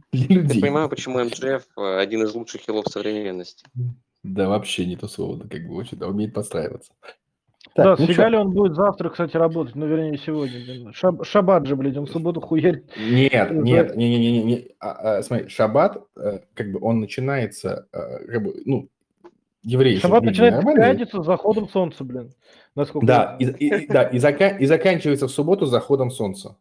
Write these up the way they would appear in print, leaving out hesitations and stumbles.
для Я людей. понимаю, почему МДФ один из лучших хилов современности. Да, вообще не то слово, да, как бы очень, да, умеет подстраиваться. Да, Так, с ну Фигали что? он будет завтра, кстати, работать. Ну, вернее, сегодня. Блин. Шаббат же, блядь, он в субботу хуярит. Нет, нет, не. Смотри, шаббат, как бы он начинается, как бы, ну, евреи же Шаббат люди начинается в нормальные. пятницу с заходом солнца, блин. Насколько я Да, знаю. да, и заканчивается в субботу с заходом солнца.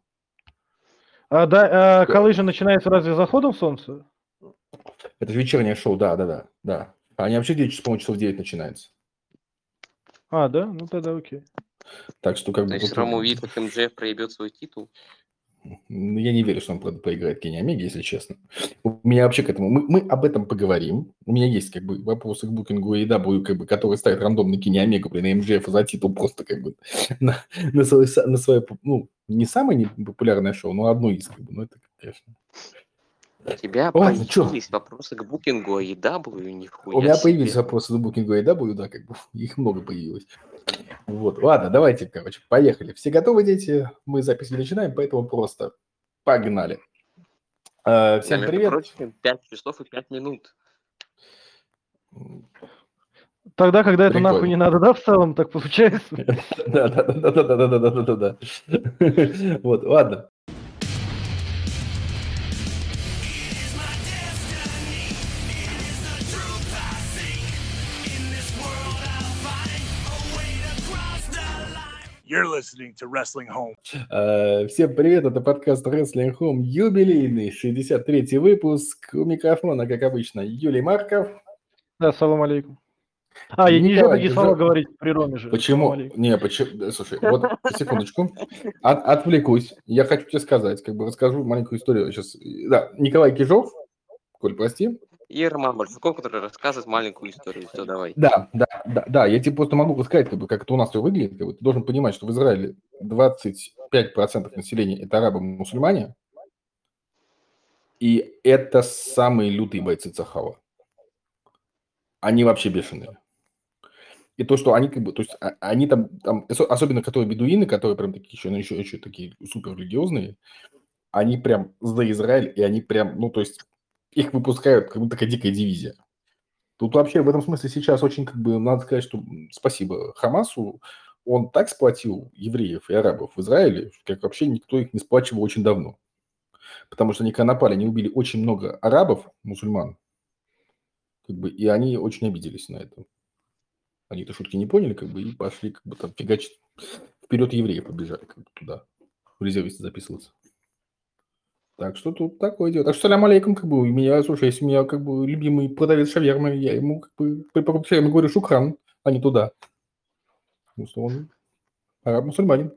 Да, Колыжа начинается разве с заходом солнца? Это же вечернее шоу, да. Они вообще где-то, по-моему, часов 9 начинается. Да? Ну тогда окей. Так что как То бы есть тут... Рома увидит, как МДФ проебет свой титул. Я не верю, что он проиграет Кенни Омеге, если честно. У меня вообще к этому... Мы об этом поговорим. У меня есть как бы вопросы к букингу AEW, как бы, который ставит рандомно Кенни Омегу, блин, на МЖФ за титул просто как бы на свое, ну, не самое непопулярное шоу, но одно из, как бы, ну, это, конечно... У тебя Ладно, что? появились вопросы к букингу AEW, У нихуя меня появились себе. вопросы к букингу AEW, да, как бы, их много появилось. Вот, ладно, давайте, короче, поехали. Все готовы, дети? Мы запись не начинаем, поэтому просто погнали. Да, Всем между привет. прочим, 5 часов и 5 минут. Тогда, когда это Прикольно. нахуй не надо, да, в целом так получается? Да. Вот, ладно. You're listening to Wrestling Home. Всем привет, это подкаст Wrestling Home, юбилейный 63-й выпуск. У микрофона, как обычно, Юлий Марков. Да, салам алейкум. Нельзя такие слова говорить при Роме же. Почему? Слушай, вот секундочку. Отвлекусь. Я хочу тебе сказать, как бы расскажу маленькую историю сейчас. Да, Николай Кижов, Коль, прости. И Роман Барсуков, который рассказывает маленькую историю. Все, давай. Да, я тебе просто могу рассказать, как бы, как это у нас все выглядит. Как бы. Ты должен понимать, что в Израиле 25% населения – это арабы-мусульмане, и это самые лютые бойцы Цахала. Они вообще бешеные. И то, что они как бы, то есть они там особенно которые бедуины, которые прям такие еще такие супер религиозные, они прям за Израиль, и они прям, ну, то есть их выпускают как будто такая дикая дивизия. Тут вообще в этом смысле сейчас очень, как бы, надо сказать, что спасибо Хамасу, он так сплотил евреев и арабов в Израиле, как вообще никто их не сплачивал очень давно. Потому что они когда напали, они убили очень много арабов, мусульман, как бы, и они очень обиделись на это. Они это шутки не поняли, как бы, и пошли, как бы, там, фигачить. Вперед евреев побежали, как бы, туда, в резервисты записываться. Так что тут такое дело. Так что салям алейкум, как бы, слушай, если у меня, как бы, любимый продавец шавермы, я ему, как бы, все время говорю шукран, а не туда. Потому что он араб-мусульманин.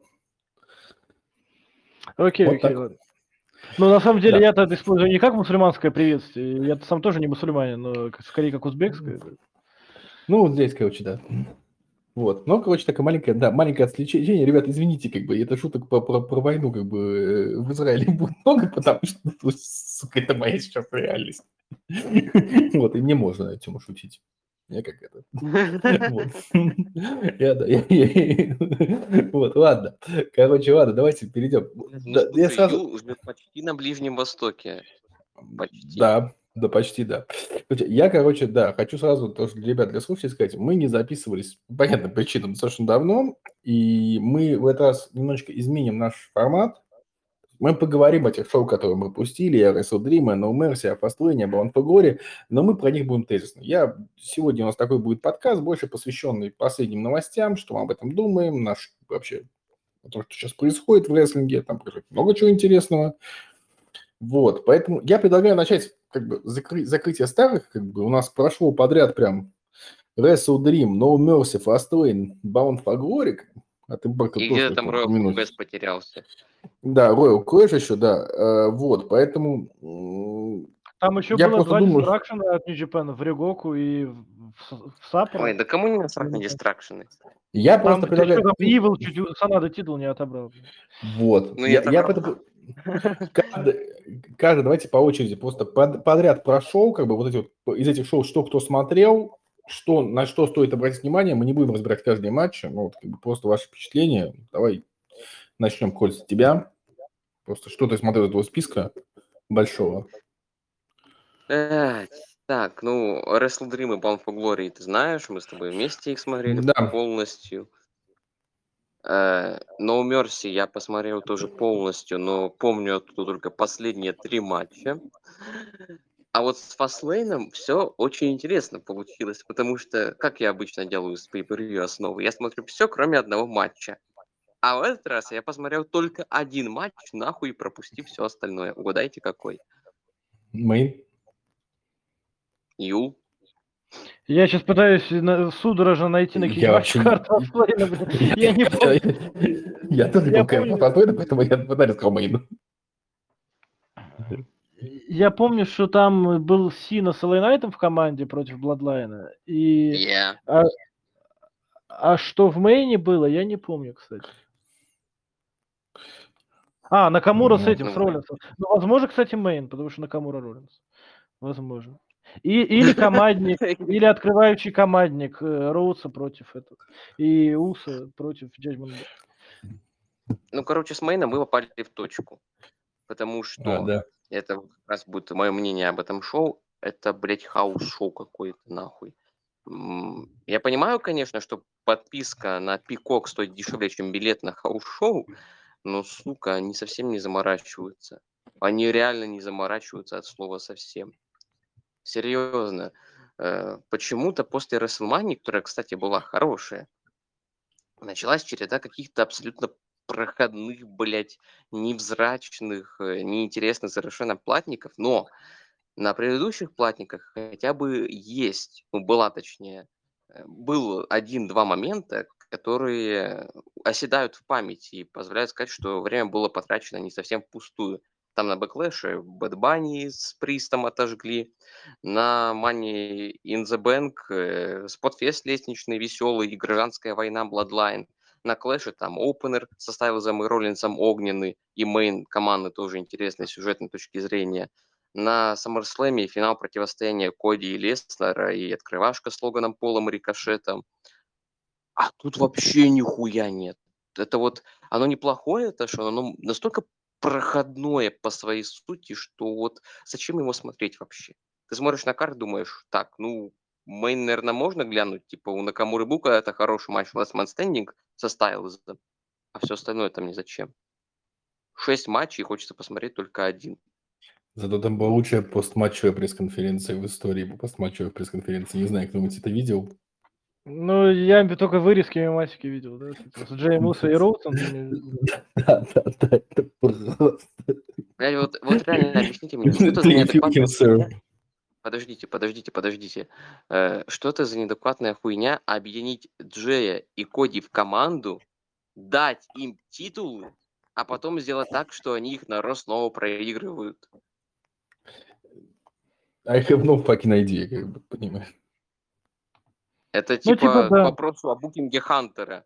Окей, Вот так. ладно. Ну, на самом деле, Да. я-то это использую не как мусульманское приветствие. Я сам тоже не мусульманин, но скорее как узбекское. Ну, вот здесь, короче, да. Вот. Ну, короче, такое маленькое отвлечение. Ребята, извините, как бы, это шуток про войну, как бы, в Израиле будет много, потому что, ну, сука, это моя сейчас реальность. Вот, и мне можно на тему шутить. Я как это. Вот. Вот, ладно. Короче, ладно, давайте перейдем. Я сразу... Ю живет почти на Ближнем Востоке. Почти. Да, почти, да. Я, короче, да, хочу сразу тоже для ребят, для слушателей сказать, мы не записывались по понятным причинам достаточно давно, и мы в этот раз немножечко изменим наш формат. Мы поговорим о тех шоу, которые мы пустили, о Wrestle Dream, о No Mercy, о Fastlane, об Авантогоре, но мы про них будем тезисно. Сегодня у нас такой будет подкаст, больше посвященный последним новостям, что мы об этом думаем, вообще, то, что сейчас происходит в рестлинге, там происходит много чего интересного. Вот, поэтому я предлагаю начать как бы закрытие старых, как бы у нас прошло подряд прям Wrestle Dream, No Mercy, Fastlane, Bound for Glory, от Impact И тоже где-то там Royal упомянуть. Quest потерялся. Да, Royal Clash еще, да, вот, поэтому Там еще я было просто два думаю, дистракшена от New Japan в Ригоку и в Саппоро. Ой, да кому не насрать на дистракшены? я Там, просто ты что, предлагаю... там Evil чуть Санада титул не отобрал. Вот, Ну, я поэтому... Каждый, давайте по очереди, просто подряд прошел, как бы вот эти вот, из этих шоу, что кто смотрел, на что стоит обратить внимание, мы не будем разбирать каждый матч, ну, вот, как бы просто ваши впечатления. Давай начнем, Коль, с тебя. Просто что ты смотрел из этого списка большого? Э, Так, ну, Wrestle Dream и Bound for Glory ты знаешь, мы с тобой вместе их смотрели Да, полностью. No Mercy я посмотрел тоже полностью, но помню оттуда только последние 3 матча. А вот с Фастлейном все очень интересно получилось, потому что, как я обычно делаю с pay-per-view основы, я смотрю все, кроме одного матча. А в этот раз я посмотрел только один матч, нахуй пропустив все остальное. Угадайте, какой? Мейн. Юл. Я сейчас пытаюсь судорожно найти на какие Я матчи вообще... карты Фастлейна, блин. Я не помню. Я тоже Я был помню, Фастлейна, поэтому я пытаюсь сказал Мейн. я помню, что там был Сина с LA Knight'ом в команде против Бладлайна. И... Yeah. А что в мейне было, я не помню, кстати. Накамура с этим, с Роллинсом. Ну, возможно, кстати, мейн, потому что Накамура Роллинс. Возможно. Или командник, или открывающий командник Роудса против этого. И Уса против Judgment Day. Ну, короче, с Мейном мы попали в точку. Потому что Да. это вот как раз будет мое мнение об этом шоу. Это, блядь, хаус-шоу какое-то, нахуй. Я понимаю, конечно, что подписка на Пикок стоит дешевле, чем билет на хаус-шоу, но, сука, они совсем не заморачиваются. Они реально не заморачиваются от слова совсем. Серьезно. Почему-то после WrestleMania, которая, кстати, была хорошая, началась череда каких-то абсолютно проходных, блядь, невзрачных, неинтересных совершенно платников, но на предыдущих платниках хотя бы есть, ну, была точнее, был один-два момента, которые оседают в памяти и позволяют сказать, что время было потрачено не совсем впустую. Там на Бэклэше Бэд Банни с Пристом отожгли, на Money in the Bank Спотфест лестничный веселый и гражданская война Bloodline. На Клэше там опенер со Стайлзом и Роллинсом огненный, и мейн команды тоже интересной с сюжетной точки зрения. На SummerSlam финал противостояния Коди и Леснера и открывашка с Логаном Полом и Рикошетом. А тут вообще нихуя нет. Это вот, оно неплохое, это что оно настолько проходное по своей сути, что вот зачем его смотреть вообще? Ты смотришь на карту, думаешь, так, ну, мейн, наверное, можно глянуть, типа у Накамуры Бука это хороший матч Last Man Standing со Стайлзом, а все остальное там не зачем. 6 матчей, хочется посмотреть только один. Зато там была лучшая постматчевая пресс-конференция в истории. Постматчевая пресс-конференция. Не знаю, кто-нибудь это видел. Ну, я только вырезки мемасики видел, да, с Джейм Усо и Роудсом. Да, это просто... Блядь, вот реально объясните мне, что это за неадекватная хуйня? Подождите. Что это за неадекватная хуйня объединить Джея и Коди в команду, дать им титулы, а потом сделать так, что они их на Ро снова проигрывают? I have no fucking idea, как бы, понимаешь. Это Ну, типа к да. вопросу о букинге Хантера.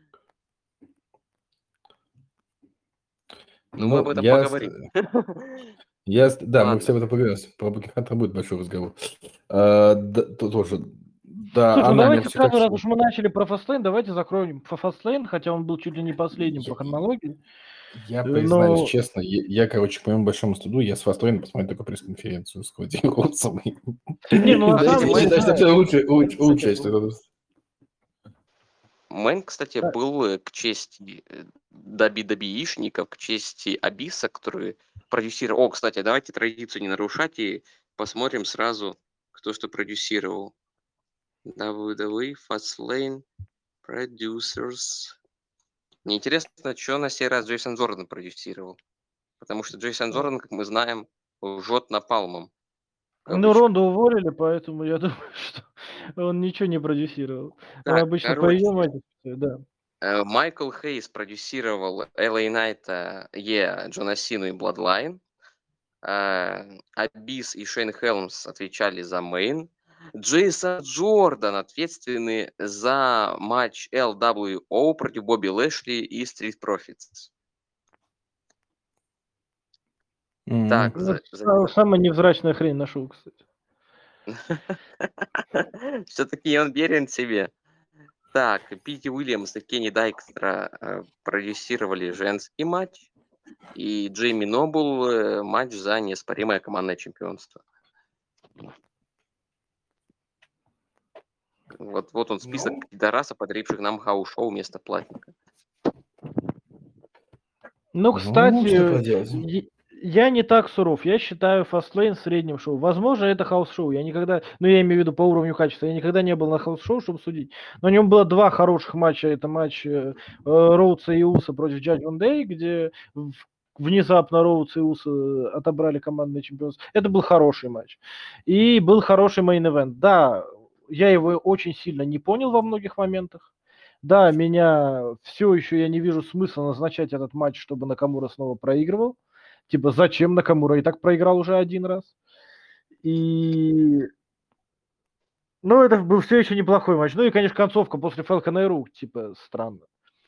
Ну, мы об этом поговорим. Да, мы Ладно. все об этом поговорим. Про Букинг Хантера будет большой разговор. Тоже. Да, Слушай, ну она давайте все сразу, так... раз уж мы начали про Фастлейн, давайте закроем Фастлейн, хотя он был чуть ли не последним по хронологии. Я признаюсь честно, я, короче, по моему большому стыду, я с Фастлейна посмотрел только пресс-конференцию с Коди Роудсом. Не, ну на самом деле... Это лучшая история. Мэн, кстати, был к чести WWE-шников, к чести Абиса, который продюсировал... О, кстати, давайте традицию не нарушать и посмотрим сразу, кто что продюсировал. WWE, Fastlane, Producers. Мне интересно, что на сей раз Джейсон Зордан продюсировал. Потому что Джейсон Зордан, как мы знаем, жжет напалмом. Ну, Ронду уволили, поэтому я думаю, что он ничего не продюсировал. Он Так, обычно по короче, ее матери, да. Майкл Хейс продюсировал LA Найта, Джона Сину и Bloodline. Абис и Шейн Хелмс отвечали за мейн. Джейсон Джордан ответственный за матч LWO против Бобби Лэшли и Street Profits. Так, Самая невзрачная хрень на шоу, кстати. Все-таки он верен себе. Так, Пити Уильямс и Кенни Дайкстра продюсировали женский матч. И Джейми Нобл матч за неоспоримое командное чемпионство. Вот он список Ну, пидорасов, подаривших нам хаус-шоу вместо платника. Ну, ну, что кстати, поделать. я не так суров. Я считаю Fastlane средним шоу. Возможно, это хаус-шоу. Я никогда, ну, я имею в виду по уровню качества, я никогда не был на хаус-шоу, чтобы судить. Но в нем было два хороших матча. Это матч Роудса и Уса против Judgment Day, где внезапно Роудс и Уса отобрали командное чемпионство. Это был хороший матч. И был хороший мейн-эвент. Да, я его очень сильно не понял во многих моментах. Да, меня все еще я не вижу смысла назначать этот матч, чтобы Накамура снова проигрывал. Типа, зачем Накамура и так проиграл уже один раз? И... Ну, это был все еще неплохой матч. Ну и, конечно, концовка после Falcon Arrow, типа, странно.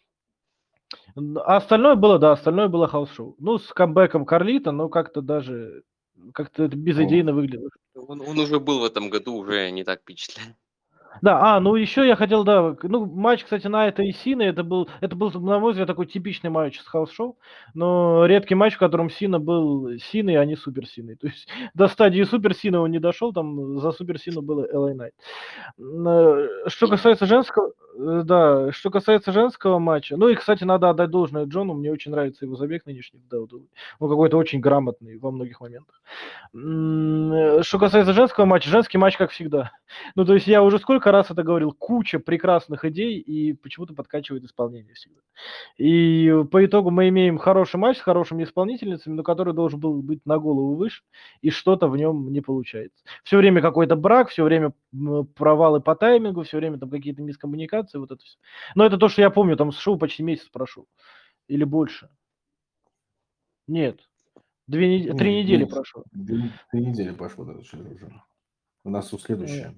А остальное было, да, остальное было хаус-шоу. Ну, с камбэком Карлита, но как-то даже... Как-то это безыдейно выглядело. Он уже был в этом году, уже не так впечатляет. Да, ну еще я хотел, да, ну матч, кстати, Найта и Сины, это был, на мой взгляд, такой типичный матч с хаус-шоу, но редкий матч, в котором Сина был Синой, а не Супер Синой. То есть до стадии Супер Сина он не дошел, там за Супер Сину было LA Knight. Что касается женского, да, что касается женского матча, ну и, кстати, надо отдать должное Джону, мне очень нравится его забег нынешний в WWE. Он какой-то очень грамотный во многих моментах. Что касается женского матча, женский матч, как всегда. Ну, то есть я уже сколько раз это говорил, куча прекрасных идей, и почему-то подкачивает исполнение всегда. И по итогу мы имеем хороший матч с хорошими исполнительницами, но который должен был быть на голову выше, и что-то в нем не получается. Все время какой-то брак, все время провалы по таймингу, все время там какие-то мискоммуникации, вот это все. Но это то, что я помню, там с шоу почти месяц прошел. Или больше. Нет. 3 недели прошло. 3 недели пошло даже уже. У нас тут следующее.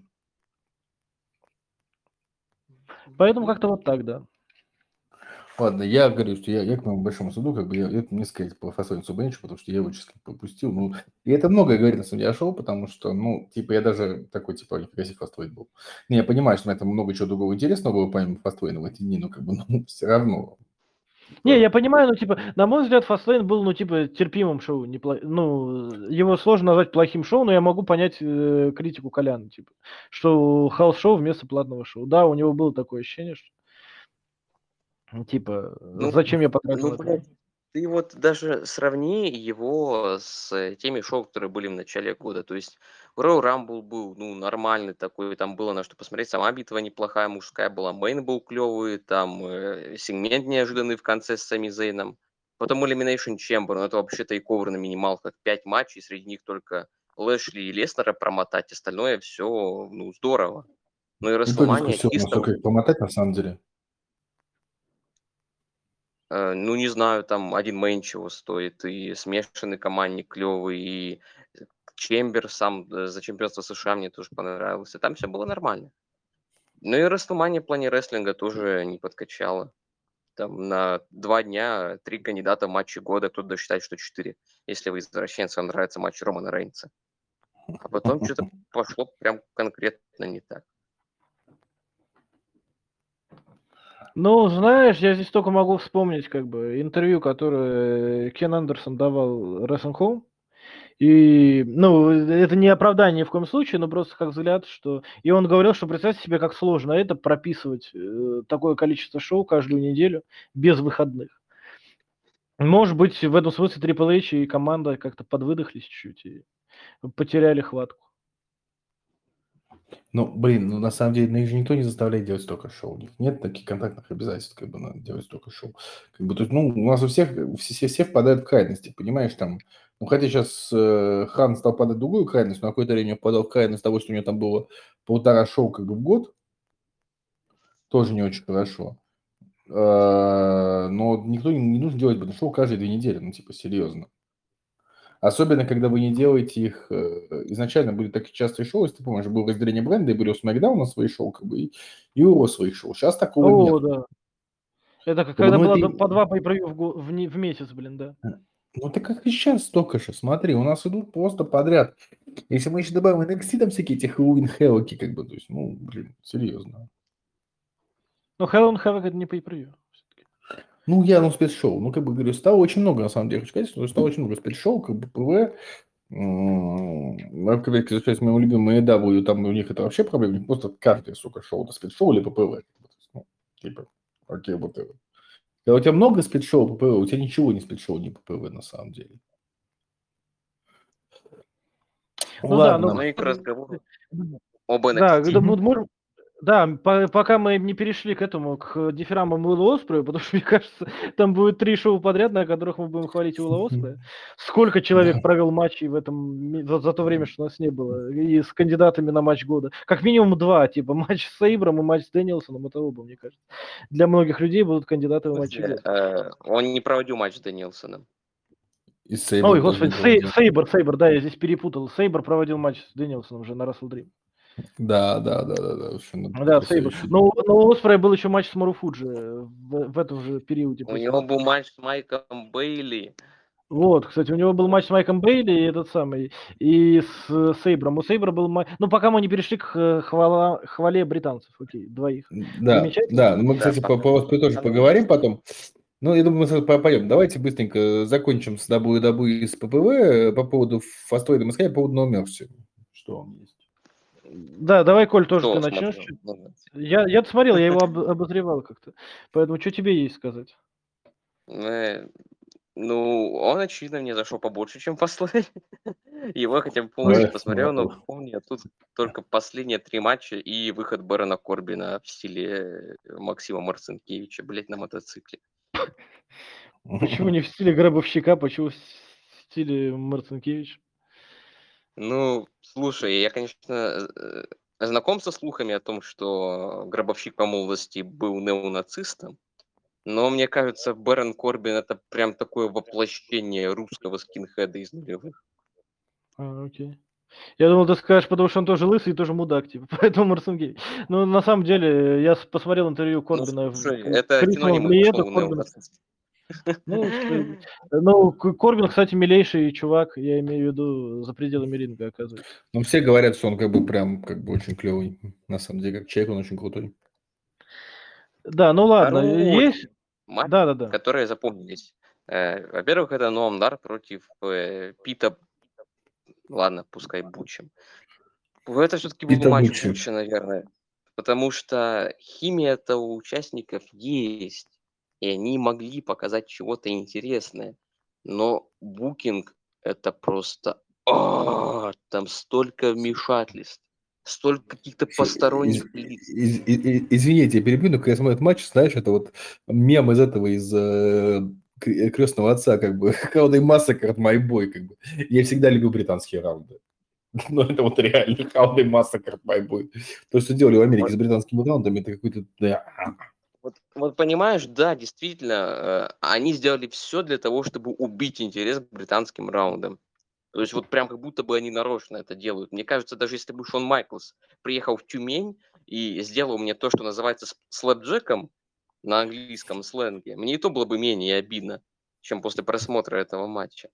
Поэтому как-то вот так, да. Ладно, я говорю, что я к моему большому суду, как бы, это мне сказать по Фасолин Субенчу, потому что я его честно пропустил. Ну, и это многое говорит на судья шоу, потому что, ну, типа, я даже такой, типа, нифига себе Фаствейн был. Не, я понимаю, что на этом много чего другого интересного было, помимо Фаствейна в эти дни, но, как бы, ну, все равно. Не, я понимаю, ну, типа, на мой взгляд, Fastlane был, ну, типа, терпимым шоу. Ну, его сложно назвать плохим шоу, но я могу понять критику Коляна, типа, что хаус-шоу вместо платного шоу. Да, у него было такое ощущение, что, типа, зачем я потратил это? Блядь, ты вот даже сравни его с теми шоу, которые были в начале года. То есть Royal Rumble был, ну, нормальный такой, там было на что посмотреть. Сама битва неплохая, мужская была. Мейн был клевый, там сегмент неожиданный в конце с Сами Зейном. Потом Elimination Chamber, ну, это вообще тейковер на минималках. 5 матчей, среди них только Лэшли и Леснера промотать. Остальное все, ну, здорово. Ну и И то Расселмания дискуссионно, чисто... сколько их помотать на самом деле. Ну, не знаю, там один мейн чего стоит, и смешанный командник клевый, и Чембер сам за чемпионство США мне тоже понравился. Там все было нормально. Ну и Рестлмания в плане рестлинга тоже не подкачала. Там на 2 дня 3 кандидата в матчи года, кто-то даже считает, что 4, если вы извращенцам нравится матч Романа Рейнса. А потом что-то пошло прям конкретно не так. Ну, знаешь, я здесь только могу вспомнить, как бы, интервью, которое Кен Андерсон давал Wrestling Home. И, ну, это не оправдание ни в коем случае, но просто как взгляд, что... И он говорил, что представьте себе, как сложно это прописывать такое количество шоу каждую неделю без выходных. Может быть, в этом смысле Triple H и команда как-то подвыдохлись чуть-чуть и потеряли хватку. Ну, блин, ну на самом деле, их же никто не заставляет делать столько шоу. У них нет таких контактных обязательств, как бы, надо делать столько шоу. Как бы, то есть, ну, у нас у всех, все впадают в крайности, понимаешь, там, ну, хотя сейчас Хан стал падать в другую крайность, но на какое-то время он подал в крайность того, что у него там было 1,5 шоу, как бы, в год, тоже не очень хорошо. Но никто не нужно делать шоу каждые 2 недели, ну, типа, серьезно. Особенно, когда вы не делаете их... изначально были такие частые шоу, если ты помнишь, было разделение бренда, и были у SmackDown свои шоу, как бы, и у Raw свои шоу. Сейчас такого нет. Да. Это как Как бы, когда ну, было это... по 2 pay-per-view в месяц, блин, да. Ну, это как и сейчас столько же. Смотри, у нас идут просто подряд. Если мы еще добавим NXT, там всякие эти Хэллоуин Хэллоки, как бы, то есть, ну, блин, серьезно. Ну, Hell in Havoc это не pay-per-view. Ну, спецшоу. Ну, как бы, говорю, стало очень много, на самом деле, хочу сказать, что стало очень много спецшоу, как бы, ПВ. К сожалению, моему любимому AEW, там у них это вообще проблема, у них просто каждое, сука, шоу, это спецшоу или ППВ. Ну, типа, окей, ППВ. Когда у тебя много спецшоу ППВ, у тебя ничего не спецшоу, не ППВ на самом деле. Ну да, Ладно. Ну и к разговору об Да, NXT. это можем. Да, пока мы не перешли к этому, к дифирамам Уилла Оспрея, потому что, мне кажется, там будет 3 шоу подряд, на которых мы будем хвалить Уилла Оспрея. Сколько человек провел матчей в этом за то время, что нас не было, и с кандидатами на матч года. Как минимум 2, типа матч с Сейбром и матч с Дэниелсоном, это оба, мне кажется. Для многих людей будут кандидаты в матчи года. Он не проводил матч с Дэниелсоном. И Сейбр Ой, тоже господи, не проводил. Сейбр, да, я здесь перепутал. Сейбр проводил матч с Дэниелсоном уже на Wrestle Dream. Да. В общем, Да, Сейбр. Но у Оспрея был еще матч с Маруфуджи в этом же периоде. У него был матч с Майком Бейли. Вот, кстати, у него был матч с Майком Бейли и этот самый, и с Сейбром. У Сейбра был матч... Ну, пока мы не перешли к хвале британцев, окей, двоих. Да, ну мы, кстати, по Оспрею тоже поговорим потом. Ну, я думаю, мы сразу пойдем. Давайте быстренько закончим с WWE и с ППВ по поводу Фастоида Москвы, по поводу No Mercy. Что он есть? Да, давай, Коль, тоже Кто ты начнешь. смотрел? Я смотрел, я его обозревал как-то. Поэтому что тебе есть сказать? Ну, он, очевидно, мне зашел побольше, чем Фастлейн. Его хотя бы полностью посмотрел, но помню, тут только последние 3 матча и выход Бэрона Корбина в стиле Максима Марцинкевича, блять, на мотоцикле. Почему не в стиле Гробовщика, почему в стиле Марцинкевича? Ну, слушай, я, конечно, знаком со слухами о том, что Гробовщик по молодости был неонацистом, но мне кажется, Бэрон Корбин это прям такое воплощение русского скинхеда из нулевых. Окей. Я думал, ты скажешь, потому что он тоже лысый и тоже мудак, типа, поэтому Марцинкевич. Ну, на самом деле, я посмотрел интервью Корбина. Это синоним неонацист. Корбин, кстати, милейший чувак, я имею в виду, за пределами ринга, оказывается. Ну, все говорят, что он как бы прям как бы очень клевый. На самом деле, как человек он очень крутой. Да, ну ладно, есть... Матч, Да. которые запомнились. Во-первых, это Ноам Дар против Пита. Ладно, пускай Бучем. Это все-таки был матч Буча, наверное. Потому что химия этого участников есть. И они могли показать чего-то интересное. Но букинг это просто... там столько вмешательств. Столько каких-то посторонних лиц. Извините, я перебью, но когда я смотрю этот матч, знаешь, это вот мем из этого, из «Крестного отца», как бы, How they massacred my boy, как бы. Я всегда любил британские раунды. Но это вот реально How they massacred my boy. То, что делали в Америке с британскими раундами, это какой-то... Вот понимаешь, да, действительно, они сделали все для того, чтобы убить интерес к британским раундам. То есть вот прям как будто бы они нарочно это делают. Мне кажется, даже если бы Шон Майклс приехал в Тюмень и сделал мне то, что называется слэпджеком на английском сленге, мне и то было бы менее обидно, чем после просмотра этого матча.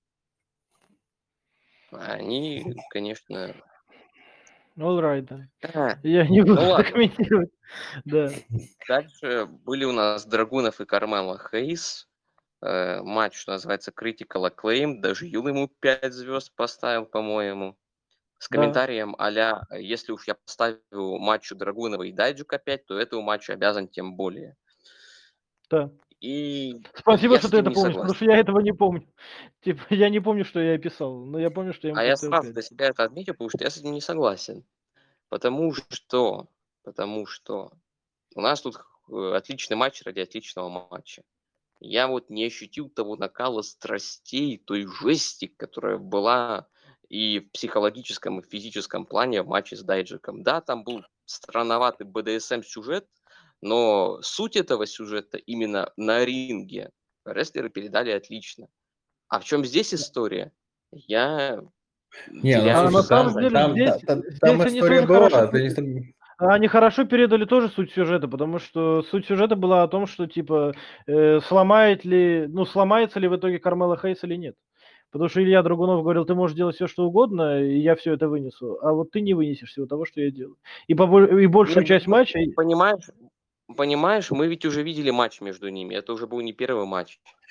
Они, конечно... All right, да. Я не буду комментировать. Да. Дальше были у нас Драгунов и Кармела Хейс. Матч, что называется Critical Acclaim. Даже Юл ему 5 звезд поставил, по-моему. С комментарием а-ля, если уж я поставил матчу Драгунова и Дайджука 5, то этому матчу обязан тем более. Да. И спасибо, что ты это помнишь, потому что я этого не помню. Типа, я не помню, что я писал, но я помню, что я ему я поставил сразу 5. для себя это отметил, потому что я с этим не согласен. Потому что у нас тут отличный матч ради отличного матча. Я вот не ощутил того накала страстей, той жести, которая была и в психологическом, и в физическом плане в матче с Дайджиком. Да, там был странноватый БДСМ-сюжет, но суть этого сюжета именно на ринге рестлеры передали отлично. А в чем здесь история? Я теряю на самом деле там история была. Они хорошо передали тоже суть сюжета, потому что суть сюжета была о том, что типа сломается ли в итоге Кармела Хейс или нет. Потому что Илья Драгунов говорил, ты можешь делать все, что угодно, и я все это вынесу. А вот ты не вынесешь всего того, что я делаю. И большую часть матча... Понимаешь, мы ведь уже видели матч между ними. Это уже был не первый матч.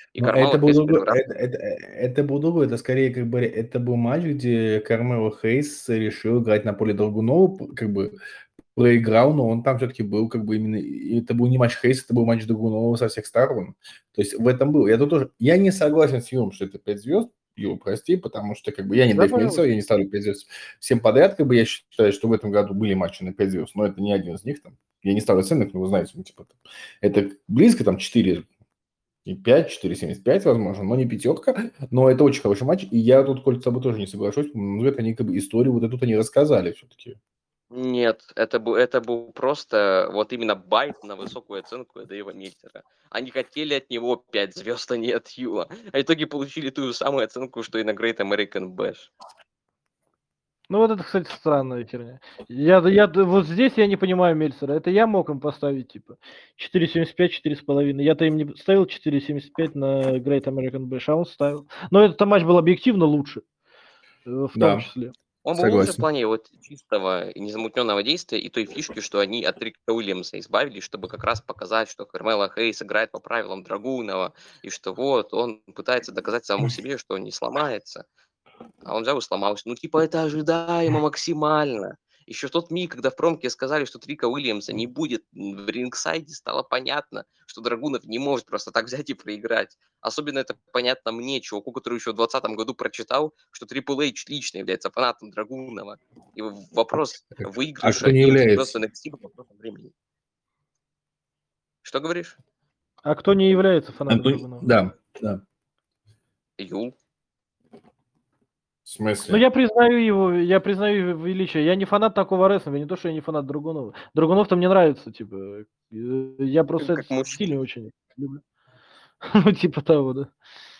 и Но Кармела это был Хейс другой, первый раз. это был другой, это скорее как бы это был матч, где Кармело Хейс решил играть на поле Драгунова, как бы проиграл, но он там все-таки был как бы именно, и это был не матч Хейса, это был матч Драгунова со всех сторон. То есть в этом был. Я тут тоже, я не согласен с Юром, что это 5 звезд, Юр, прости, потому что как бы я не Да, Дэйв Мельцер, я не ставлю 5 звезд всем подряд, как бы я считаю, что в этом году были матчи на 5 звезд, но это не один из них там. Я не ставлю оценок, но вы знаете, ну, типа, это близко там 4 и 5, 4,75, возможно, но не пятерка. Но это очень хороший матч. И я тут, Коль, с тобой тоже не соглашусь. Ну, это они как бы историю вот эту они рассказали все-таки. Нет, это был просто вот именно байт на высокую оценку от Дэйва Мельцера. Они хотели от него 5 звезд, а не от Юла. А в итоге получили ту же самую оценку, что и на Great American Bash. Ну вот это, кстати, странная херня. Вот здесь я не понимаю Мельцера. Это я мог им поставить, типа, 4,75, 4,5. Я-то им не ставил 4,75 на Great American Bash, а он ставил. Но этот матч был объективно лучше, в том Да, числе. Он был лучше в согласен. плане вот чистого и незамутненного действия и той фишки, что они от Рика Уильямса избавились, чтобы как раз показать, что Кармело Хейс играет по правилам Драгунова, и что вот он пытается доказать самому себе, что он не сломается. А он взял и сломался. Ну, типа, это ожидаемо максимально. Еще в тот миг, когда в промке сказали, что Трика Уильямса не будет в рингсайде, стало понятно, что Драгунов не может просто так взять и проиграть. Особенно это понятно мне, чуваку, который еще в 2020 году прочитал, что Triple H лично является фанатом Драгунова. И вопрос А выигрыша кто не им звезд является? NXT по вопросу времени. Что говоришь? А кто не является фанатом Антони... Драгунова? Да, да. Юл. В Ну, смысле? я признаю его величие. Я не фанат такого рестлинга, не то, что я не фанат Драгунова. Драгунов-то мне нравится, типа. Я просто Как этот мужчина. стиль не очень люблю. Ну, типа того, да.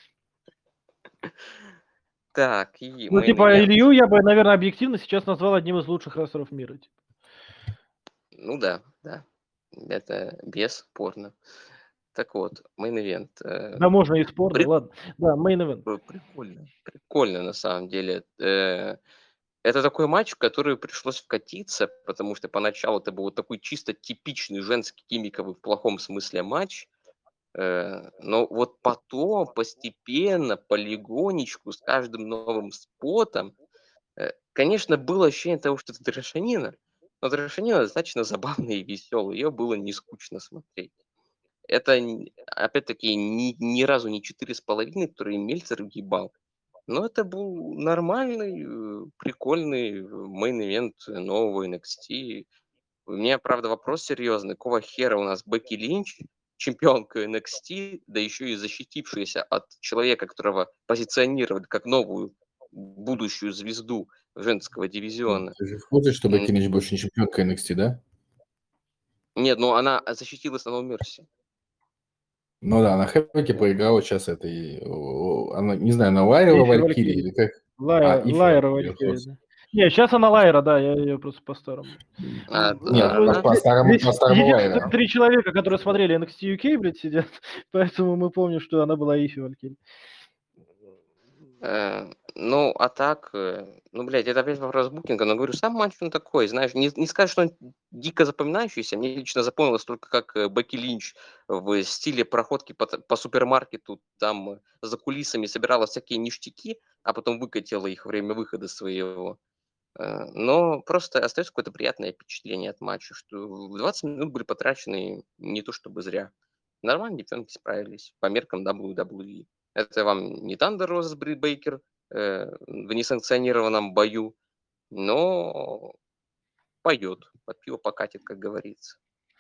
Так, и Ну, main типа, event. Илью я бы, наверное, объективно сейчас назвал одним из лучших рестлеров мира. Типа. Ну да. Это бесспорно. Так вот, main event. Да, можно и спорно, ладно. Да, main event. Прикольно на самом деле. Это такой матч, в который пришлось вкатиться, потому что поначалу это был вот такой чисто типичный женский гиммиковый в плохом смысле матч. Но вот потом постепенно, полигонечку, с каждым новым спотом, конечно, было ощущение того, что это трешанина, но трешанина достаточно забавная и веселая. Ее было не скучно смотреть. Это, опять-таки, ни разу не 4,5, которые Мельцер въебал. Но это был нормальный, прикольный мейн-ивент нового NXT. У меня, правда, вопрос серьезный. Какого хера у нас Бекки Линч, чемпионка NXT, да еще и защитившаяся от человека, которого позиционировали как новую будущую звезду женского дивизиона. Ты же в курсе, что М, Бекки Линч больше не чемпионка NXT, да? Нет, ну она защитилась на No Mercy. Ну да, на Хэппике проиграла сейчас она, не знаю, на Лайера Ифи Валькирии Валькирия. или как? Ифи Лайера Валькирия, Валькирия, господи. да. Не, сейчас она Лайера, да, я ее просто по-старому. Нет, Она... по-старому Единственные Лайера. 3 человека, которые смотрели NXT UK, блядь, сидят, поэтому мы помним, что она была Ифи Валькирия. Ну, а так, ну, блядь, это опять вопрос букинга, но говорю, сам матч он такой, знаешь, не скажешь, что он дико запоминающийся, мне лично запомнилось только, как Бекки Линч в стиле проходки по супермаркету там за кулисами собирала всякие ништяки, а потом выкатила их во время выхода своего. Но просто остается какое-то приятное впечатление от матча, что в 20 минут были потрачены не то чтобы зря. Нормально девчонки справились по меркам WWE. Это вам не Тандер Роза Брит Бейкер в несанкционированном бою, но пойдет, под пиво покатит, как говорится.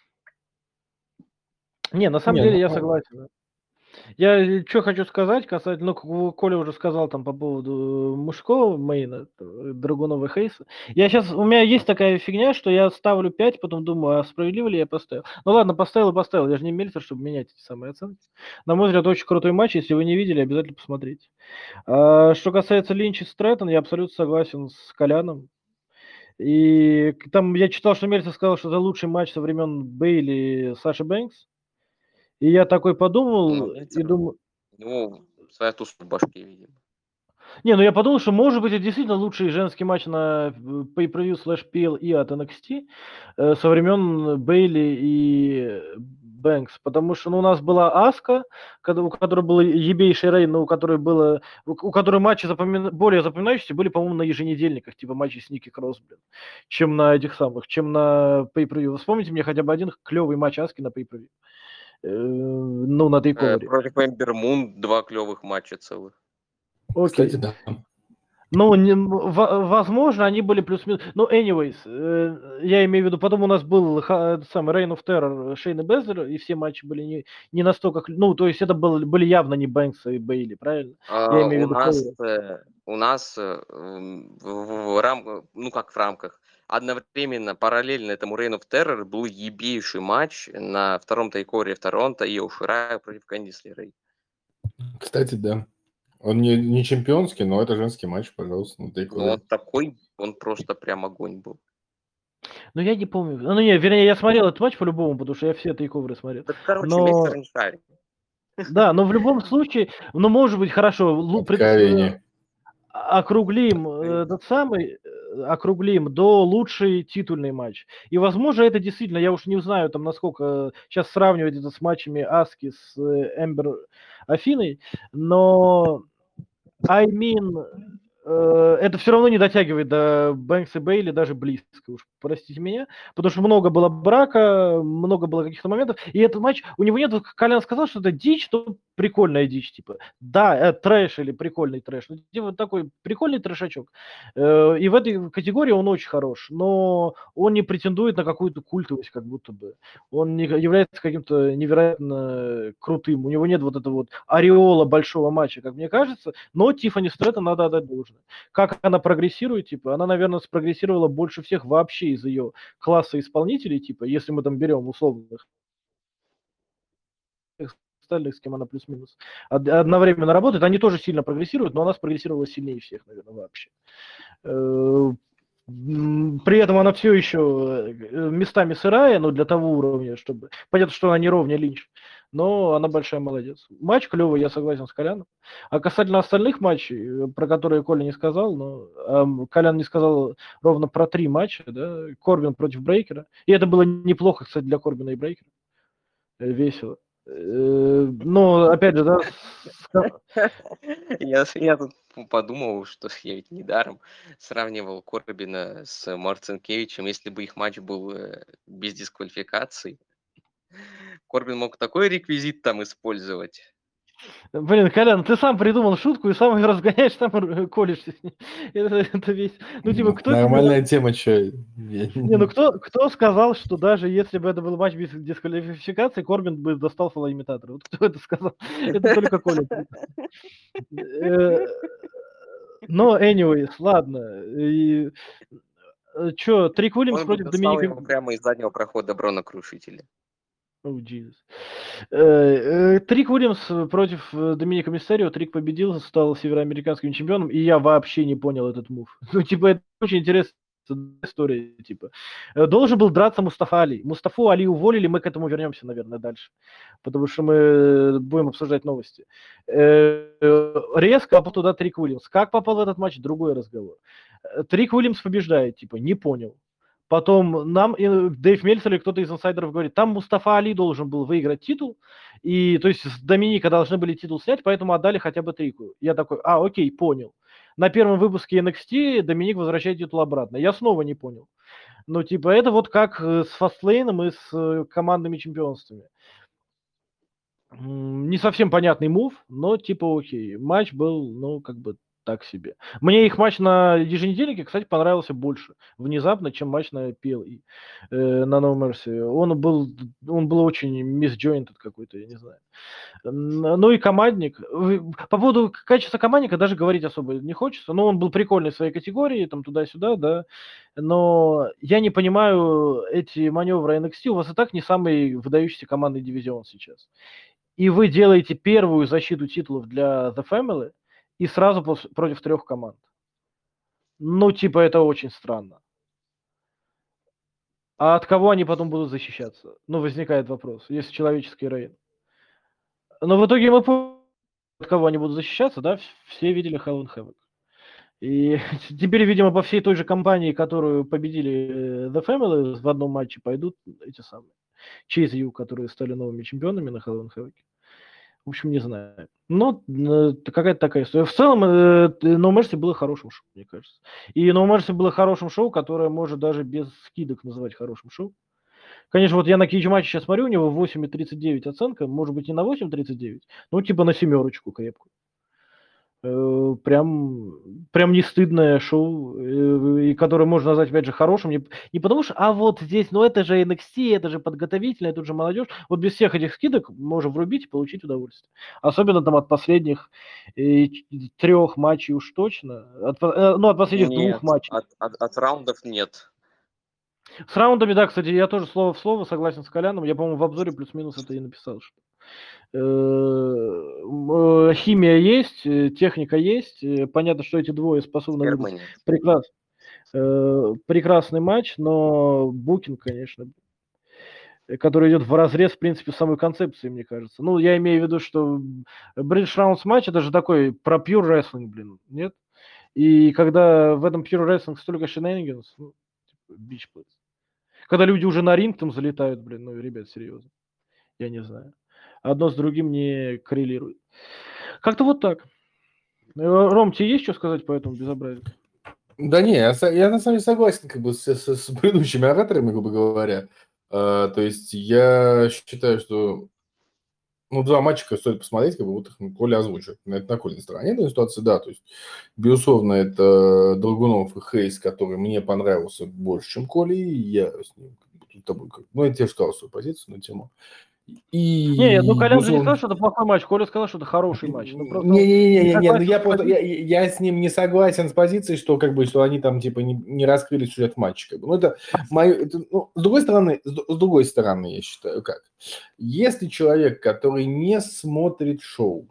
Не, на самом Не, деле я ну, согласен. Да. Я что хочу сказать касательно, ну, Коля уже сказал там по поводу мужского мейна, Драгунова и Хейса. У меня есть такая фигня, что я ставлю 5, потом думаю, а справедливо ли я поставил? Ну ладно, поставил и поставил, я же не Мельцер, чтобы менять эти самые оценки. На мой взгляд, очень крутой матч, если вы не видели, обязательно посмотрите. Что касается Линч и Стрэттон, я абсолютно согласен с Коляном. И там я читал, что Мельцер сказал, что это лучший матч со времен Бейли и Саши Бэнкс. И я такой подумал Ну, и думаю, у него своя туса в башке, видимо. не, ну я подумал, что может быть это действительно лучший женский матч на pay-per-view /PL и от NXT со времен Бейли и Бэнкс, потому что у нас была Аска, у которой был ебейший рейн, но у которой матчи более запоминающиеся были, по-моему, на еженедельниках, типа матчи с Ники Кросс, чем на pay-per-view. Вспомните мне хотя бы один клевый матч Аски на pay-per-view. На тейковере. Против Эмбер Мун 2 клевых матча целых. Окей. Кстати, да. Возможно, они были плюс-минус. Anyways, я имею в виду, потом у нас был самый Reign of Terror Шейна Безлера, и все матчи были не настолько... то есть это были явно не Бэнкса и Бейли, правильно? Я имею в виду... У нас в рамках, одновременно, параллельно этому Reign of Terror был ебейший матч на втором тайкоре в Торонто Ио Ширай против Кандис Лерей. Кстати, да. Он не чемпионский, но это женский матч, пожалуйста, на тейковере. Он такой, он просто прям огонь был. Я не помню. Вернее, я смотрел этот матч по-любому, потому что я все тейковеры смотрел. Мистер Иншари. Да, но в любом случае, может быть, хорошо. Округлим до лучший титульный матч. И, возможно, это действительно, я уж не знаю, там, насколько сейчас сравнивать это с матчами Аски с Эмбер Афиной, но это все равно не дотягивает до Бэнкса и Бейли даже близко, уж простите меня, потому что много было брака, много было каких-то моментов, и этот матч, у него нет, Колян сказал, что это дичь, то прикольная дичь, типа, да, трэш или прикольный трэш, типа такой прикольный трэшачок, и в этой категории он очень хорош, но он не претендует на какую-то культовость, как будто бы, он не является каким-то невероятно крутым, у него нет вот этого вот ореола большого матча, как мне кажется, но Тиффани Стрэттон надо отдать должное. Как она прогрессирует, типа, она, наверное, спрогрессировала больше всех вообще из ее класса исполнителей, типа, если мы там берем условных остальных, с кем она плюс-минус одновременно работает, они тоже сильно прогрессируют, но она спрогрессировала сильнее всех, наверное, вообще. При этом она все еще местами сырая, но для того уровня, чтобы... Понятно, что она не ровня Линч, но она большая молодец. Матч клевый, я согласен с Коляном. А касательно остальных матчей, про которые Коля не сказал, но Колян не сказал ровно про 3 матча, да, Корбин против Брейкера. И это было неплохо, кстати, для Корбина и Брейкера. Весело. Но, опять же, да... Я тут подумал, что я ведь недаром сравнивал Корбина с Марцинкевичем. Если бы их матч был без дисквалификации, Корбин мог такой реквизит там использовать. Блин, Колян, ты сам придумал шутку и сам ее разгоняешь, сам колешься с ней. Это весь... кто... Нормальная тема, что... кто сказал, что даже если бы это был матч без дисквалификации, Корбин бы достал фалоимитатора? Вот кто это сказал? Это только Коля. Но, anyways, ладно. Че, Трик Уильямс против Доминика... Его прямо из заднего прохода Брона Крушителя. Трик Уильямс против Доминика Мистерио. Трик победил, стал североамериканским чемпионом, и я вообще не понял этот мув. Это очень интересная история, типа. Должен был драться Мустафа Али. Мустафу Али уволили, мы к этому вернемся, наверное, дальше. Потому что мы будем обсуждать новости. Резко попал туда Трик Уильямс. Как попал в этот матч, другой разговор. Трик Уильямс побеждает, типа, не понял. Потом нам Дэйв Мельцер или кто-то из инсайдеров говорит, там Мустафа Али должен был выиграть титул, и то есть с Доминика должны были титул снять, поэтому отдали хотя бы Трику. Я такой, окей, понял. На первом выпуске NXT Доминик возвращает титул обратно. Я снова не понял. Это вот как с Фастлейном и с командными чемпионствами. Не совсем понятный мув, но окей. Матч был, так себе. Мне их матч на еженедельнике, кстати, понравился больше внезапно, чем матч на PLE, на No Mercy. Он был очень misjointed какой-то, я не знаю. И командник. По поводу качества командника даже говорить особо не хочется. Он был прикольный в своей категории, там туда-сюда, да. Но я не понимаю эти маневры NXT. У вас и так не самый выдающийся командный дивизион сейчас. И вы делаете первую защиту титулов для The Family, и сразу против 3 команд. Это очень странно. А от кого они потом будут защищаться? Возникает вопрос, если человеческий рейн. Но в итоге мы поняли, от кого они будут защищаться, да? Все видели Hell in Havoc. И теперь, видимо, по всей той же компании, которую победили The Family в одном матче, пойдут эти самые. Chase U, которые стали новыми чемпионами на Hell in a Cell. В общем, не знаю. Но какая-то такая история. В целом, No Mercy было хорошим шоу, мне кажется. И No Mercy было хорошим шоу, которое может даже без скидок называть хорошим шоу. Конечно, вот я на Кейдж матче сейчас смотрю, у него 8,39 оценка, может быть, не на 8,39, но типа на 7 крепкую. Прям не стыдное шоу, и которое можно назвать, опять же, хорошим. Не потому что, а вот здесь, ну это же NXT, это же подготовительное, тут же молодежь. Вот без всех этих скидок можно врубить и получить удовольствие. Особенно там от последних 3 матчей уж точно. От последних 2 Нет, матчей. от раундов нет. С раундами, да, кстати, я тоже слово в слово согласен с Коляном. Я, по-моему, в обзоре плюс-минус это и написал, что химия есть, техника есть. Понятно, что эти двое способны выдать прекрасный матч, но букинг, конечно, который идет вразрез, в принципе, самой концепции, мне кажется. Ну, я имею в виду, что British Rounds матч это же такой про pure wrestling, блин, нет? И когда в этом pure wrestling столько shenanigans, ну, типа, bitch please. Когда люди уже на ринг там залетают, блин, ну, ребят, серьезно. Я не знаю. Одно с другим не коррелирует. Как-то вот так. Ром, тебе есть что сказать по этому безобразию? Да не, я на самом деле согласен как бы с предыдущими ораторами, грубо говоря. То есть я считаю, что 2 матчика стоит посмотреть, как бы вот их Коля озвучил. Это на Колиной стороне этой ситуации, да. То есть, безусловно, это Драгунов и Хейс, который мне понравился больше, чем Коля, и я с ним с тобой, ну, я тебе сказал свою позицию на тему. Не, ну И, Колян же не безусловно, сказал, что это плохой матч. Коля сказал, что это хороший матч. Ну, просто Не-не-не, ну согласен я с просто позицией. я с ним не согласен с позицией, что как бы что они там типа не раскрыли сюжет матча. Как бы. Ну, это мое. Ну, с другой стороны, я считаю, как. Если человек, который не смотрит шоу,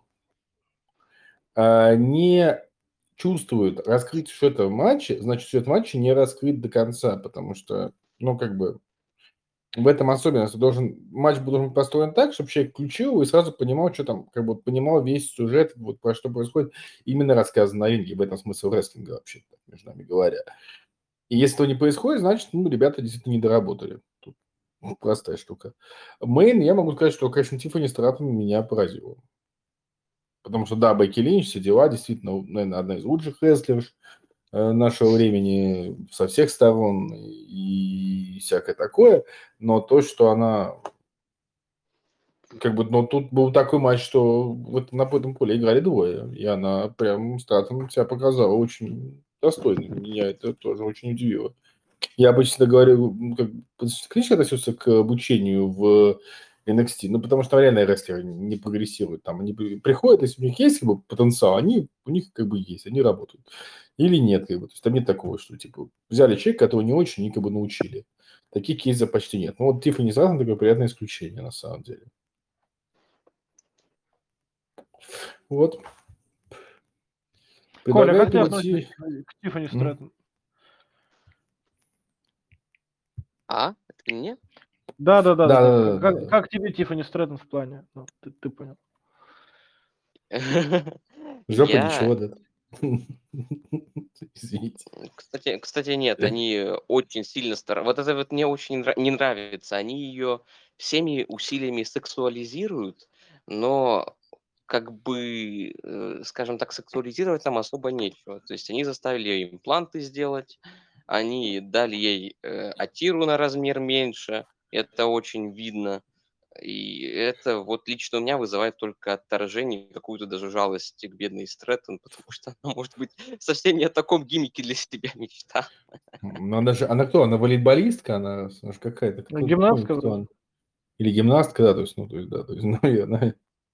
не чувствует раскрыть сюжет в матче, значит, сюжет матча не раскрыт до конца, потому что, ну, как бы, в этом особенность. Матч должен быть построен так, чтобы человек включил его и сразу понимал, что там, как бы понимал весь сюжет, вот про что происходит, именно рассказано на ринге. В этом смысл рестлинга вообще, между нами говоря. И если этого не происходит, значит, ну, ребята действительно не доработали. Тут простая штука. Мейн, я могу сказать, что, конечно, Тиффани Стратон меня поразила. Потому что, да, Бекки Линч, все дела, действительно, наверное, одна из лучших рестлерш нашего времени со всех сторон и всякое такое, но то, что она как бы, ну, тут был такой матч, что вот на этом поле играли двое, и она прям Стратон себя показала очень достойно. Меня это тоже очень удивило. Я обычно говорю, как критично относился к обучению в NXT, ну, потому что реально рестлеры не прогрессируют. Там они приходят, если у них есть как бы потенциал, у них как бы есть, они работают. Или нет, как бы. То есть там нет такого, что типа взяли человека, которого не очень, и как бы научили. Таких кейсов почти нет. Ну, вот Тиффани Стратон такое приятное исключение, на самом деле. Вот. Коля, как ты Предлагаю относишься к Тиффани Стрэттон? Это мне? Да. Да. Как тебе Тиффани Стрэттон в плане? Ну, ты понял. Жопа ничего, да. Извините. Кстати, нет, они очень сильно стараются. Вот это вот мне очень не нравится. Они ее всеми усилиями сексуализируют, но как бы, скажем так, сексуализировать там особо нечего. То есть они заставили ее импланты сделать, они дали ей атиру на размер меньше, это очень видно. И это вот лично у меня вызывает только отторжение, какую-то даже жалость к бедной Стрэттон, потому что она, может быть, совсем не о таком гиммике для себя мечта. Ну, она кто? Она волейболистка? Она же какая-то? Гимнастка, Кто вроде. она? Или гимнастка, да, то есть, да, то есть, наверное.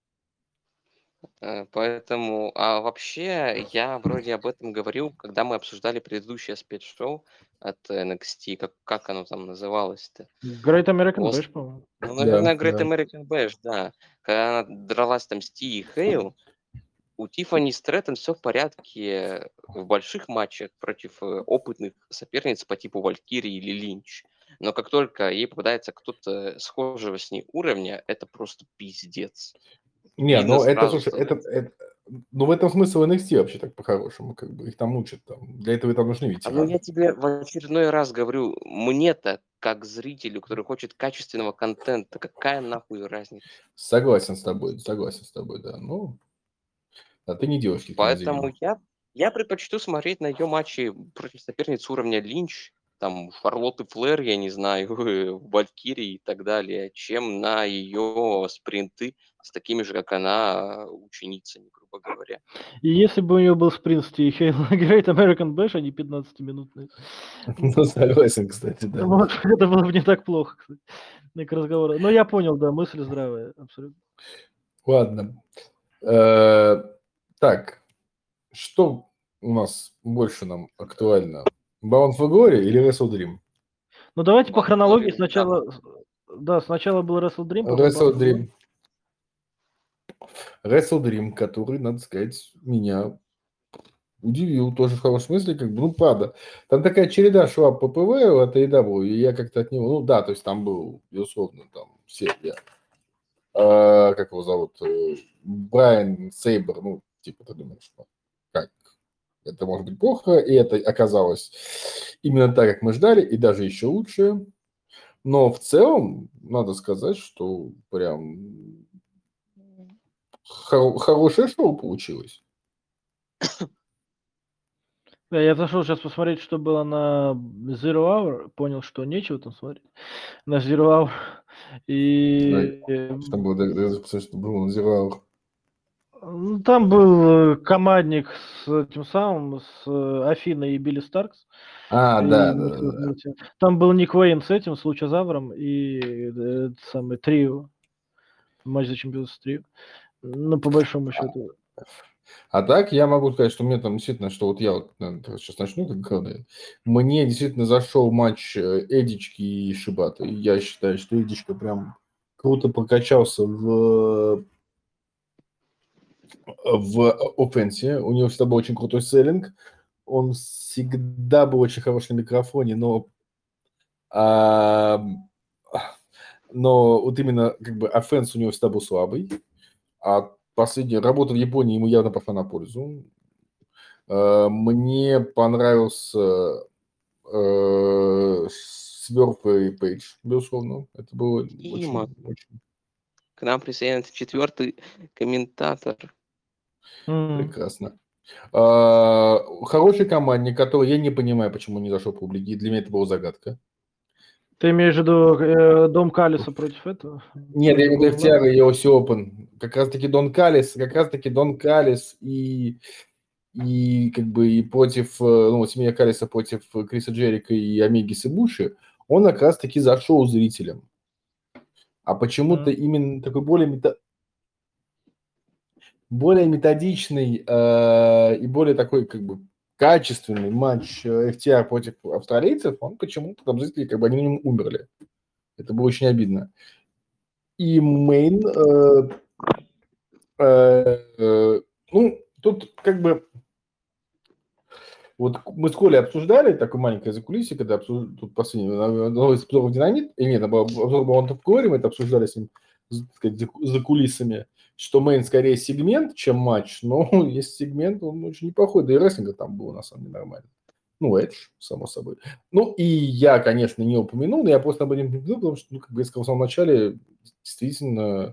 Поэтому, а вообще, я вроде об этом говорил, когда мы обсуждали предыдущее спецшоу от NXT, как оно там называлось-то? Great American Господи. Bash, по-моему. Ну, Да, наверное, Great да. American Bash, да. Когда она дралась там с Ти и Хейл, у Тиффани Стрэттон все в порядке в больших матчах против опытных соперниц по типу Валькирии или Линч. Но как только ей попадается кто-то схожего с ней уровня, это просто пиздец. Не, Видно ну это, сразу слушай, ну в этом смысл NXT вообще так по-хорошему, как бы их там учат, там. Для этого там нужны Ну, ветераны. я тебе в очередной раз говорю, мне-то как зрителю, который хочет качественного контента, какая нахуй разница? Согласен с тобой, да. Ну, а ты не девушки Поэтому кинозритель. я предпочту смотреть на ее матчи против соперниц уровня Линч, там, Шарлотты Флэр, я не знаю, Валькирии и так далее, чем на ее спринты с такими же, как она, ученицами, грубо говоря. И если бы у нее был спринт с Halo Great American Bash, а не 15-минутный, Ну, согласен, кстати, да. вот, это было бы не так плохо, кстати, к разговору. Но я понял, да, мысль здравая, абсолютно. Ладно. Так, что у нас больше нам актуально? Bound for Glory или Wrestle Dream? Ну, давайте по Bound for хронологии Glory, сначала... Да, сначала был Wrestle Dream, потом Wrestle Bound for Glory. Dream. Wrestle Dream, который, надо сказать, меня удивил тоже в хорошем смысле, как бы, ну, правда. Там такая череда шла по ПВ от AEW, и я как-то от него, ну, да, то есть там был, безусловно, там все, как его зовут, Брайан Сейбер, ну, типа, ты думаешь, ну, как это может быть плохо, и это оказалось именно так, как мы ждали, и даже еще лучше. Но в целом, надо сказать, что прям хорошее шоу получилось. Да, я зашел сейчас посмотреть, что было на Zero Hour, понял, что нечего там смотреть. На Zero Hour. И Что там было, даже посмотреть, что было на Zero Hour. ну, там был командник с тем самым, с Афиной и Билли Старкс. А, И да. там был Ник Уэйн с этим, с Лучезавром и самый трио. Матч за чемпионство трио. Ну, по большому счету. А так я могу сказать, что мне там действительно, что вот я вот, наверное, сейчас начну, как говорят, мне действительно зашел матч Эдички и Шибата. И я считаю, что Эдичка прям круто прокачался в офенсе. У него всегда был очень крутой селлинг. Он всегда был очень хороший на микрофоне, но вот именно как бы офенс у него всегда был слабый. А последняя работа в Японии ему явно пошла на пользу. Мне понравился Сверф и Пейдж, безусловно. Это было Дима, очень к нам присоединяется 4-й комментатор. прекрасно. Хороший командник, который я не понимаю, почему не зашел в публике. Для меня это была загадка. Ты имеешь в виду Дом Калиса против этого? Нет, я имею в виду FTR и OC Open. Как раз-таки Дон Калис и как бы и против, ну, семья Калиса против Криса Джерика и Омеги Сибуши, он как раз-таки зашел зрителям. А почему-то именно такой более методичный и более такой как бы качественный матч FTR против австралийцев, он почему-то там зрители как бы они в нем умерли. Это было очень обидно. И Мейн, ну, тут как бы вот мы с Колей обсуждали такое маленькое закулисье, когда тут последний новый обзор Динамит, и нет, обзор был он говорим, это обсуждали с ним, так сказать, за кулисами, что Мейн скорее сегмент, чем матч, но есть сегмент, он очень неплохой, да и рестлинга там было на самом деле нормально. Ну, это ж, само собой. Ну, и я, конечно, не упомянул, но я просто об этом не упомянул, потому что, ну, как бы я сказал в самом начале, действительно,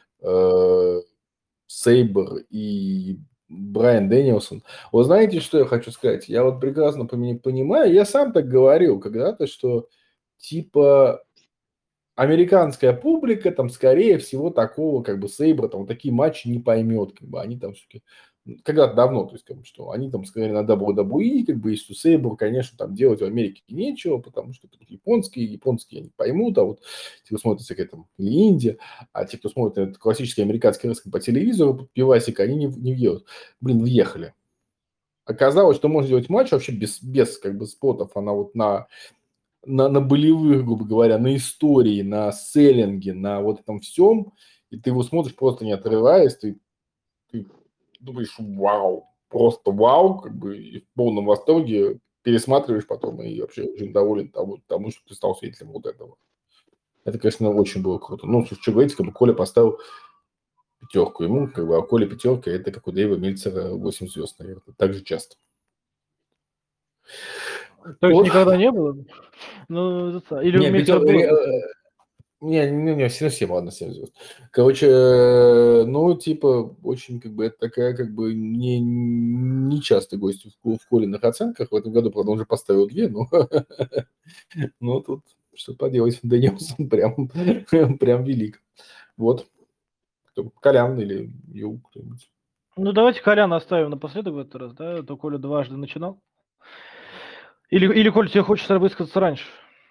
Сейбр и Брайан Дэнилсон. Вот знаете, что я хочу сказать? Я вот прекрасно понимаю, я сам так говорил когда-то, что типа американская публика там, скорее всего, такого как бы Сейбра, там, такие матчи не поймет, как бы они там все-таки когда-то давно, то есть, как бы, что они там сказали на WWE, как бы, и что Сейбру, конечно, там делать в Америке нечего, потому что это японские они поймут, а вот те, кто смотрит всякое там, или Индия, а те, кто смотрит этот классический американский рестлинг по телевизору, под пивасик, они не въедут. Блин, въехали. Оказалось, что можно делать матч вообще без как бы спотов, она вот на болевых, грубо говоря, на истории, на селлинге, на вот этом всем, и ты его смотришь просто не отрываясь, ты думаешь, вау, просто вау, как бы и в полном восторге пересматриваешь потом и вообще очень доволен тому, что ты стал свидетелем вот этого. Это, конечно, очень было круто. Ну, что говорить, как бы Коля поставил 5 ему, как бы, а Коля 5 это как у Дэйва Мельцера 8 звезд, наверное, так же часто. То есть Вот. никогда не было? Ну, или Не, мистер Бобби. не, совсем, ладно, 7 звезд. Короче, ну, типа, очень, как бы, это такая, как бы, не частый гость в Колиных оценках. В этом году, правда, он уже поставил 2, но тут что поделать, Дэниелсон прям велик. Вот. Колян или Ю, кто-нибудь. Ну, давайте Коляна оставим напоследок в этот раз, да? А то Коля дважды начинал. Или Коля, тебе хочется высказаться раньше?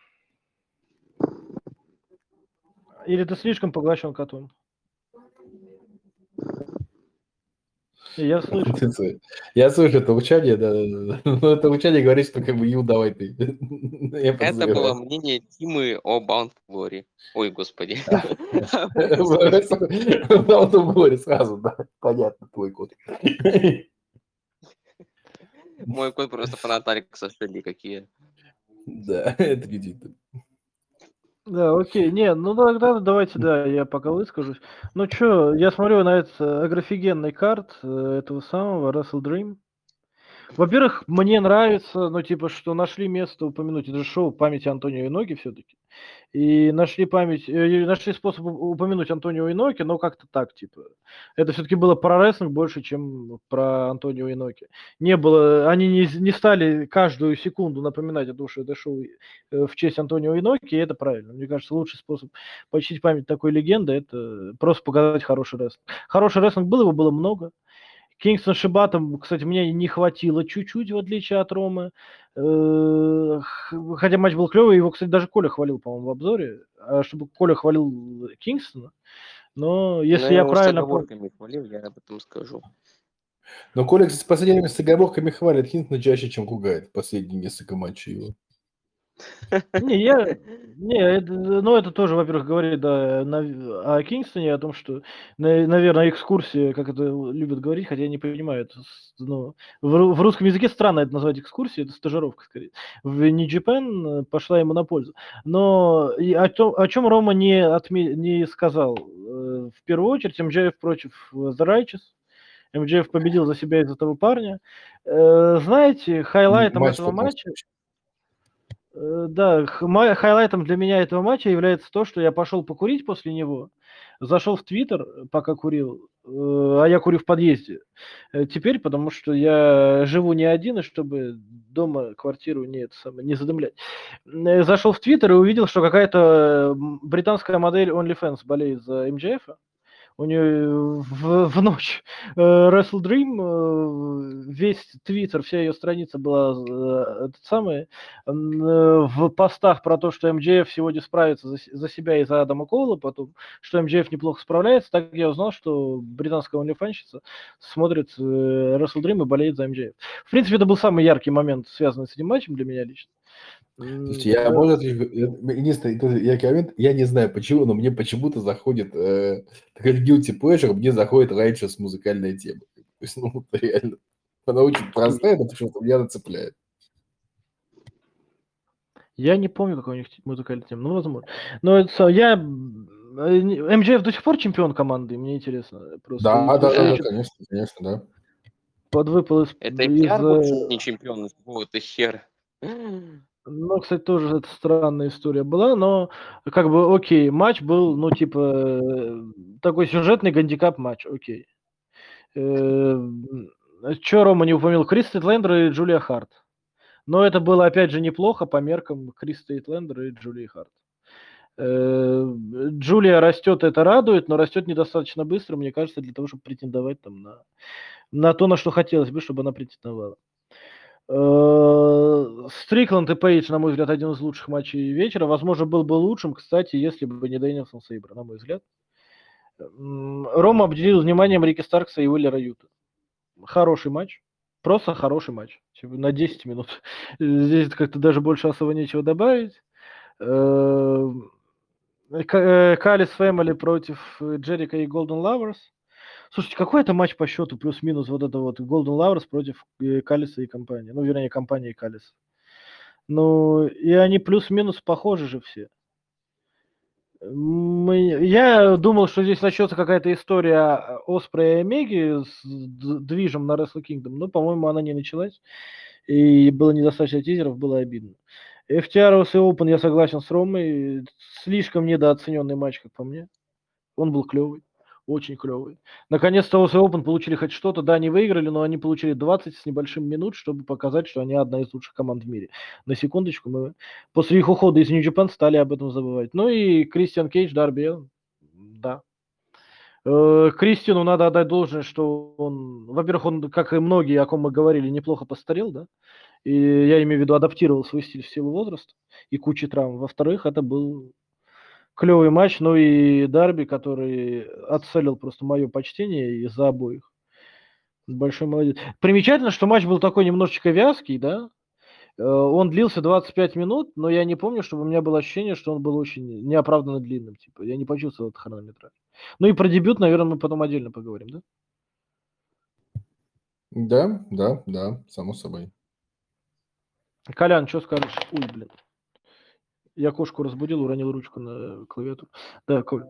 Или ты слишком поглощен котом? Я слышу. Я слышу это урчание, да. Но это урчание говорит, что как бы Ю, давай ты. Я Это было подозреваю. мнение Тимы о Баунтфлоре. Ой, господи. Баунтом горе сразу, да. Понятно, твой код. Мой кот просто фанат Алекса Шелли, какие. Да, это видит. Да, окей. Не, ну тогда давайте, да, я пока выскажусь. Ну чё, я смотрю на этот агрофигенный карт этого самого Wrestle Dream. Во-первых, мне нравится, ну, типа, что нашли место упомянуть. Это же шоу памяти Антонио Иноки все-таки. И нашли нашли способ упомянуть Антонио Иноки, но как-то так, типа. Это все-таки было про рестлинг больше, чем про Антонио Иноки. Не было, они не стали каждую секунду напоминать о том, что это шоу в честь Антонио Иноки, и это правильно. Мне кажется, лучший способ почтить память такой легенды, это просто показать хороший рестлинг. Хороший рестлинг был, его было много. Кингстон Шибата, кстати, мне не хватило чуть-чуть, в отличие от Ромы. Хотя матч был клевый, его, кстати, даже Коля хвалил, по-моему, в обзоре. Чтобы Коля хвалил Кингстона. Но если Ну, я его с правильно понял... оговорками хвалил, я об этом скажу. Но Коля, кстати, в последнее время с оговорками хвалит Хинтона чаще, чем ругает последние несколько матчей его. Это тоже, во-первых, говорит, да, о Кингстоне, о том, что, наверное, экскурсия, как это любят говорить, хотя я не понимаю, это, ну, в русском языке странно это назвать экскурсией, это стажировка, скорее. В New Japan пошла ему на пользу. Но и о чем Рома не сказал. В первую очередь, МДФ против The Righteous. МДФ победил за себя из этого парня. Знаете, хайлайтом Матч этого потом матча... Да, хайлайтом для меня этого матча является то, что я пошел покурить после него, зашел в Твиттер, пока курил, а я курю в подъезде. Теперь, потому что я живу не один, и чтобы дома квартиру не задымлять. Зашел в Твиттер и увидел, что какая-то британская модель OnlyFans болеет за МДФ. У нее в ночь Wrestle Dream, весь твиттер, вся ее страница была в постах про то, что МДФ сегодня справится за себя и за Адама Коула, потом, что МДФ неплохо справляется, так я узнал, что британская онлифанщица смотрит Wrestle Dream и болеет за МДФ. В принципе, это был самый яркий момент, связанный с этим матчем для меня лично. Слушайте, единственный тоже яркий момент, я не знаю почему, но мне почему-то заходит, такой guilty pleasure, мне заходит раньше с музыкальная тема. То есть, ну, реально, она очень простая, но почему-то меня нацепляет. Я не помню, какой у них музыкальная тема, ну, возможно. Но МДФ до сих пор чемпион команды, мне интересно. Просто Да, конечно, да. подвыпал Это и пиар больше не чемпион, вот и хер. Ну, кстати, тоже это странная история была, но как бы окей, матч был, ну, типа, такой сюжетный гандикап матч, окей. Чё Рома не упомянул? Крис Стейтлендер и Джулия Харт. Но это было, опять же, неплохо по меркам Крис Стейтлендер и Джулии Харт. Джулия растет, это радует, но растет недостаточно быстро, мне кажется, для того, чтобы претендовать там на то, на что хотелось бы, чтобы она претендовала. Стрикланд и Пейдж, на мой взгляд, один из лучших матчей вечера. Возможно, был бы лучшим, кстати, если бы не Дэнилсон Сейбр, на мой взгляд. Рома обделил вниманием Рики Старкса и Уиллера Юта. Хороший матч. Просто хороший матч. На 10 минут. Здесь как-то даже больше особо нечего добавить. Калис Фэмили против Джерика и Голден Лаверс. Слушайте, какой это матч по счету плюс-минус вот это вот Golden Lovers против Калиса и компании? Ну, вернее, компании Калис. Ну, и они плюс-минус похожи же все. Я думал, что здесь начнется какая-то история Оспрея и Омеги с движем на Wrestle Kingdom, но, по-моему, она не началась. И было недостаточно тизеров, было обидно. FTR USA Open, я согласен с Ромой. Слишком недооцененный матч, как по мне. Он был клевый. Очень клевый. Наконец-то USA Open получили хоть что-то. Да, не выиграли, но они получили 20 с небольшим минут, чтобы показать, что они одна из лучших команд в мире. На секундочку, мы после их ухода из New Japan стали об этом забывать. Ну и Кристиан Кейдж, Дарби Аллин. Да. Кристиану надо отдать должное, что он, во-первых, он, как и многие, о ком мы говорили, неплохо постарел, да, и я имею в виду адаптировал свой стиль в силу возраста и кучи травм. Во-вторых, это был клевый матч, ну и Дарби, который отцелил просто мое почтение из-за обоих. Большой молодец. Примечательно, что матч был такой немножечко вязкий, да, он длился 25 минут, но я не помню, чтобы у меня было ощущение, что он был очень неоправданно длинным. Типа, я не почувствовал этот хронометраж. Ну и про дебют, наверное, мы потом отдельно поговорим, да? Да, само собой. Колян, что скажешь? Ой, блин. Я кошку разбудил, уронил ручку на клавиатуру. Да, Коль.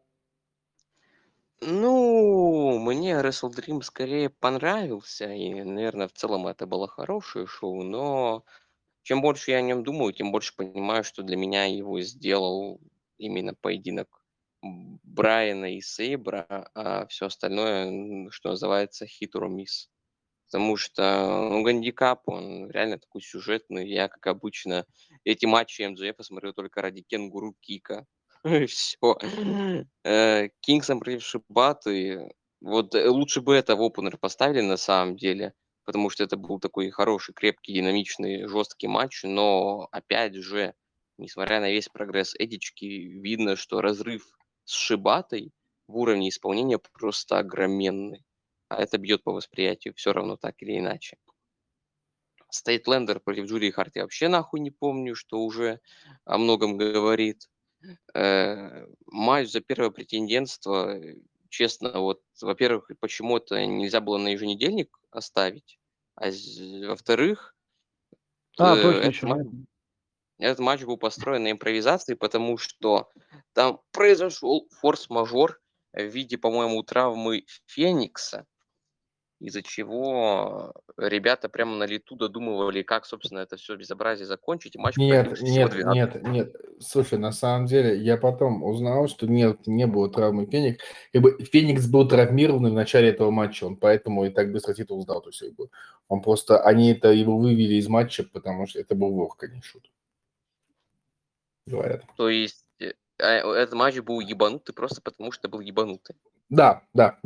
Ну, мне Wrestle Dream скорее понравился, и, наверное, в целом это было хорошее шоу, но чем больше я о нем думаю, тем больше понимаю, что для меня его сделал именно поединок Брайана и Сейбра, а все остальное, что называется, hit or miss. Потому что, ну, гандикап, он реально такой сюжетный. Я, как обычно, эти матчи МДФ смотрю только ради Кенгуру Кика. Все. Кингсом против Шибаты. Вот лучше бы это в опенер поставили на самом деле, потому что это был такой хороший, крепкий, динамичный, жесткий матч. Но, опять же, несмотря на весь прогресс Эдички, видно, что разрыв с Шибатой в уровне исполнения просто огроменный. А это бьет по восприятию все равно так или иначе. Стейтлендер против Джулии Харт я вообще нахуй не помню, что уже о многом говорит. Матч за первое претендентство, честно, вот, во-первых, почему это нельзя было на еженедельник оставить, во-вторых, Точно этот еще. матч, этот матч был построен на импровизации, потому что там произошел форс-мажор в виде, по-моему, травмы Феникса, из-за чего ребята прямо на лету додумывали, как, собственно, это все безобразие закончить, и матч продлился всего 12. Нет. Слушай, на самом деле, я потом узнал, что нет, не было травмы Феникс. Как бы Феникс был травмирован в начале этого матча, он поэтому и так быстро титул сдал. То есть, как бы, он просто, они это его вывели из матча, потому что это был вовка, не шут. Говорят. То есть этот матч был ебанутый просто потому, что был ебанутый. Да.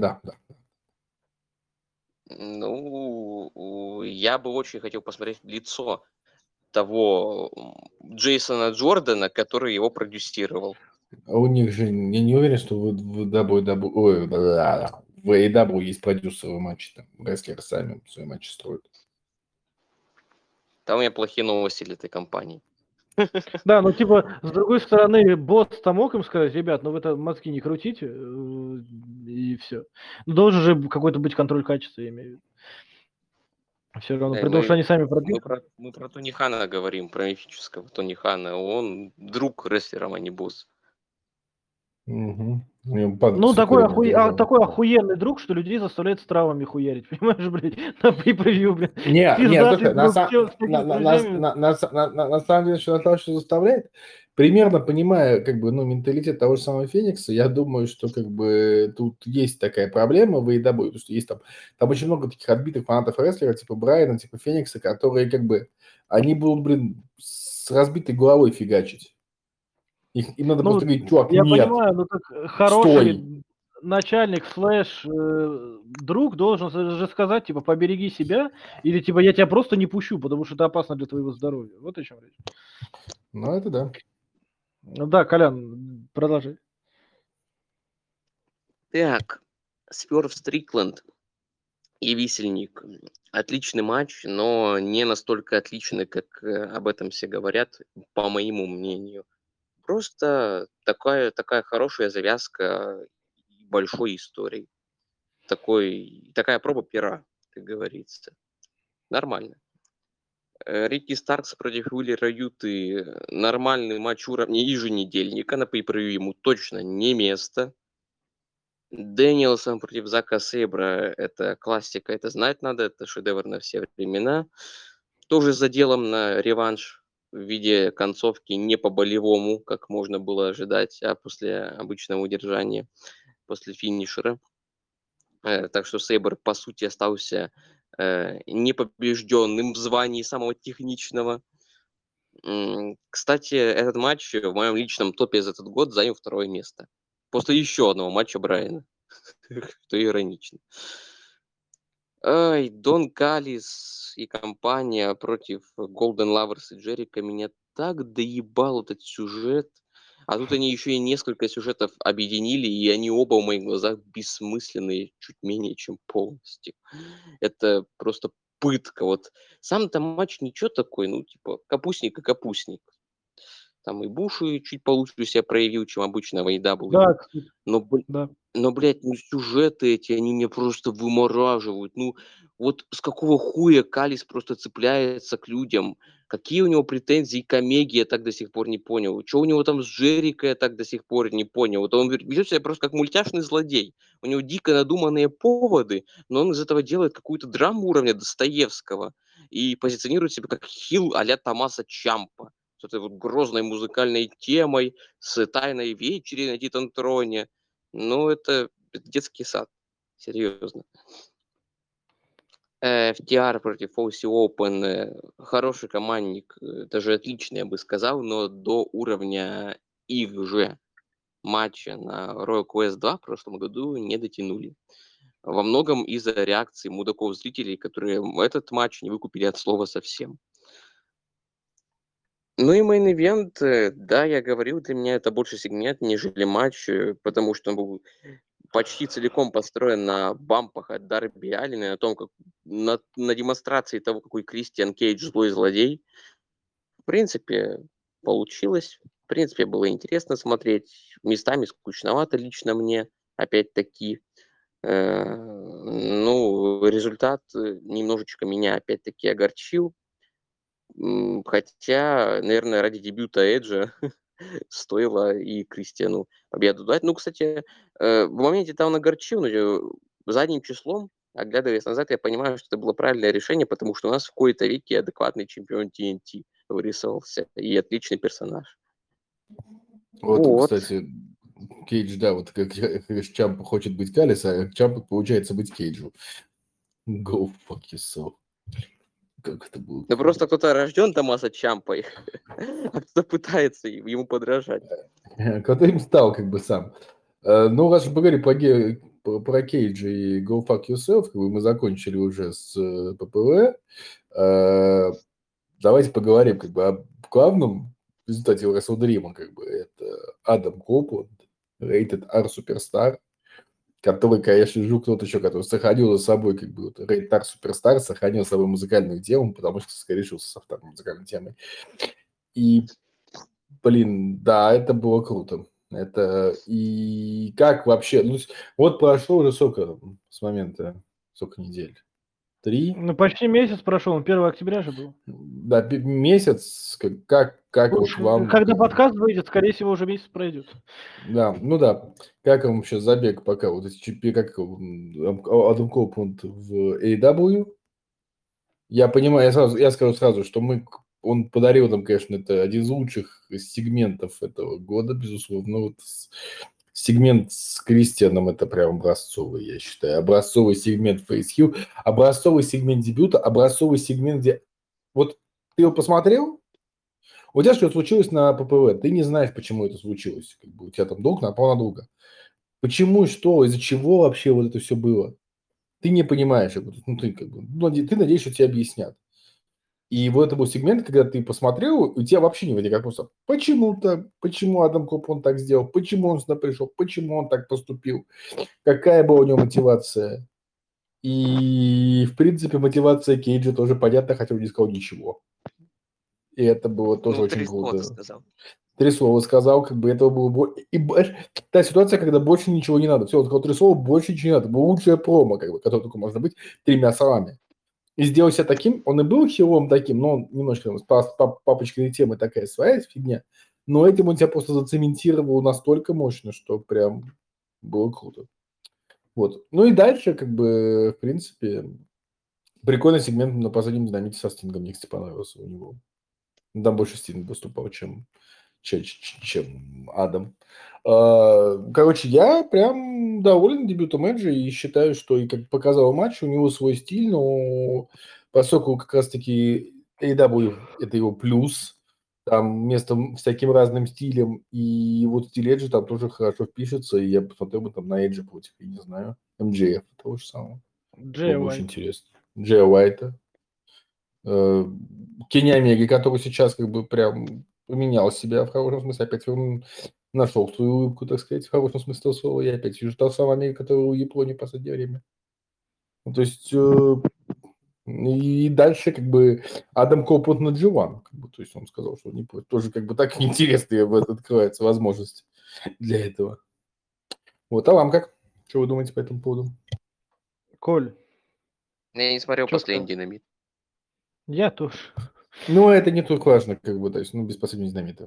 Ну, я бы очень хотел посмотреть лицо того Джейсона Джордана, который его продюсировал. А у них же, я не уверен, что в AEW есть продюсеры матча, там, рестлеры сами свои матчи строят. Там у меня плохие новости для этой компании. Да, ну типа, с другой стороны, босс-то мог им сказать, ребят, ну вы-то мозги не крутите, и все. Ну должен же какой-то быть контроль качества, я имею в виду. Все равно, Да, потому что они сами продюсеры. мы про Тони Хана говорим, про мифического Тони Хана. Он друг рестлерам, а не босс. Угу. Ну, такой охуенный друг, что людей заставляет с травами хуярить, понимаешь, блядь, на pay-per-view, блядь. Нет, Пиздатый слушай, друг с друзьями. на самом деле, что того, что заставляет, примерно понимая, как бы, ну, менталитет того же самого Феникса, я думаю, что, как бы, тут есть такая проблема в AEW, потому что есть там очень много таких отбитых фанатов рестлера, типа Брайана, типа Феникса, которые, как бы, они будут, блин, с разбитой головой фигачить. Им надо Ну, просто говорить, чувак, я нет, понимаю, но так хороший начальник слэш друг должен же сказать, типа, побереги себя, или типа я тебя просто не пущу, потому что это опасно для твоего здоровья. Вот о чем речь. Ну, это да. Да, Колян, продолжи. Так, Сверф Стрикленд и Висельник. Отличный матч, но не настолько отличный, как об этом все говорят, по моему мнению. Просто такая хорошая завязка большой истории. Такая проба пера, как говорится. Нормально. Рикки Старкс против Уиллера Юты. Нормальный матч уровня еженедельника. На pay-per-view ему точно не место. Дэниелсон против Зака Сейбра. Это классика, это знать надо. Это шедевр на все времена. Тоже с заделом на реванш. в виде концовки не по-болевому, как можно было ожидать, а после обычного удержания, после финишера. Так что Сейбр, по сути, остался непобежденным в звании самого техничного. Кстати, этот матч в моем личном топе за этот год занял 2 место. После еще одного матча Брайана. Что иронично. Ай, Дон Каллис и компания против Golden Lovers и Джерика меня так доебал этот сюжет. А тут они еще и несколько сюжетов объединили, и они оба в моих глазах бессмысленные, чуть менее чем полностью. Это просто пытка. Вот сам-то матч ничего такой, ну, типа, капустник и капустник. Там и Буши чуть получше себя проявил, чем обычно в AEW. Да, кстати, Но, да. блядь, ну сюжеты эти, они меня просто вымораживают. Ну, вот с какого хуя Калис просто цепляется к людям? Какие у него претензии к Омеге, я так до сих пор не понял. Что у него там с Джерикой, я так до сих пор не понял. Вот он ведет себя просто как мультяшный злодей. У него дико надуманные поводы, но он из этого делает какую-то драму уровня Достоевского и позиционирует себя как хил а-ля Томаса Чампа. С этой вот грозной музыкальной темой, с тайной вечерей на Титантроне. Ну, это детский сад. Серьезно. FTR против OC Open. Хороший командник, даже отличный, я бы сказал, но до уровня их же матча на Royal Quest 2 в прошлом году не дотянули. Во многом из-за реакции мудаков-зрителей, которые этот матч не выкупили от слова совсем. Ну и мейн-ивент, да, я говорил, для меня это больше сегмент, нежели матч, потому что он был почти целиком построен на бампах от Дарби Аллена, на том, как на демонстрации того, какой Кристиан Кейдж злой злодей. В принципе, получилось. В принципе, было интересно смотреть. Местами скучновато лично мне, опять-таки. Ну, результат немножечко меня опять-таки огорчил. Хотя, наверное, ради дебюта Эджа стоило и Кристиану победу дать. Ну, кстати, в моменте-то он огорчил, но задним числом, оглядываясь назад, я понимаю, что это было правильное решение, потому что у нас в кои-то веке адекватный чемпион TNT вырисовался и отличный персонаж. Вот, Вот. кстати, Кейдж, да, вот как Чампа хочет быть Калис, а Чампа получается быть Кейджу. Go fuck yourself. Как это было? Ну, просто кто-то рожден Томаса Чампой, а кто-то пытается ему подражать. Кто им стал как бы сам. Ну, раз мы поговорили про Кейджа и Go Fuck Yourself, как бы мы закончили уже с ППВ, давайте поговорим как бы о главном результате WrestleDream, как бы это Адам Копланд, Rated R Superstar, который, конечно, жук тот еще, который сохранил за собой как бы вот, Rated R Superstar, сохранил за собой музыкальную тему, потому что скорешился со второй музыкальной темой. И блин, да, это было круто. Это и как вообще? Ну, вот прошло уже сколько с момента, сколько недель? 3? Ну, почти месяц прошел, 1 октября же был. Да, месяц. Как вот вам? Когда подкаст выйдет, скорее всего, уже месяц пройдет. Да, ну да. Как вам сейчас забег пока? Вот эти как Адам Копланд в AEW? Я понимаю, я скажу сразу, что он подарил нам, конечно, это один из лучших сегментов этого года, безусловно. Вот сегмент с Кристианом это прям образцовый, я считаю. Образцовый сегмент Face Hill, образцовый сегмент дебюта, образцовый сегмент, где... Вот ты его посмотрел, у тебя что-то случилось на ППВ, ты не знаешь, почему это случилось. Как бы у тебя там долг напал на друга. Почему, что, из-за чего вообще вот это все было? Ты не понимаешь. Ну, ты надеешься, что тебе объяснят. И вот это был сегмент, когда ты посмотрел, у тебя вообще не возникает вопроса, почему так, почему Адам Копланд так сделал, почему он сюда пришел, почему он так поступил, какая была у него мотивация. И, в принципе, мотивация Кейджа тоже понятна, хотя он не сказал ничего. И это было тоже Ну, очень 3 слова ты круто. сказал. 3 слова сказал, как бы этого было... И та ситуация, когда больше ничего не надо. Все, он сказал 3 слова, больше ничего не надо. Было лучшее промо, как бы, которое только можно быть 3 словами. И сделал себя таким, он и был хилом таким, но он немножко папочкиной темы такая своя фигня, но этим он себя просто зацементировал настолько мощно, что прям было круто. Вот. Ну и дальше, как бы, в принципе, прикольный сегмент на последнем динамите со Стингом, мне, кстати, понравился у него. Там больше стильно выступал, чем Адам. Короче, я прям доволен дебютом Эджа и считаю, что, и как показал матч, у него свой стиль, но поскольку как раз-таки AEW – это его плюс, там место всяким разным стилям, и вот стиль Эджа там тоже хорошо впишется, и я посмотрел бы там на Эджа против, я не знаю, МДФ, того же самого. Джей Было бы очень Уайт. интересно. Джея Уайта. Кенни Омеги, который сейчас как бы прям поменял себя в хорошем смысле, опять он нашел свою улыбку, так сказать, в хорошем смысле этого слова. Я опять вижу того самого Омеги, который у Японии в последнее время. Ну, то есть и дальше как бы Адам Кол против G1, как бы, то есть он сказал, что не против. Тоже как бы так интересно открывается возможность для этого. Вот, а вам как? Что вы думаете по этому поводу? Коль, Я не смотрел Чё последний сказать? «Динамит». я тоже. Ну, это не только важно, как бы, то есть, ну, без последнего динамита.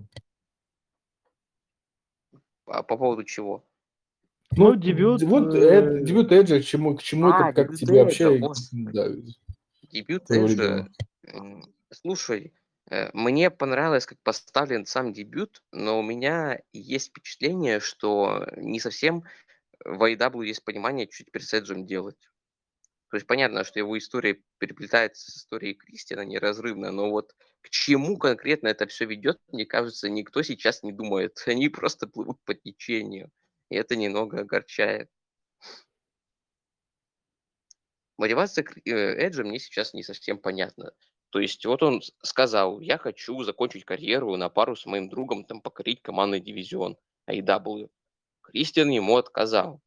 А по поводу чего? Ну, дебют. Вот дебют Эджа, к чему это, как дебют тебе Эджа, вообще, господи. да, Дебют повлияло? Эджа. Слушай, мне понравилось, как поставлен сам дебют, но у меня есть впечатление, что не совсем в AEW есть понимание, что теперь с Эджем делать. То есть понятно, что его история переплетается с историей Кристиана неразрывно, но вот к чему конкретно это все ведет, мне кажется, никто сейчас не думает. Они просто плывут по течению, и это немного огорчает. Мотивация Эджа мне сейчас не совсем понятна. То есть вот он сказал: я хочу закончить карьеру на пару с моим другом, там, покорить командный дивизион AEW. Кристиан ему отказал.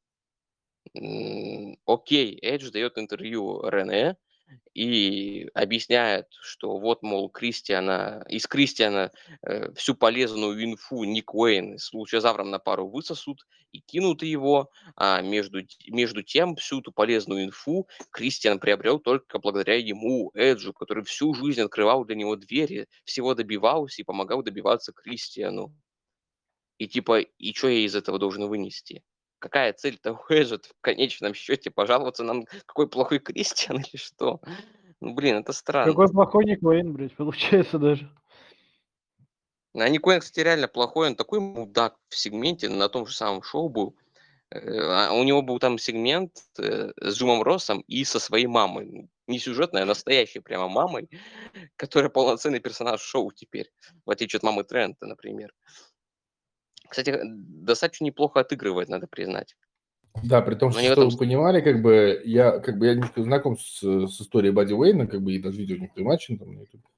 Окей, Эдж дает интервью Рене и объясняет, что вот, мол, из Кристиана всю полезную инфу Ник Уэйн с лучезавром на пару высосут и кинут его, а между тем всю эту полезную инфу Кристиан приобрел только благодаря ему, Эджу, который всю жизнь открывал для него двери, всего добивался и помогал добиваться Кристиану. И типа, и что я из этого должен вынести? Какая цель-то у Эджа в конечном счете? Пожаловаться нам, какой плохой Кристиан или что? Ну, блин, это странно. Какой плохой Ник Уэйн, блядь, получается даже. А Ник Уэйн, кстати, реально плохой. Он такой мудак в сегменте на том же самом шоу был. У него был там сегмент с Джимом Россом и со своей мамой. Не сюжетной, а настоящей прямо мамой, которая полноценный персонаж шоу теперь, в отличие от мамы Трента, например. Кстати, достаточно неплохо отыгрывает, надо признать. Да, при том, Но не в что этом вы понимали, я немножко знаком с историей Бадди Уэйна, как бы, и даже видел некоторые матчи там на YouTube.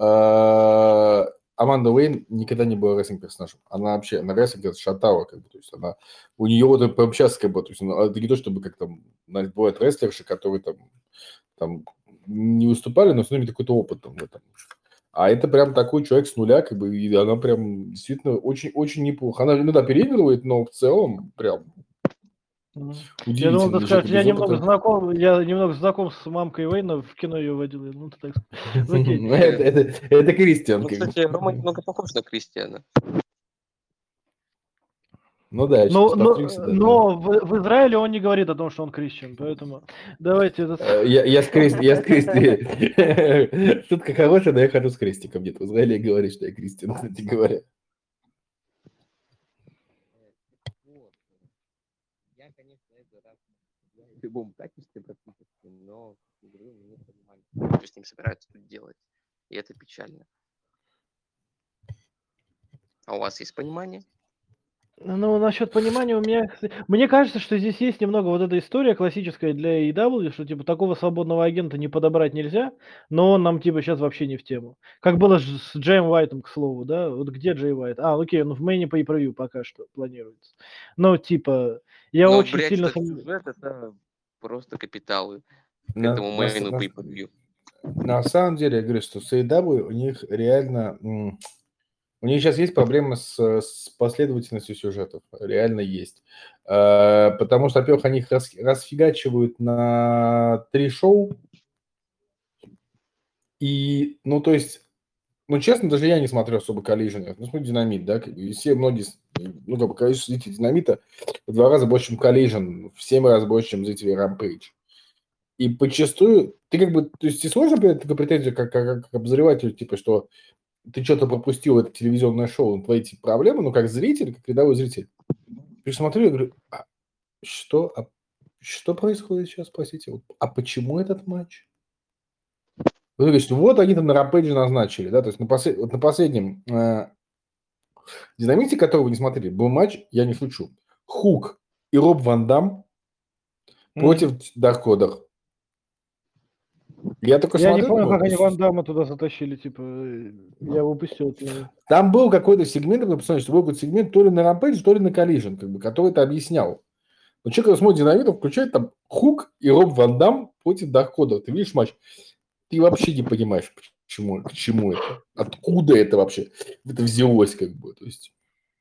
Аманда Уэйн никогда не была рестлинг-персонажем. Она вообще, на рестлинг шатала, как бы, то есть у нее вот прям сейчас, как бы, то есть это не то, чтобы как там, бывают рестлерши, которые там не выступали, но с ними какой-то опыт там в этом. А это прям такой человек с нуля, как бы, и она прям действительно очень-очень неплохо. Она иногда переигрывает, но в целом прям Я думал, удивительно ты для скажешь, человека без опыта. я немного знаком с мамкой Уэйна, в кино ее водил. Ну, ты так сказать. Окей. Это Кристиан. Ну, кстати, Рома немного похож на Кристиана. Ну да, я сейчас постригся. Но в Израиле он не говорит о том, что он крещен, поэтому давайте... Я с крестиком. Шутка хорошая, но я хожу с крестиком. Нет, в Израиле говорит, что я Кристиан, кстати говоря. Я, конечно, это рад в любом качестве практически, но говорю, не понимаю, что с ним собираются тут делать. И это печально. А у вас есть понимание? Ну, насчет понимания у меня... Мне кажется, что здесь есть немного вот эта история классическая для AEW, что типа такого свободного агента не подобрать нельзя, но он нам типа сейчас вообще не в тему. Как было с Джеем Уайтом, к слову, да? Вот где Джей Уайт? Окей, ну в мейне по превью пока что планируется. Но типа, я Но, очень блядь, сильно... этот сюжет — это просто капиталы к На, этому на, мейну на, pay-per-view. на самом деле, я говорю, что с AEW у них реально... У них сейчас есть проблемы с последовательностью сюжетов. Реально есть. Потому что, во-первых, они их расфигачивают на 3 шоу. И, ну, то есть, ну, честно, даже я не смотрю особо Collision. Ну, смотрю Динамит, да, и все многие, ну, как бы, количество зрителей Динамита в 2 раза больше, чем Collision, в 7 раз больше, чем зрителей Rampage. И подчастую, ты как бы, то есть, тебе сложно такую претензию, как обозревателю, типа, что ты что-то пропустил это телевизионное шоу, твои типа, проблемы, ну, как зритель, как рядовой зритель. Я смотрю и говорю, что происходит сейчас, простите? А почему этот матч? Вы говорите, вот они там на Рампейдже назначили, да, то есть на последнем Динамите, которого вы не смотрели, был матч, я не шучу, Хук и Роб Ван Дам против Дарк Ордер. Я только Я не смотрю, понял, думаю, как они Ван Дамма туда затащили, типа, я упустил этот момент. там был какой-то сегмент, вы посмотрите, что был какой-то сегмент то ли на Рампейдже, то ли на Collision, как бы, который это объяснял. Но человек, когда смотрит Динамит, включает там Хук и Роб Ван Дам против Дарк Ордер. Ты видишь матч, ты вообще не понимаешь, к чему это, откуда это вообще, это взялось, как бы, то есть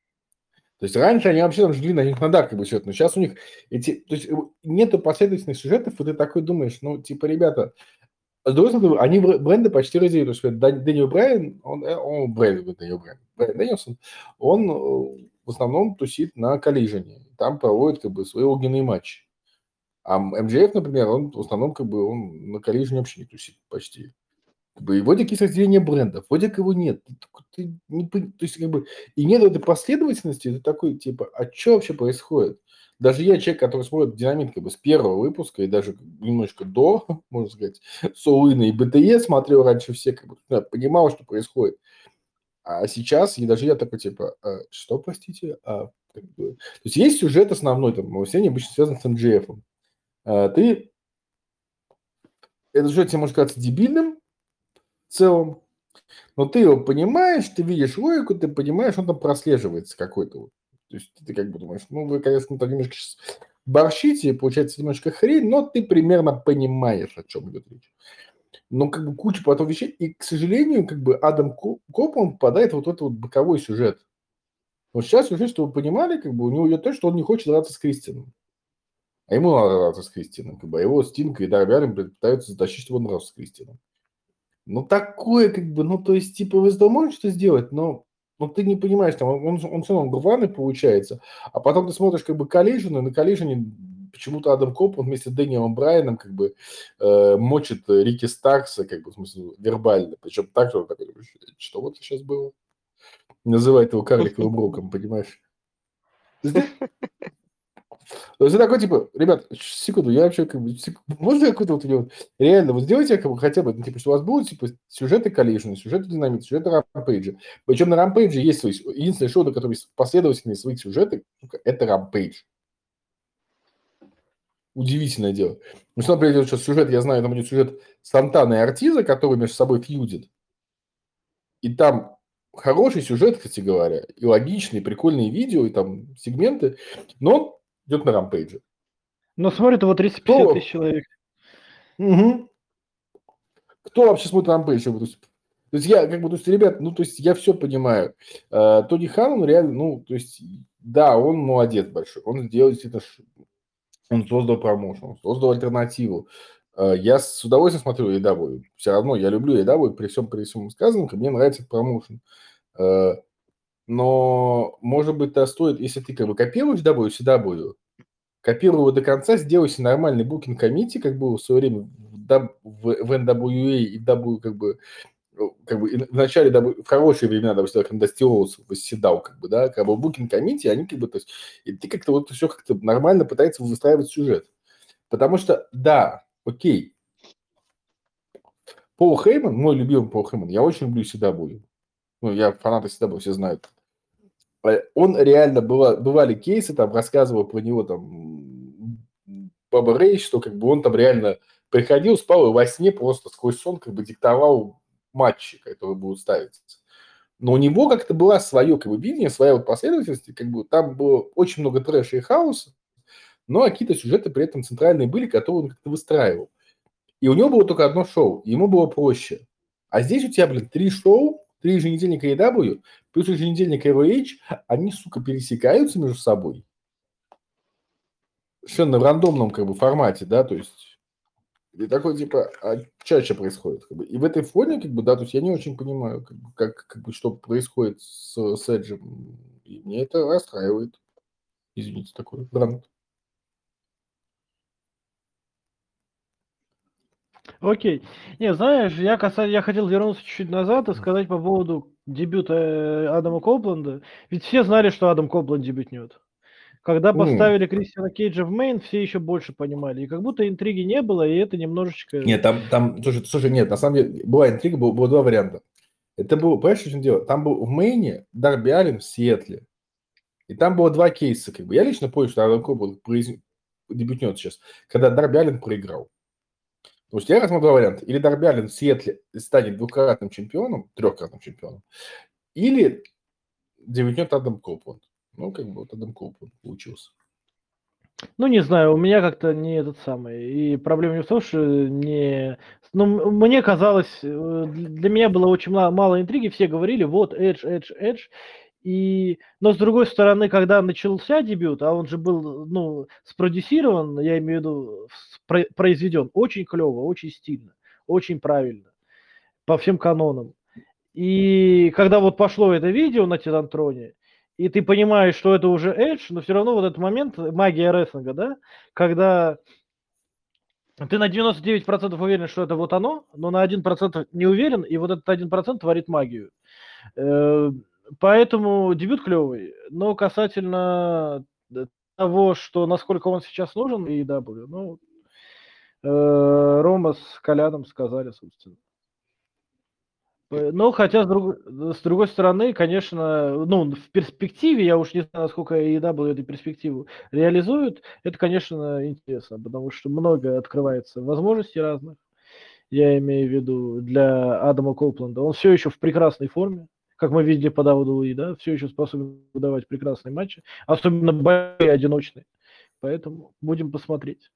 раньше они вообще там жгли на них на как бы сюжет, но сейчас у них то есть нету последовательных сюжетов, и ты такой думаешь, ну, типа, ребята, с другой стороны, они бренды почти разделили, потому что Дэниел Брайан, Брайан Дэнилсон, он в основном тусит на Collision, там проводит, как бы, свои огненные матчи. А МJF, например, он в основном, как бы, он на Collision вообще не тусит почти. Как бы, и вроде есть разделение брендов, вроде как его нет. Ты то есть, как бы, и нет этой последовательности, ты такой, типа, а что вообще происходит? Даже я, человек, который смотрит Динамит, как бы, с первого выпуска и даже немножко до, можно сказать, Соуина и БТЕ смотрел раньше все, как бы, понимал, что происходит. А сейчас даже я такой, типа, что, простите? Как бы, то есть сюжет основной, там, все они обычно связаны с МДФ. Этот сюжет тебе может казаться дебильным в целом, но ты его понимаешь, ты видишь логику, ты понимаешь, он там прослеживается какой-то. Вот. То есть ты как бы думаешь, ну, вы, конечно, так немножко борщите, получается немножко хрень, но ты примерно понимаешь, о чем идет речь. Но как бы куча потом вещей, и, к сожалению, как бы Адам Копланд попадает в вот этот вот боковой сюжет. Вот сейчас уже, чтобы вы понимали, как бы у него идет то, что он не хочет драться с Кристианом. А ему надо драться с Кристианом. Как бы, а его Стинг и Дарби Аллен пытаются затащить, чтобы он дрался с Кристианом. Ну, такое, как бы, ну, то есть, типа, вы можете что сделать, но ты не понимаешь, там, он все равно главный получается, а потом ты смотришь, как бы, Collision, и на Collision почему-то Адам Копланд вместе с Дэниелом Брайаном, как бы, мочит Рики Старкса, как бы, в смысле, вербально, причем так, что он такой, что вот сейчас было? Называет его карликовым роком, понимаешь? То есть ты такой, типа, ребят, секунду, я вообще, как бы, можно какой-то вот реально, вот сделайте как бы хотя бы, ну, типа, что у вас будут, типа, сюжеты Collision, сюжеты Динамит, сюжеты Рампейджа. Причем на Рампейдже есть свои, единственное шоу, на котором есть последовательные свои сюжеты, это Рампейдж. Удивительное дело. Ну, что, например, идет сейчас сюжет, я знаю, там идет сюжет Сантана и Ортиза, которые между собой фьюдят. И там хороший сюжет, кстати говоря, и логичные, прикольные видео, и там сегменты, но он идет на Рампейдже. Но смотрит его 350 тысяч человек. Угу. Кто вообще смотрит Рампейдж? То есть я, как бы, то есть, ребят, ну, то есть я все понимаю. Тони Хан, он реально, ну, то есть, да, он молодец большой. Он сделал действительно, он создал промоушен, он создал альтернативу. Я с удовольствием смотрю AEW. Все равно я люблю AEW, при всем сказанном, мне нравится этот промоушен. Но, может быть, это стоит, если ты как бы копируешь CW, копируй его до конца, сделай себе нормальный букинг-коммити, как было в свое время в NWA и W, как бы в начале, в хорошие времена, когда Стилоус восседал, как бы, да, как бы букинг-коммити, они как бы, то есть, и ты как-то вот все как-то нормально пытается выстраивать сюжет. Потому что, да, окей, Пол Хейман, мой любимый Пол Хейман, я очень люблю CW. Ну, я фанат CW, все знают. Он реально, бывали кейсы, там, рассказывал про него, там, Баба Рейч, что как бы он там реально приходил, спал и во сне просто сквозь сон как бы диктовал матчи, которые будут ставиться. Но у него как-то была свое как бы видение, своя вот последовательность, как бы там было очень много трэша и хаоса, но какие-то сюжеты при этом центральные были, которые он как-то выстраивал. И у него было только одно шоу, ему было проще. А здесь у тебя, 3 шоу, 3 еженедельника AEW, плюс еженедельник ROH, они, сука, пересекаются между собой. Совершенно в рандомном как бы формате, да, то есть и такой типа, а что происходит? Как бы? И в этой фоне, как бы, да, то есть я не очень понимаю, как бы, что происходит с Эджем. И мне это расстраивает. Извините, такой бренд. Окей. Не, знаешь, я хотел вернуться чуть-чуть назад и сказать по поводу дебют Адама Коупленда, ведь все знали, что Адам Коупленд дебютнет. Когда Ну, поставили Кристиана Кейджа в мейн, все еще больше понимали. И как будто интриги не было, и это немножечко... нет, слушай, нет, на самом деле была интрига, было два варианта. Это было, понимаешь, что в чем дело? Там был в мейне Дарби Аллен в Сиэтле. И там было два кейса. Как бы. Я лично понял, что Адам Коупленд дебютнет сейчас, когда Дарби Аллен проиграл. То есть я рассмотрел два варианта. Или Дарби Аллен в Сиэтле станет трехкратным чемпионом, или дебютнет Адам Коупленд. Ну, как бы вот Адам Коупленд получился. Ну, не знаю, у меня как-то не этот самый. И проблема не в том, что не... Ну, мне казалось, для меня было очень мало интриги, все говорили, вот, Эдж. Но, с другой стороны, когда начался дебют, а он же был, ну, спродюсирован, я имею в виду, произведен очень клево, очень стильно, очень правильно, по всем канонам. И когда вот пошло это видео на Титантроне, и ты понимаешь, что это уже Эдж, но все равно вот этот момент, магия рестлинга, да, когда ты на 99% уверен, что это вот оно, но на 1% не уверен, и вот этот 1% творит магию. Поэтому дебют клевый. Но касательно того, что насколько он сейчас нужен AEW, ну, Рома с Коляном сказали, собственно. Ну, хотя, с другой стороны, конечно, ну, в перспективе, я уж не знаю, насколько AEW эту перспективу реализует, это, конечно, интересно, потому что много открывается возможностей разных, я имею в виду, для Адама Коупленда. Он все еще в прекрасной форме, как мы видели по WWE, да, все еще способен выдавать прекрасные матчи, особенно бои одиночные. Поэтому будем посмотреть.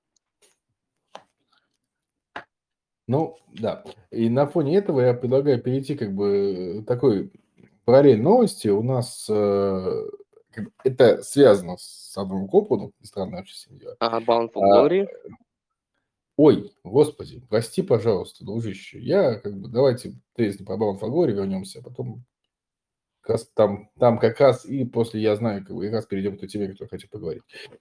Ну, да. И на фоне этого я предлагаю перейти как бы такой параллель новости. У нас это связано с Адамом Копландом, странно вообще с ним делать. Bound for Glory. Ой, господи, прости, пожалуйста, дружище. Я как бы давайте трезво по Bound for Glory вернемся, а потом как раз там как раз и после я знаю, как бы, как раз перейдем к той теме, о которой хочу поговорить.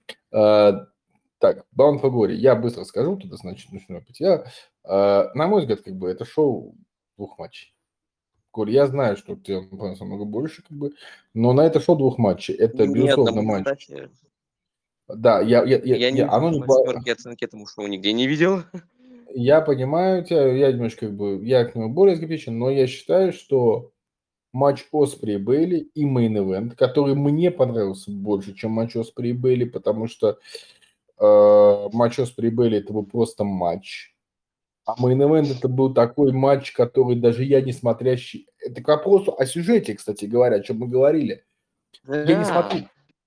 Так, Bound for Glory. Я быстро скажу, туда значит начну опять. На мой взгляд, как бы это шоу двух матчей. Коль, я знаю, что тебе понравилось намного больше, как бы, но на это шоу двух матчей. Это, Ни безусловно, одному, матч. кстати. Да, Я не оно не... 8 оценки этому шоу нигде не видел. Я понимаю тебя, я немножко как бы, я к нему более скептичен, но я считаю, что матч Оспри и Бейли и мейн-эвент, который мне понравился больше, чем матч Оспри и Бейли, потому что матч Оспри и Бейли это был просто матч. А мейн-эвент это был такой матч, который даже я не смотрящий... Это к вопросу о сюжете, кстати говоря, о чем мы говорили. Я не смотрю...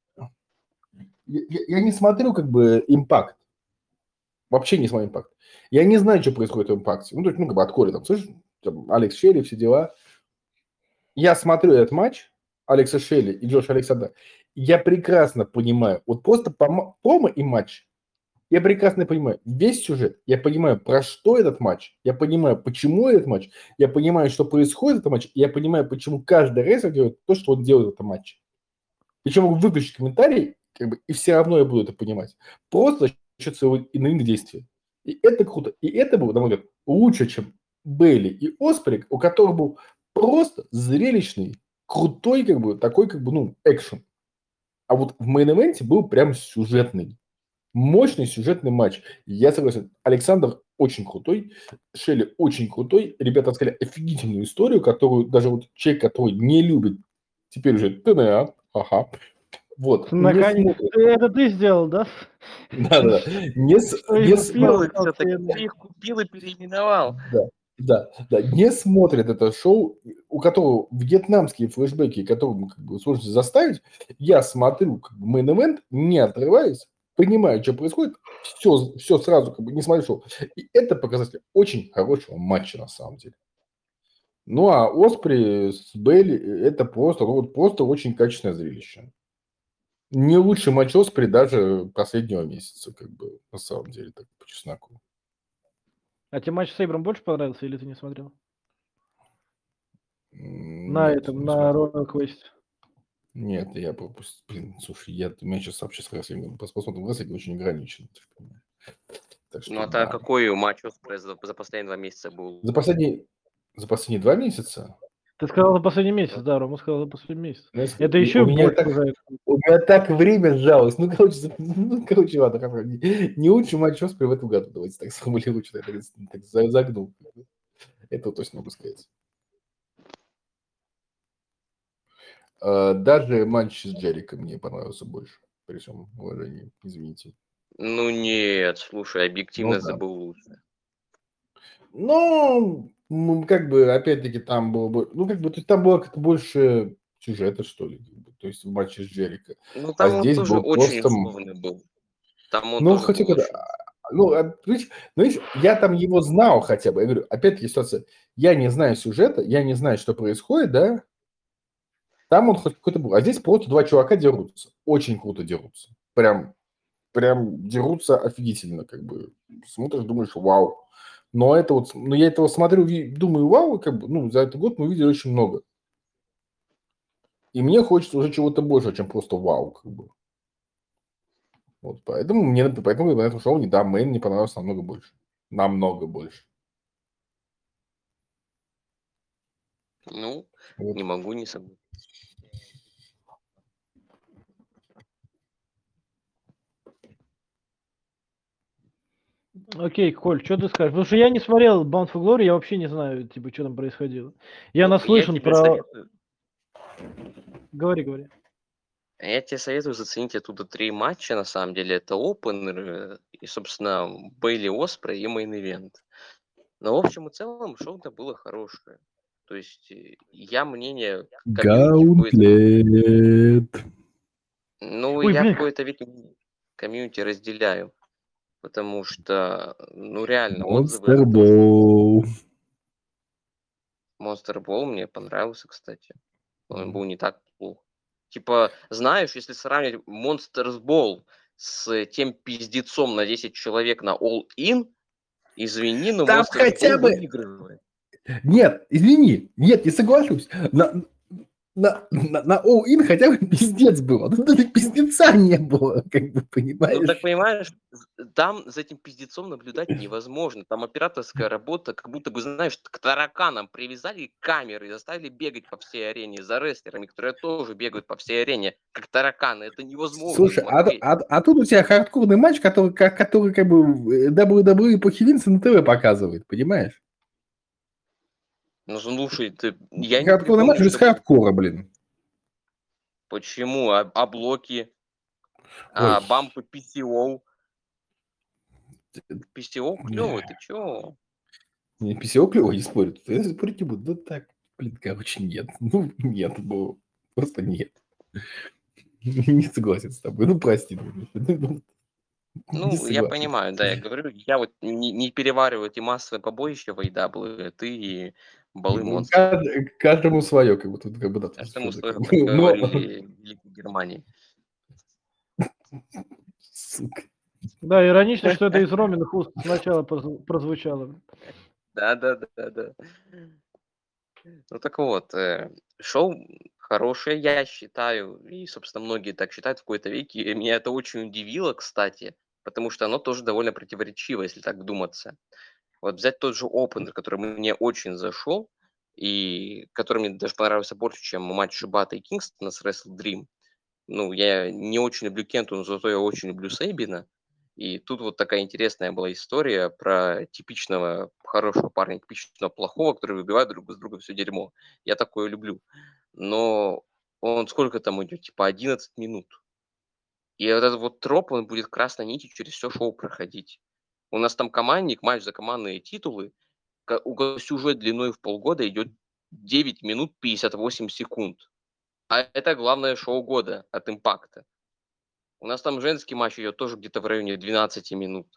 Я не смотрю как бы импакт. Вообще не смотрю импакт. Я не знаю, что происходит в импакте. Ну, то есть, ну, как бы от Кори, там, слышишь, там, Алекс Шелли, все дела. Я смотрю этот матч Алекса Шелли и Джоша Александра. Я прекрасно понимаю, вот просто промо и матч, я прекрасно понимаю весь сюжет, я понимаю, про что этот матч, я понимаю, почему этот матч, я понимаю, что происходит в этом матче, я понимаю, почему каждый рестлер делает то, что он делает в этом матче. Причем могу выключить комментарий, как бы, и все равно я буду это понимать. Просто за счет своего иных действий. И это круто. И это было, на мой взгляд, лучше, чем Бейли и Оспри, у которых был просто зрелищный, крутой, как бы, такой, как бы, ну, экшен. А вот в мейн-эвенте был прям сюжетный. Мощный сюжетный матч. Я согласен. Александр очень крутой, Шелли очень крутой. Ребята сказали офигительную историю, которую даже вот человек, который не любит, теперь уже ТНА, ага, вот, Наконец, это ты сделал, да? Да. Ты их купил и переименовал. Да. Не смотрят это шоу, у которого вьетнамские флешбеки, которому как бы сложно заставить. Я смотрю как бы мейн-эвент, не отрываясь, понимаю, что происходит, все сразу как бы не смотрю шоу. И это показатель очень хорошего матча на самом деле. Ну, а Оспри с Бейли это просто очень качественное зрелище. Не лучший матч Оспри даже последнего месяца, как бы, на самом деле, так по чесноку. А тебе матч с Эйбром больше понравился или ты не смотрел? На Royal Quest. Нет, я пропустил. Блин, слушай, у меня сейчас вообще с рестлингом, посмотрим, рестлинг очень ограничен. Ну, а какой матч Оспри за последние 2 месяца был? За последние 2 месяца? Ты сказал за последний месяц, да, Рома сказал за последний месяц. Ну, Это и еще у меня больше так, за это. у меня так время сжалось. Короче, ладно, хорошо. Не лучший матч Оспри в этом году. Давайте так сформулирую, что я так загнул. Это точно могу сказать. Даже матч с Джериком мне понравился больше. При всем уважении, извините. Ну нет, слушай, объективно Ну это да. был лучше. Но, как бы, опять-таки, там было... то есть там было как-то больше сюжета, что ли. То есть в матче с Джерико. Ну А там он здесь тоже был очень просто... условный был. Там он Ну, тоже хотя был бы... очень... видишь, я там его знал хотя бы. Я говорю, опять-таки, ситуация. Я не знаю сюжета, я не знаю, что происходит, да? Там он хоть какой-то был. А здесь просто два чувака дерутся. Очень круто дерутся. Прям дерутся офигительно, как бы. Смотришь, думаешь, вау. Но это вот, ну, я этого смотрю, думаю, вау, как бы, ну, за этот год мы увидели очень много. И мне хочется уже чего-то больше, чем просто вау, как бы. Вот, поэтому на этом шоу, да, Мейн мне понравился намного больше. Намного больше. Ну, Вот. не могу не согласиться. Окей, Коль, что ты скажешь? Потому что я не смотрел Bound for Glory, я вообще не знаю, типа, что там происходило. Я Ну, наслышан тебе про... советую. Говори. Я тебе советую заценить оттуда 3 матча, на самом деле. Это опенер и, собственно, Бейли Оспрей и мейн-ивент. Но, в общем и целом, шоу-то было хорошее. То есть, я мнение комьюнити Гаунтлет. Ну, Ой, я в блин, какой-то веке комьюнити разделяю. Потому что, ну, реально, отзывы Монстер от этого шоу. Боул. Monster Ball мне понравился, кстати. Он был не так плох. Типа, знаешь, если сравнивать Monsters Ball с тем пиздецом на 10 человек на All In, извини, но Там Monsters хотя Ball бы... выигрывает. Нет, извини, нет, не соглашусь. На All-In хотя бы пиздец было. Тут даже пиздеца не было, как бы, Ну, понимаешь? так понимаешь, там за этим пиздецом наблюдать невозможно. Там операторская работа, как будто бы, знаешь, к тараканам привязали камеры и заставили бегать по всей арене за рестлерами, которые тоже бегают по всей арене, как тараканы. Это невозможно Слушай, смотреть. а тут у тебя хардкорный матч, который как бы WWE эпохи Винса на ТВ показывает, понимаешь? Ну, слушай, я не Хардкорный матч припомню, без чтобы... хардкора, блин. Почему? Блоки, Ой, бампы PCO. PCO клевый, ты чё? не PCO клево, не спорю. Я спорить не буду. Ну так, блин, короче, нет. Ну, нет, просто нет. Не согласен с тобой. Ну, прости. Ну, я понимаю, да, я говорю, я вот не перевариваю эти массовые побоища в AEW, ты и балы монстров. Каждому свое, как бы тут, как бы, да. Каждому свое, как Но, говорили в Великой Германии. сука. Да, иронично, что это из Роминых уст сначала прозвучало. Да. Ну так вот, шоу хорошее, я считаю, и, собственно, многие так считают в какой-то веке. И меня это очень удивило, кстати, потому что оно тоже довольно противоречиво, если так вдуматься. Вот взять тот же Opener, который мне очень зашел, и который мне даже понравился больше, чем матч Шибата и Кингстона с Wrestle Dream. Ну, я не очень люблю Кенту, но зато я очень люблю Сейбина. И тут вот такая интересная была история про типичного хорошего парня, типичного плохого, который выбивает друг с друга все дерьмо. Я такое люблю. Но он сколько там идет? Типа 11 минут. И вот этот вот троп, он будет красной нитью через все шоу проходить. У нас там командник, матч за командные титулы, сюжет длиной в полгода идет 9 минут 58 секунд. А это главное шоу года от Импакта. У нас там женский матч идет тоже где-то в районе 12 минут.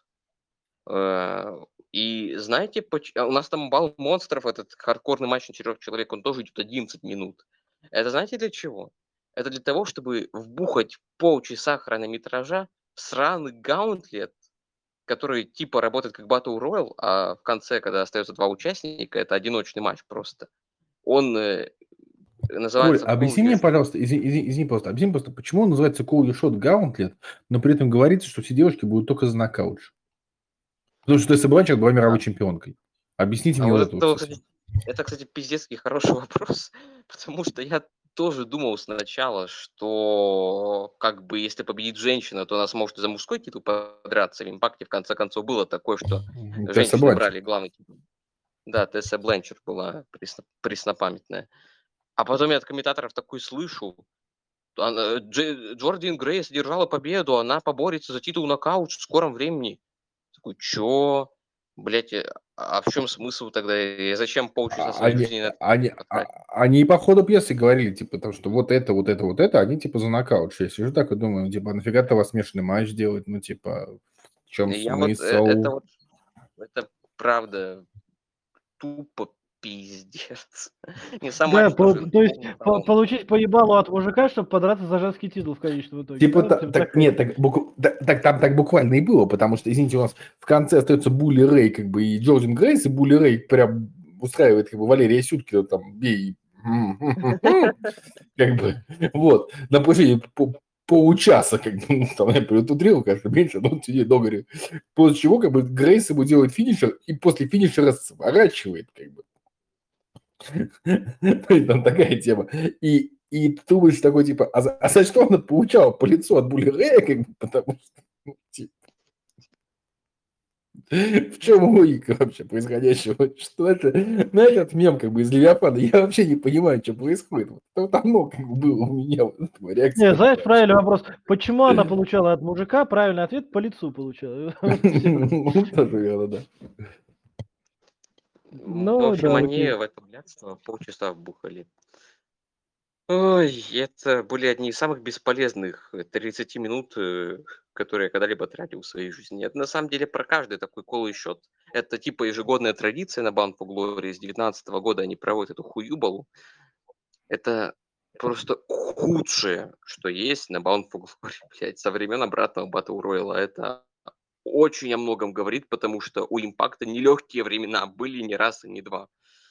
И знаете, у нас там бал монстров, этот хардкорный матч на 4 человек, он тоже идет 11 минут. Это знаете для чего? Это для того, чтобы вбухать полчаса хронометража в сраный гаунтлет, который типа работает как Battle Royale, а в конце, когда остается 2 участника, это одиночный матч просто. Он Коль, называется Cool объясни мне, Your- пожалуйста, извини, просто, объясни просто, почему он называется Call Your Shot Gauntlet, но при этом говорится, что все девушки будут только за нокаут. Потому что ты собрал человек была мировой чемпионкой. Объясните А мне вот вот это это вот вот, совсем. Это, кстати, пиздецкий хороший вопрос, потому что я тоже думал сначала, что как бы если победит женщина, то она сможет за мужской титул подраться. В «Импакте» в конце концов было такое, что Тесса женщины Бланчард. брали главный титул. Да, Тесса Бленчард была преснопамятная. А потом я от комментаторов такой слышу, Джордан Грейс одержала победу, она поборется за титул нокаут в скором времени. Такой, чё? Блять, а в чем смысл тогда? И зачем полчаса своей Они, жизни на это они, потратить? они по ходу пьесы говорили, типа, то, что вот это, вот это, вот это, они, типа, за нокаут. Я сижу так и думаю, типа, нафига-то вас смешанный матч делать? Ну, типа, в чем Я вот, это смысл? вот, это правда тупо пиздец. Не сам Да, матч тоже то есть полный провал. получить поебалу от мужика, чтобы подраться за женский титул в конечном итоге. Типа, Да? Типа так, такая. нет, так там так буквально и было, потому что, извините, у нас в конце остается Булли Рэй, как бы, и Джордан Грейс, и Булли Рэй прям устраивает, как бы, Валерия Сюткина, там, бей, как бы, вот, на протяжении получаса, как бы, ну, там, я утрирую, конечно, меньше, но тебе говорю. После чего, как бы, Грейс ему делает финишер, и после финишера сворачивает, как бы. То есть там такая тема. И ты думаешь такой, типа, а за что она получала по лицу от Булли Рэя, как бы, потому что, ну, типа, в чем логика вообще происходящего? Что это? Ну, этот мем, как бы, из Левиафана, я вообще не понимаю, что происходит. Вот там много, как бы, было у меня вот этого реакции. Не, знаешь, правильный вопрос. Почему она получала от мужика? Правильный ответ – по лицу получала. Ну, тоже верно, да. В Ну, общем, да, они окей. в это блядство полчаса вбухали. Ой, это были одни из самых бесполезных 30 минут, которые я когда-либо тратил в своей жизни. Это на самом деле про каждый такой колый счет. Это типа ежегодная традиция на Bound for Glory. С 2019 года они проводят эту хуюбалу. Это просто худшее, что есть на Bound for Glory, блядь, со времен обратного Battle Royale. Это очень о многом говорит, потому что у Импакта нелегкие времена были не раз и не два.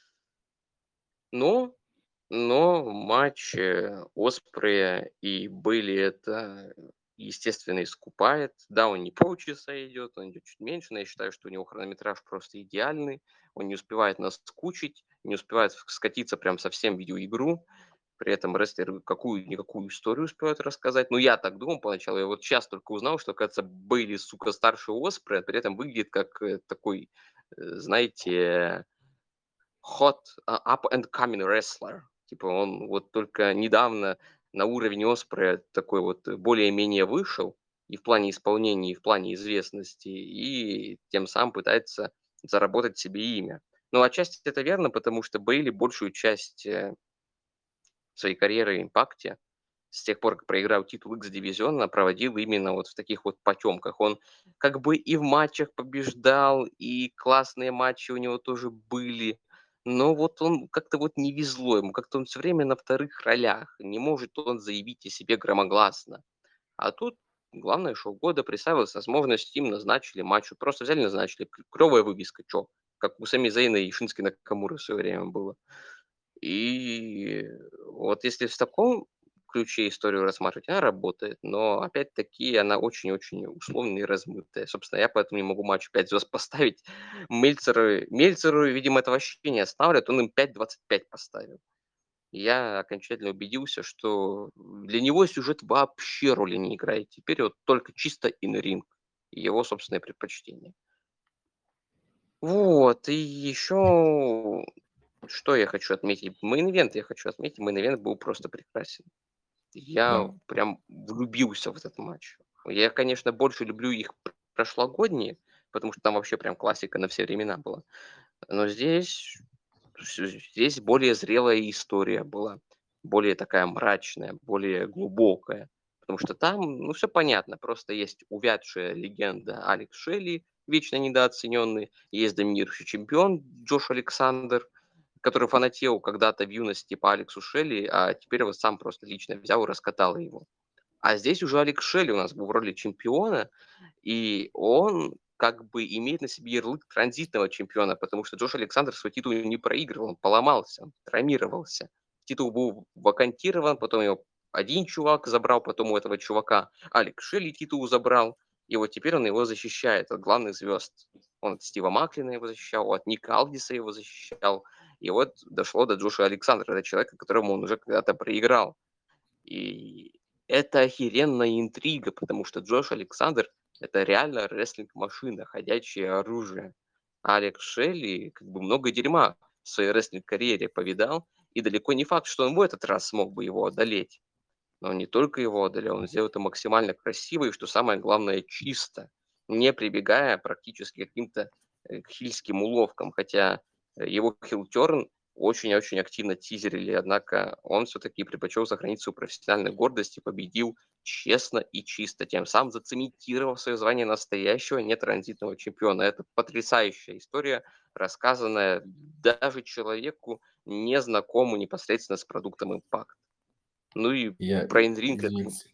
Но матч, Оспрея и Бейли это, естественно, искупает. Да, он не полчаса идет, он идет чуть меньше, но я считаю, что у него хронометраж просто идеальный. Он не успевает наскучить, не успевает скатиться прям совсем в видеоигру. При этом рестлеры какую-никакую историю успевают рассказать. Ну, я так думал поначалу. Я вот сейчас только узнал, что, оказывается, Бейли, сука, старше Оспрея, при этом выглядит как такой, знаете, hot, up and coming wrestler. Типа он вот только недавно на уровень Оспрея такой вот более-менее вышел и в плане исполнения, и в плане известности, и тем самым пытается заработать себе имя. Ну, отчасти это верно, потому что Бейли большую часть своей карьеры в «Импакте» с тех пор, как проиграл титул X-дивизиона, проводил именно вот в таких вот потемках. Он как бы и в матчах побеждал, и классные матчи у него тоже были, но вот он как-то вот не везло ему, как-то он все время на вторых ролях, не может он заявить о себе громогласно. А тут главное шоу года представилась возможность, им назначили матч, вот просто взяли, назначили, клевая вывеска, чё, как у Сами Зейна и Шински Накамуры в свое время было. И вот если в таком ключе историю рассматривать, она работает, но опять-таки она очень-очень условная и размытая. Собственно, я поэтому не могу матчу 5 звезд поставить. Мельцеру, видимо, это вообще не останавливает, он им 5,25 поставил. И я окончательно убедился, что для него сюжет вообще роли не играет. Теперь вот только чисто in-ring и его собственные предпочтения. Вот, и еще что я хочу отметить? Мейн-ивент я хочу отметить. Мейн-ивент был просто прекрасен. Я Да. прям влюбился в этот матч. Я, конечно, больше люблю их прошлогодние, потому что там вообще прям классика на все времена была. Но здесь более зрелая история была, более такая мрачная, более глубокая. Потому что там, ну, все понятно, просто есть увядшая легенда Алекс Шелли, вечно недооцененный, есть доминирующий чемпион Джош Александр, который фанател когда-то в юности по Алексу Шелли, а теперь его сам просто лично взял и раскатал его. А здесь уже Алекс Шелли у нас был в роли чемпиона, и он как бы имеет на себе ярлык транзитного чемпиона, потому что Джош Александр свой титул не проигрывал, он поломался, он травмировался. Титул был вакантирован, потом его один чувак забрал, потом у этого чувака Алекс Шелли титул забрал, и вот теперь он его защищает от главных звезд. Он от Стива Маклина его защищал, от Ника Алдиса его защищал, И вот дошло до Джоша Александра, до человека, которому он уже когда-то проиграл. И это охеренная интрига, потому что Джош Александр – это реально рестлинг-машина, ходячее оружие. А Алекс Шелли как бы много дерьма в своей рестлинг-карьере повидал, и далеко не факт, что он в этот раз смог бы его одолеть. Но он не только его одолел, он сделал это максимально красиво и, что самое главное, чисто, не прибегая практически к каким-то хильским уловкам, хотя его хилтерн очень-очень активно тизерили, однако он все-таки предпочел сохранить свою профессиональную гордость и победил честно и чисто, тем самым зацементировав свое звание настоящего нетранзитного чемпиона. Это потрясающая история, рассказанная даже человеку, не знакомому непосредственно с продуктом Impact. Ну и Я, про инринг это... извините,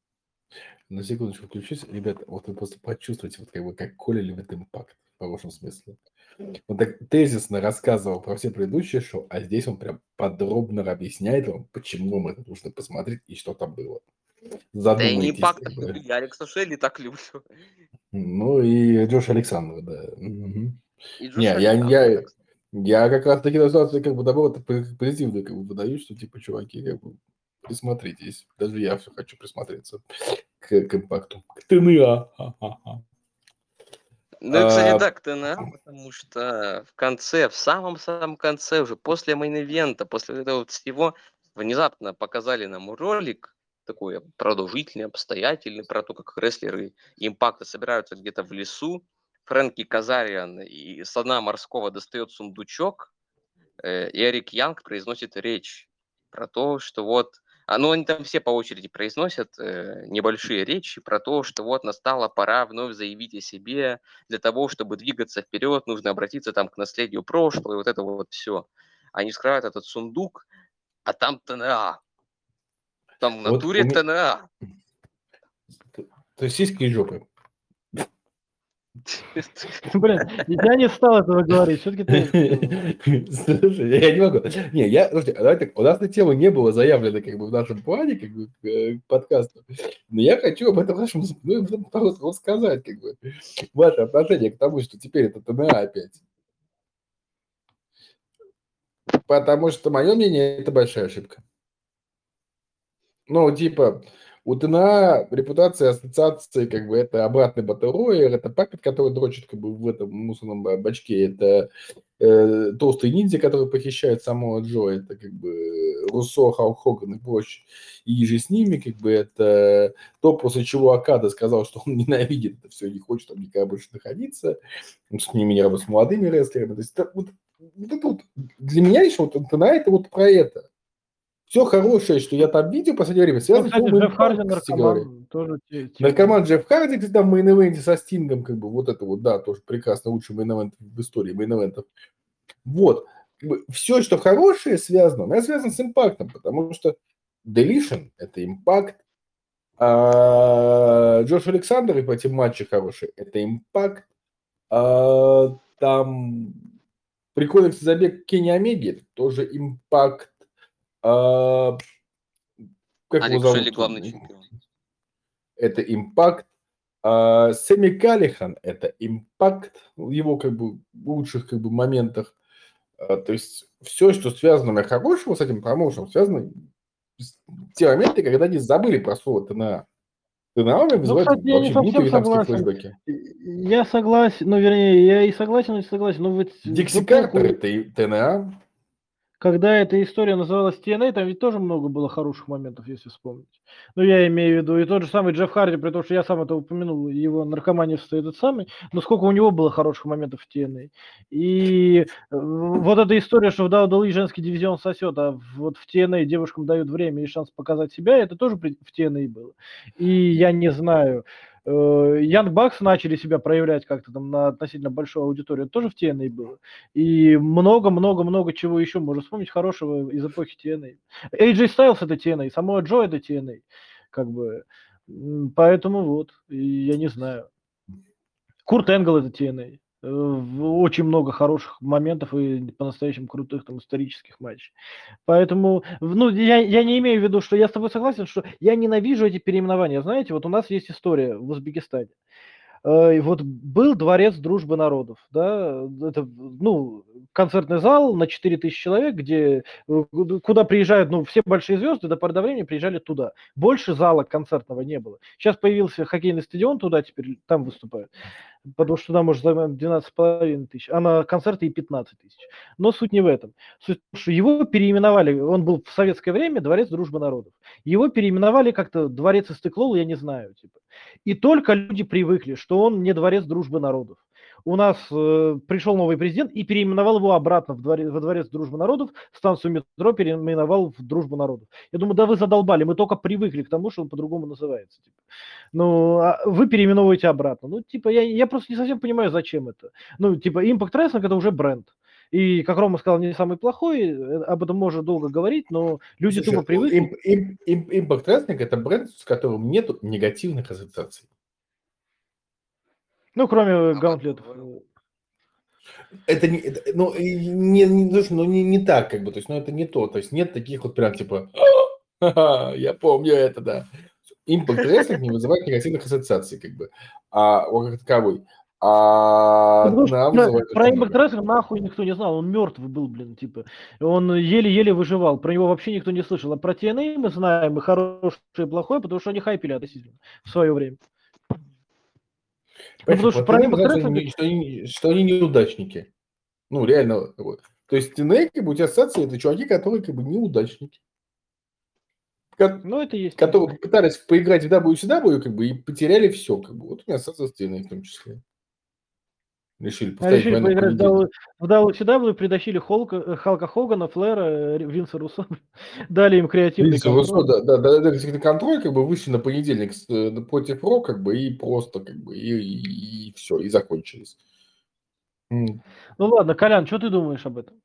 на секундочку включусь. Ребята, вот вы просто почувствуйте, вот как бы, как Коля любит импакт, в хорошем смысле. Он так тезисно рассказывал про все предыдущие шоу, а здесь он прям подробно объясняет вам, почему вам это нужно посмотреть и что там было. Да я не Задумайтесь. Impact как так бы. люблю, я Алекса Шелли так люблю. Ну и Джош Александр, да. Мгм. И Джош Не, Александр, так я как раз таки на ситуацию как бы наоборот позитивно как бы выдаю, что типа, чуваки, как бы присмотритесь. Даже я все хочу присмотреться к импакту. К ТНА. Ха-ха-ха. Ну и, кстати, да, к ТНА, потому что в конце, в самом-самом конце, уже после мейн-ивента, после этого вот всего, внезапно показали нам ролик, такой продолжительный, обстоятельный, про то, как рестлеры Импакта собираются где-то в лесу. Фрэнки Казариан и со дна морского достает сундучок, и Эрик Янг произносит речь про то, что вот... Ну, они там все по очереди произносят небольшие речи про то, что вот настала пора вновь заявить о себе. Для того, чтобы двигаться вперед, нужно обратиться там к наследию прошлого, и вот это вот все. Они вскрывают этот сундук, а там ТНА. Там в Вот натуре ТНА. То есть сиськи и жопы. Блин, я не стал этого говорить, все-таки ты... Слушай, я не могу. Не, слушайте, давай так, у нас эта тема не была заявлена как бы в нашем плане, как бы, к подкасту. Но я хочу об этом нашему рассказать, как бы, ваше отношение к тому, что теперь это ТНА опять. Потому что, мое мнение, это большая ошибка. Ну, типа, у ТНА репутация ассоциации, как бы, это обратный Battle Royale, это Паппет, который дрочит, как бы, в этом мусорном бачке, это толстый ниндзя, который похищает самого Джо, это, как бы, Руссо, Халк Хоган и прочее, и же с ними, как бы, это то, после чего Окада сказал, что он ненавидит это все, не хочет там никогда больше находиться, он с ними не работает, с молодыми рестлерами, то есть, это, вот это вот, для меня еще вот ТНА это вот про это. Все хорошее, что я там видел в последнее время, Ну, связано кстати, с Джефф Харди наркоман. наркоман, тоже тема. Наркоман Джефф Харди, кстати, там в мейн-эвенте со Стингом, как бы, вот это вот, да, тоже прекрасно, лучший мейн-эвент в истории мейн-эвентов. Вот. Как бы, все, что хорошее связано, оно связано с импактом, потому что Deletion – это импакт, а Джош Александр и по этим матчи хорошие – это импакт, там прикольный забег Кенни Омеги – это тоже импакт, как его Алекс Шелли зовут? главный чемпион. Это импакт. Сэмми Каллихан – это импакт в его как бы лучших как бы моментах. То есть все, что связано хорошего с этим промоушеном, связано с те моменты, когда они забыли про слово ТНА. ТНА вызывает кстати, я не вообще совсем лютые вьетнамские согласен. флешбеки. Я согласен, ну, вернее, я и согласен, и не согласен. Но ведь Дикси в эпоху, Картер – это и ТНА. когда эта история называлась TNA, там ведь тоже много было хороших моментов, если вспомнить. Ну, я имею в виду, и тот же самый Джефф Харди, при том, что я сам это упомянул, его наркоманистство этот самый, но сколько у него было хороших моментов в TNA. И вот эта история, что в WWE женский дивизион сосет, а вот в TNA девушкам дают время и шанс показать себя, это тоже в TNA было. И я не знаю, Young Bucks начали себя проявлять как-то там на относительно большую аудиторию, это тоже в TNA было. И много-много-много чего еще можно вспомнить хорошего из эпохи TNA. AJ Styles это TNA, само Джо это TNA. Как бы. Поэтому вот, я не знаю. Курт Энгл это TNA. Очень много хороших моментов и по-настоящему крутых там исторических матчей. Поэтому, ну, я не имею в виду, что я с тобой согласен, что я ненавижу эти переименования. Знаете, вот у нас есть история в Узбекистане. И вот был дворец дружбы народов, да, это, ну, концертный зал на 4000 человек, где, куда приезжают, ну, все большие звезды до поры до времени приезжали туда. Больше зала концертного не было. Сейчас появился хоккейный стадион, туда теперь там выступают, потому что туда может займать 12,5 тысяч, а на концерты и 15 тысяч. Но суть не в этом. Суть в том, что его переименовали, он был в советское время дворец дружбы народов. Его переименовали как-то дворец Истеклол, я не знаю, типа. И только люди привыкли, что он не дворец дружбы народов. У нас пришел новый президент и переименовал его обратно во дворец дружбы народов, станцию метро переименовал в дружбу народов. Я думаю, да вы задолбали, мы только привыкли к тому, что он по-другому называется. Типа. Ну, а вы переименовываете обратно. Ну, типа, я просто не совсем понимаю, зачем это. Ну, типа, Impact Wrestling это уже бренд. И, как Рома сказал, не самый плохой, об этом можно долго говорить, но люди Слушай, тупо привыкли. Impact Wrestling – это бренд, с которым нет негативных ассоциаций. Ну, кроме Об этом гаунтлетов. говорю. Это не, ну, слушай, ну, не так, как бы, то есть, ну, это не то, то есть, нет таких вот прям, типа, «Ха-ха, я помню это, да». Impact Wrestling не вызывает негативных ассоциаций, как бы, он как таковой. А Ну, потому что нам вызывает про очень Impact много. Wrestling нахуй никто не знал, он мертвый был, блин, типа. Он еле-еле выживал, про него вообще никто не слышал. А про TNA мы знаем, и хорошее, и плохое, потому что они хайпили относительно в свое время. Ну, Понимаешь, потому что вот про TNA мы Impact знаем, Wrestling... что они неудачники. Ну, реально. Вот. То есть TNA, как бы, у тебя ассоциации, это чуваки, которые, как бы, неудачники. Ну, это есть. Которые пытались поиграть в WCW, как бы, и потеряли все, как бы. Вот у меня ассоциация с TNA в том числе. Решили поставить Решили военное поиграть поведение. в WCW, притащили Халка Хогана, Флэра, Винса Руссо, дали им креативный Видите, вот контроль. да, контроль, как бы, вышли на понедельник против Ро, как бы, и просто, как бы, и все, и закончились. Ну ладно, Колян, что ты думаешь об этом?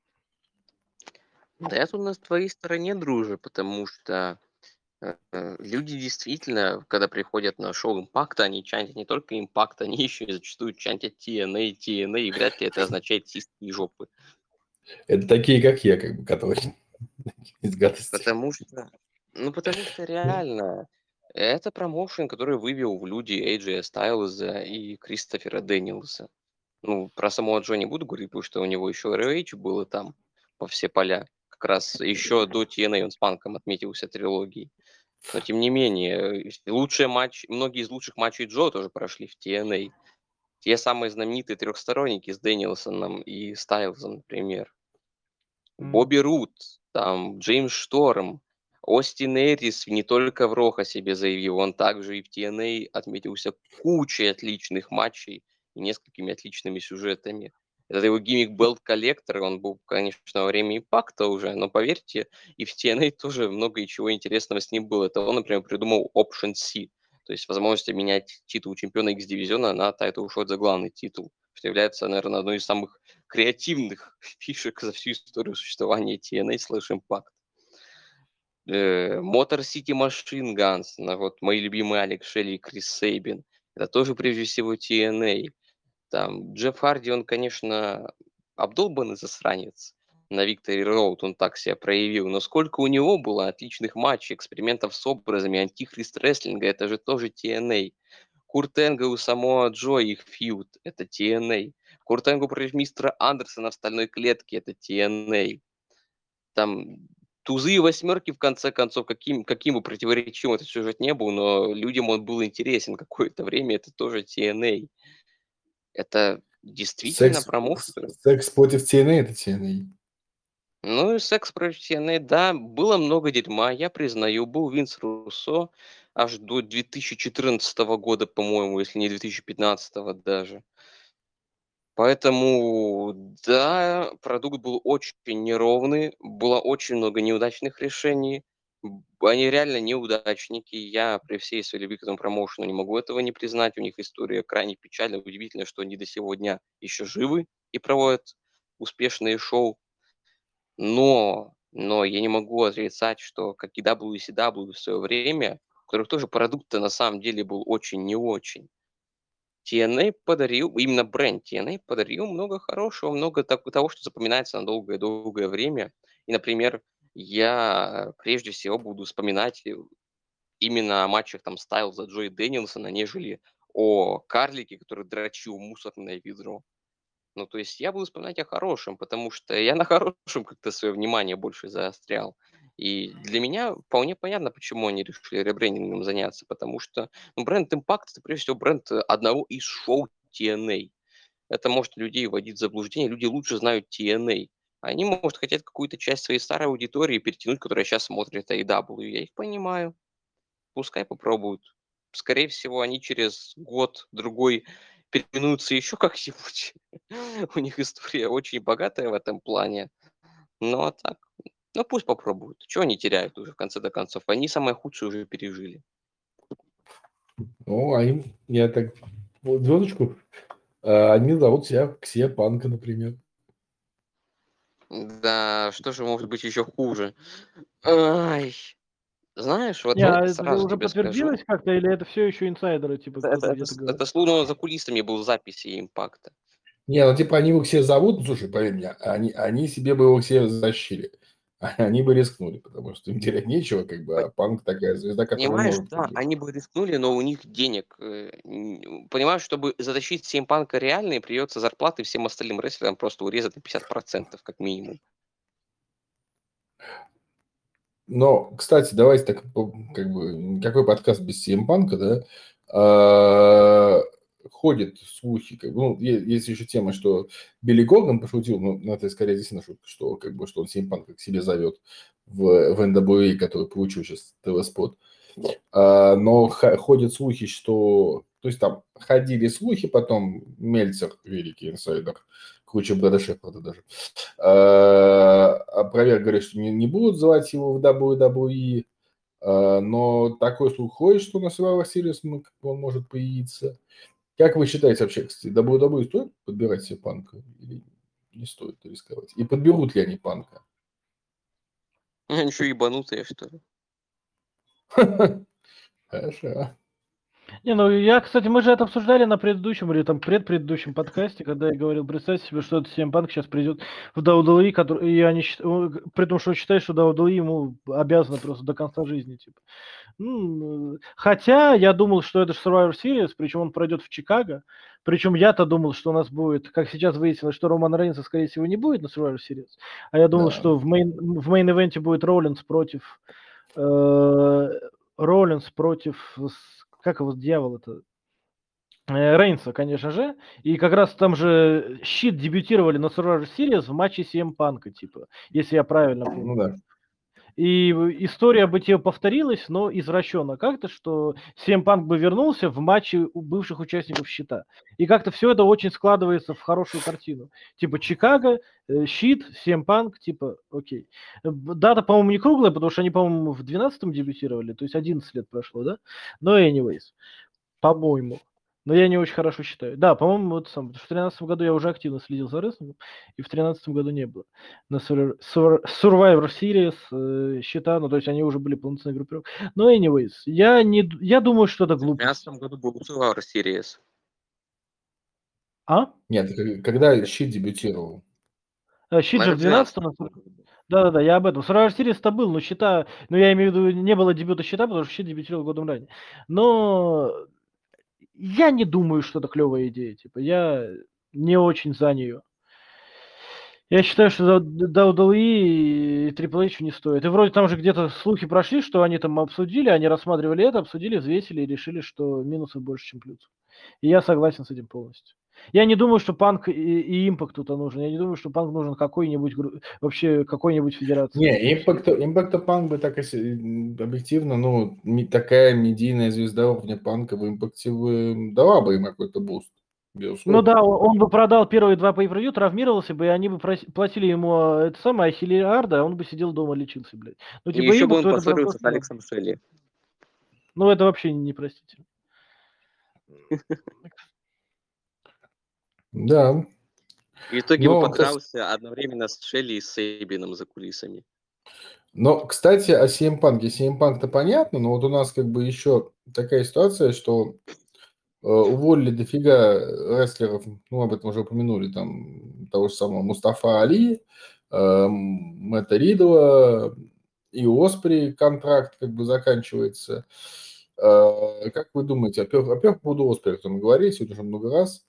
Да я тут на твоей стороне, друже, потому что люди действительно, когда приходят на шоу Импакта, они чантят не только Импакт, они еще и зачастую чантят TNA, и вряд ли это означает сиськи и жопы. Это такие, как я, как бы, которые из гадости. Потому что реально, это промоушен, который вывел в люди AJ Стайлза и Кристофера Дэниелса. Ну, про самого Джо не буду говорить, потому что у него еще ROH было там по все поля. Как раз еще до TNA он с Панком отметился трилогией. Но тем не менее, многие из лучших матчей Джо тоже прошли в TNA. Те самые знаменитые трехсторонники с Дэнилсоном и Стайлзом, например. Бобби Рут, там, Джеймс Шторм, Остин Эрис не только в Рох о себе заявил, он также и в TNA отметился кучей отличных матчей и несколькими отличными сюжетами. Это его гиммик Belt Collector, он был, конечно, во время Импакта уже, но поверьте, и в TNA тоже много и чего интересного с ним было. Это он, например, придумал Option C, то есть возможность обменять титул чемпиона X-дивизиона на title shot за главный титул, что является, наверное, одной из самых креативных фишек за всю историю существования TNA Impact. Motor City Machine Guns, вот мои любимые Алекс Шелли и Крис Сейбин, это тоже прежде всего TNA. Там Джефф Харди, он, конечно, обдолбанный засранец. На Victory Road он так себя проявил, но сколько у него было отличных матчей, экспериментов с образами, антихрист рестлинга, это же тоже TNA. Курт Энгл у Самоа Джо, их фьюд, это TNA. Курт Энгл против мистера Андерсона в стальной клетке, это TNA. Там тузы и восьмерки, в конце концов, каким бы противоречивым этот сюжет не был, но людям он был интересен какое-то время, это тоже TNA. Это действительно промоушен. Секс против TNA – это TNA. Ну и секс против TNA, да, было много дерьма, я признаю. Был Винс Руссо аж до 2014 года, по-моему, если не 2015 даже. Поэтому, да, продукт был очень неровный, было очень много неудачных решений. Они реально неудачники. Я при всей своей любви к этому промоушену не могу этого не признать. У них история крайне печальная. Удивительно, что они до сего дня еще живы и проводят успешные шоу. Но я не могу отрицать, что как и WCW в свое время, у которых тоже продукт на самом деле был очень не очень. TNA подарил, именно бренд TNA подарил много хорошего, много того, что запоминается на долгое-долгое время. И, например, я прежде всего буду вспоминать именно о матчах там Стайлза, Джо и Дэнилсона, нежели о карлике, который дрочил мусорное ведро. Ну, то есть я буду вспоминать о хорошем, потому что я на хорошем как-то свое внимание больше заострял. И для меня вполне понятно, почему они решили ребрендингом заняться, потому что бренд Impact — это прежде всего бренд одного из шоу TNA. Это может людей вводить в заблуждение. Люди лучше знают TNA. Они, может, хотят какую-то часть своей старой аудитории перетянуть, которая сейчас смотрит AEW. Я их понимаю. Пускай попробуют. Скорее всего, они через год-другой переименуются еще как-нибудь. У них история очень богатая в этом плане. Но так, ну пусть попробуют. Чего они теряют уже в конце-то концов? Они самое худшее уже пережили. Ну, я так, вот звездочку, они зовут себя Ксия Панка, например. Да, что же может быть еще хуже? Ай, знаешь, вот Не, а это сразу уже тебе скажу, подтвердилось как-то, или это все еще инсайдеры, типа кто-то где-то говорит? это словно за кулисами был записи импакта. Не, ну типа они его все зовут, ну, слушай, поверь мне, они себе бы его все защили. Они бы рискнули, потому что им терять нечего, как бы, а Панк такая звезда, которая Понимаешь, может да, выиграть. они бы рискнули, но у них денег, понимаешь, чтобы затащить CM Панка реальные, придется зарплаты всем остальным рестлерам просто урезать на 50% как минимум. Но, кстати, давайте так, как бы, какой подкаст без CM Панка, да? А, ходят слухи, как бы, ну, есть еще тема, что Билли Корган пошутил, ну, это скорее действительно шутка, что, как бы, что он CM Панка к себе зовет в NWA, который получил сейчас ТВ-спот. Но ходят слухи, что... То есть там ходили слухи, потом Мельцер, великий инсайдер, круче Брэда Шеффорда даже, опроверг, говорит, что не будут звать его в WWE, но такой слух ходит, что на Survivor Series он может появиться. Как вы считаете вообще, кстати, WWE стоит подбирать себе Панка или не стоит рисковать? И подберут ли они Панка? Они что, ебанутые, что ли? Хорошо. Не, ну я, кстати, мы же это обсуждали на предыдущем или там предпредыдущем подкасте, когда я говорил, представьте себе, что CM Punk сейчас придет в WWE, который, и они, при том, что считают, что WWE ему обязаны просто до конца жизни, типа. Хотя я думал, что это же Survivor Series, причем он пройдет в Чикаго, причем я-то думал, что у нас будет, как сейчас выяснилось, что Романа Рейнса, скорее всего, не будет на Survivor Series, а я думал, Да. что в мейн-ивенте будет Роллинс против как его дьявол-то? Рейнса, конечно же. И как раз там же Щит дебютировали на Survivor Series в матче CM Панка, типа, если я правильно помню. Ну да. И история бы тебе повторилась, но извращенно как-то, что CM Punk бы вернулся в матче у бывших участников Щита. И как-то все это очень складывается в хорошую картину. Типа Чикаго, Щит, CM Punk, типа, окей. Дата, по-моему, не круглая, потому что они, по-моему, в 12-м дебютировали, то есть 11 лет прошло, да? Но anyways, по-моему. Но я не очень хорошо считаю. Да, по-моему, вот сам. В 2013 году я уже активно следил за рестлингом, и в 2013 году не было. На Survivor Series счета, ну, то есть они уже были полноценной группировкой. Но anyways, я думаю, что это В глупость. 2015 году был Survivor Series. А? Нет, когда Щит дебютировал? Щит же в Наверное, 12-м. Да-да-да, я об этом. Survivor Series-то был, но счета... Ну, я имею в виду, не было дебюта счета, потому что Щит дебютировал годом ранее. Но я не думаю, что это клевая идея. Типа, я не очень за нее. Я считаю, что WWE и Triple H не стоит. И вроде там же где-то слухи прошли, что они там обсудили, они рассматривали это, обсудили, взвесили и решили, что минусов больше, чем плюсов. И я согласен с этим полностью. Я не думаю, что Панк и Импакт тут нужен. Я не думаю, что Панк нужен какой-нибудь вообще какой-нибудь федерации. Не, Импакта Панк бы так объективно, ну, такая медийная звезда уровня Панка в Импакте дала бы им какой-то буст. Ну да, он бы продал первые 2 pay-per-view, травмировался бы, и они бы платили ему это самое хиллиарда, а он бы сидел дома, лечился, блядь. Ну, и типа, еще бы он Импакту это прям поссорился с просто... Алексом Шелли. Ну, это вообще непростительно. Да. И в итоге бы Но, подрался одновременно с Шелли и с Сейбином за кулисами. Но, кстати, о CM Punk. CM Punk-то понятно, но вот у нас как бы еще такая ситуация, что уволили дофига рестлеров, ну, об этом уже упомянули, там, того же самого Мустафа Али, Мэтта Ридла, и Оспри контракт как бы заканчивается. Как вы думаете, во-первых, по поводу Оспри, о котором мы говорили сегодня уже много раз.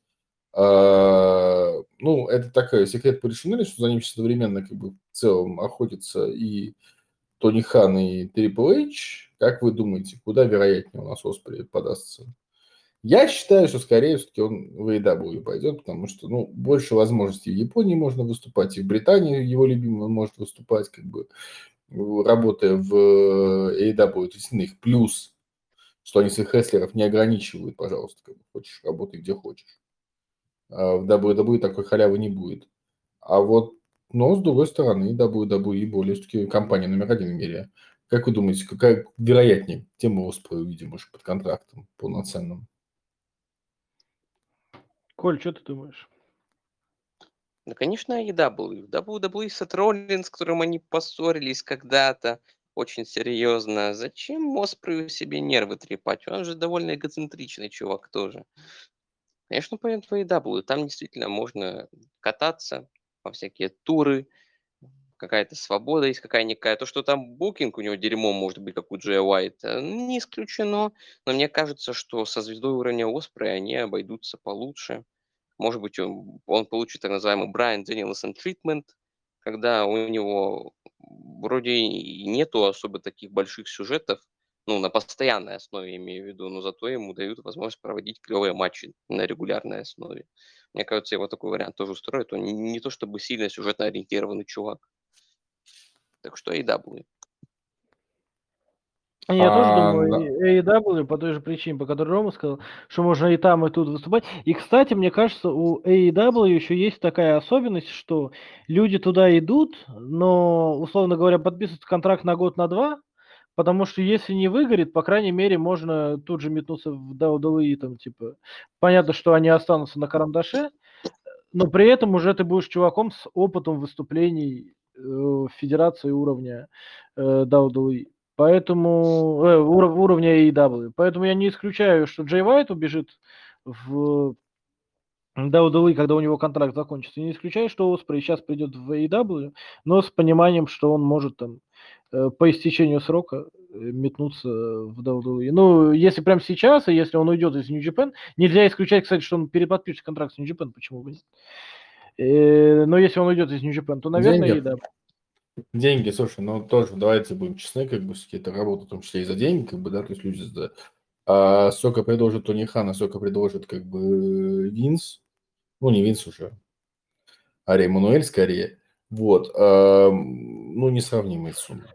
Ну, это такой секрет Полишинеля, что за ним сейчас одновременно как бы в целом охотятся и Тони Хан, и Трипл Эйч. Как вы думаете, куда вероятнее у нас Оспри подастся? Я считаю, что скорее все-таки он в AEW пойдет, потому что, ну, больше возможностей в Японии можно выступать, и в Британии его любимый он может выступать, как бы, работая в AEW. То есть их плюс, что они своих рестлеров не ограничивают, пожалуйста, как бы, хочешь, работай где хочешь. А в WWE такой халявы не будет. А вот, но с другой стороны, WWE более все-таки компания номер один в мире. Как вы думаете, какая вероятнее тему Оспрей увидим уже под контрактом полноценным? Коль, что ты думаешь? Ну, конечно, AEW. WWE Сет Роллинс, с которым они поссорились когда-то очень серьезно. Зачем Оспрею себе нервы трепать? Он же довольно эгоцентричный чувак тоже. Конечно, пойдет в AEW. Там действительно можно кататься во всякие туры, какая-то свобода есть какая-никакая. То, что там букинг у него дерьмо может быть, как у Джея Уайта, не исключено. Но мне кажется, что со звездой уровня Оспрея они обойдутся получше. Может быть, он получит так называемый Брайан Дэнилсон тритмент, когда у него вроде и нету особо таких больших сюжетов, ну, на постоянной основе имею в виду, но зато ему дают возможность проводить клевые матчи на регулярной основе. Мне кажется, его такой вариант тоже устроит. Он не то чтобы сильно сюжетно ориентированный чувак. Так что AEW. Я тоже Да. думаю, AEW по той же причине, по которой Рома сказал, что можно и там, и тут выступать. И, кстати, мне кажется, у AEW еще есть такая особенность, что люди туда идут, но, условно говоря, подписывают контракт на год, на два, потому что если не выгорит, по крайней мере, можно тут же метнуться в WWE, там, типа, понятно, что они останутся на карандаше, но при этом уже ты будешь чуваком с опытом выступлений в федерации уровня WWE. Поэтому уровня AEW. Поэтому я не исключаю, что Джей Уайт убежит в WWE, когда у него контракт закончится. Не исключаю, что Оспрей сейчас придет в AEW, но с пониманием, что он может там по истечению срока метнуться в WWE. Ну, если прямо сейчас, и если он уйдет из New Japan, нельзя исключать, кстати, что он переподпишет контракт с New Japan, почему бы нет. Но если он уйдет из New Japan, то, наверное, AEW. Деньги, слушай, ну тоже давайте будем честны, как бы какие-то работы, в том числе и за деньги, как бы, да, то есть люди сколько предложит Тони Хан, а сколько предложит как бы Винс, ну не Винс уже, а Рэй Мануэль скорее, вот, ну несравнимые суммы.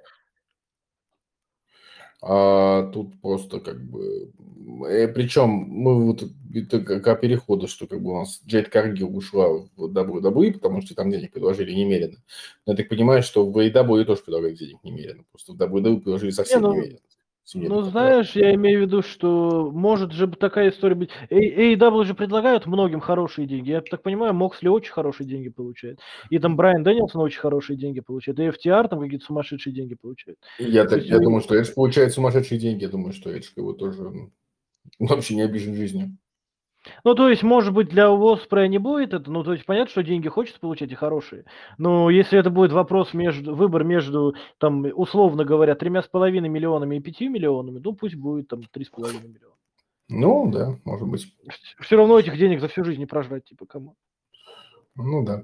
Тут просто как бы, причем мы вот это как перехода, что как бы у нас Джейд Каргил ушла в WWE, потому что там денег предложили немерено. Но я так понимаю, что в AEW тоже предлагают денег немерено, просто в WWE предложили совсем немерено. Ну, знаешь, я имею в виду, что может же такая история быть. AEW же предлагают многим хорошие деньги. Я так понимаю, Моксли очень хорошие деньги получает. И там Брайан Дэнилсон очень хорошие деньги получает. И FTR там какие-то сумасшедшие деньги получает. Я думаю, что Эдж получает сумасшедшие деньги. Я думаю, что Эдж его тоже вообще не обижен жизнью. Ну, то есть, может быть, для Оспрея не будет это, ну, то есть, понятно, что деньги хочется получать и хорошие, но если это будет выбор между, там, условно говоря, 3,5 миллионами и 5 миллионами, ну, пусть будет, там, 3,5 миллиона. Ну, да, может быть. Все равно этих денег за всю жизнь не прожрать, типа, кому? Ну, да.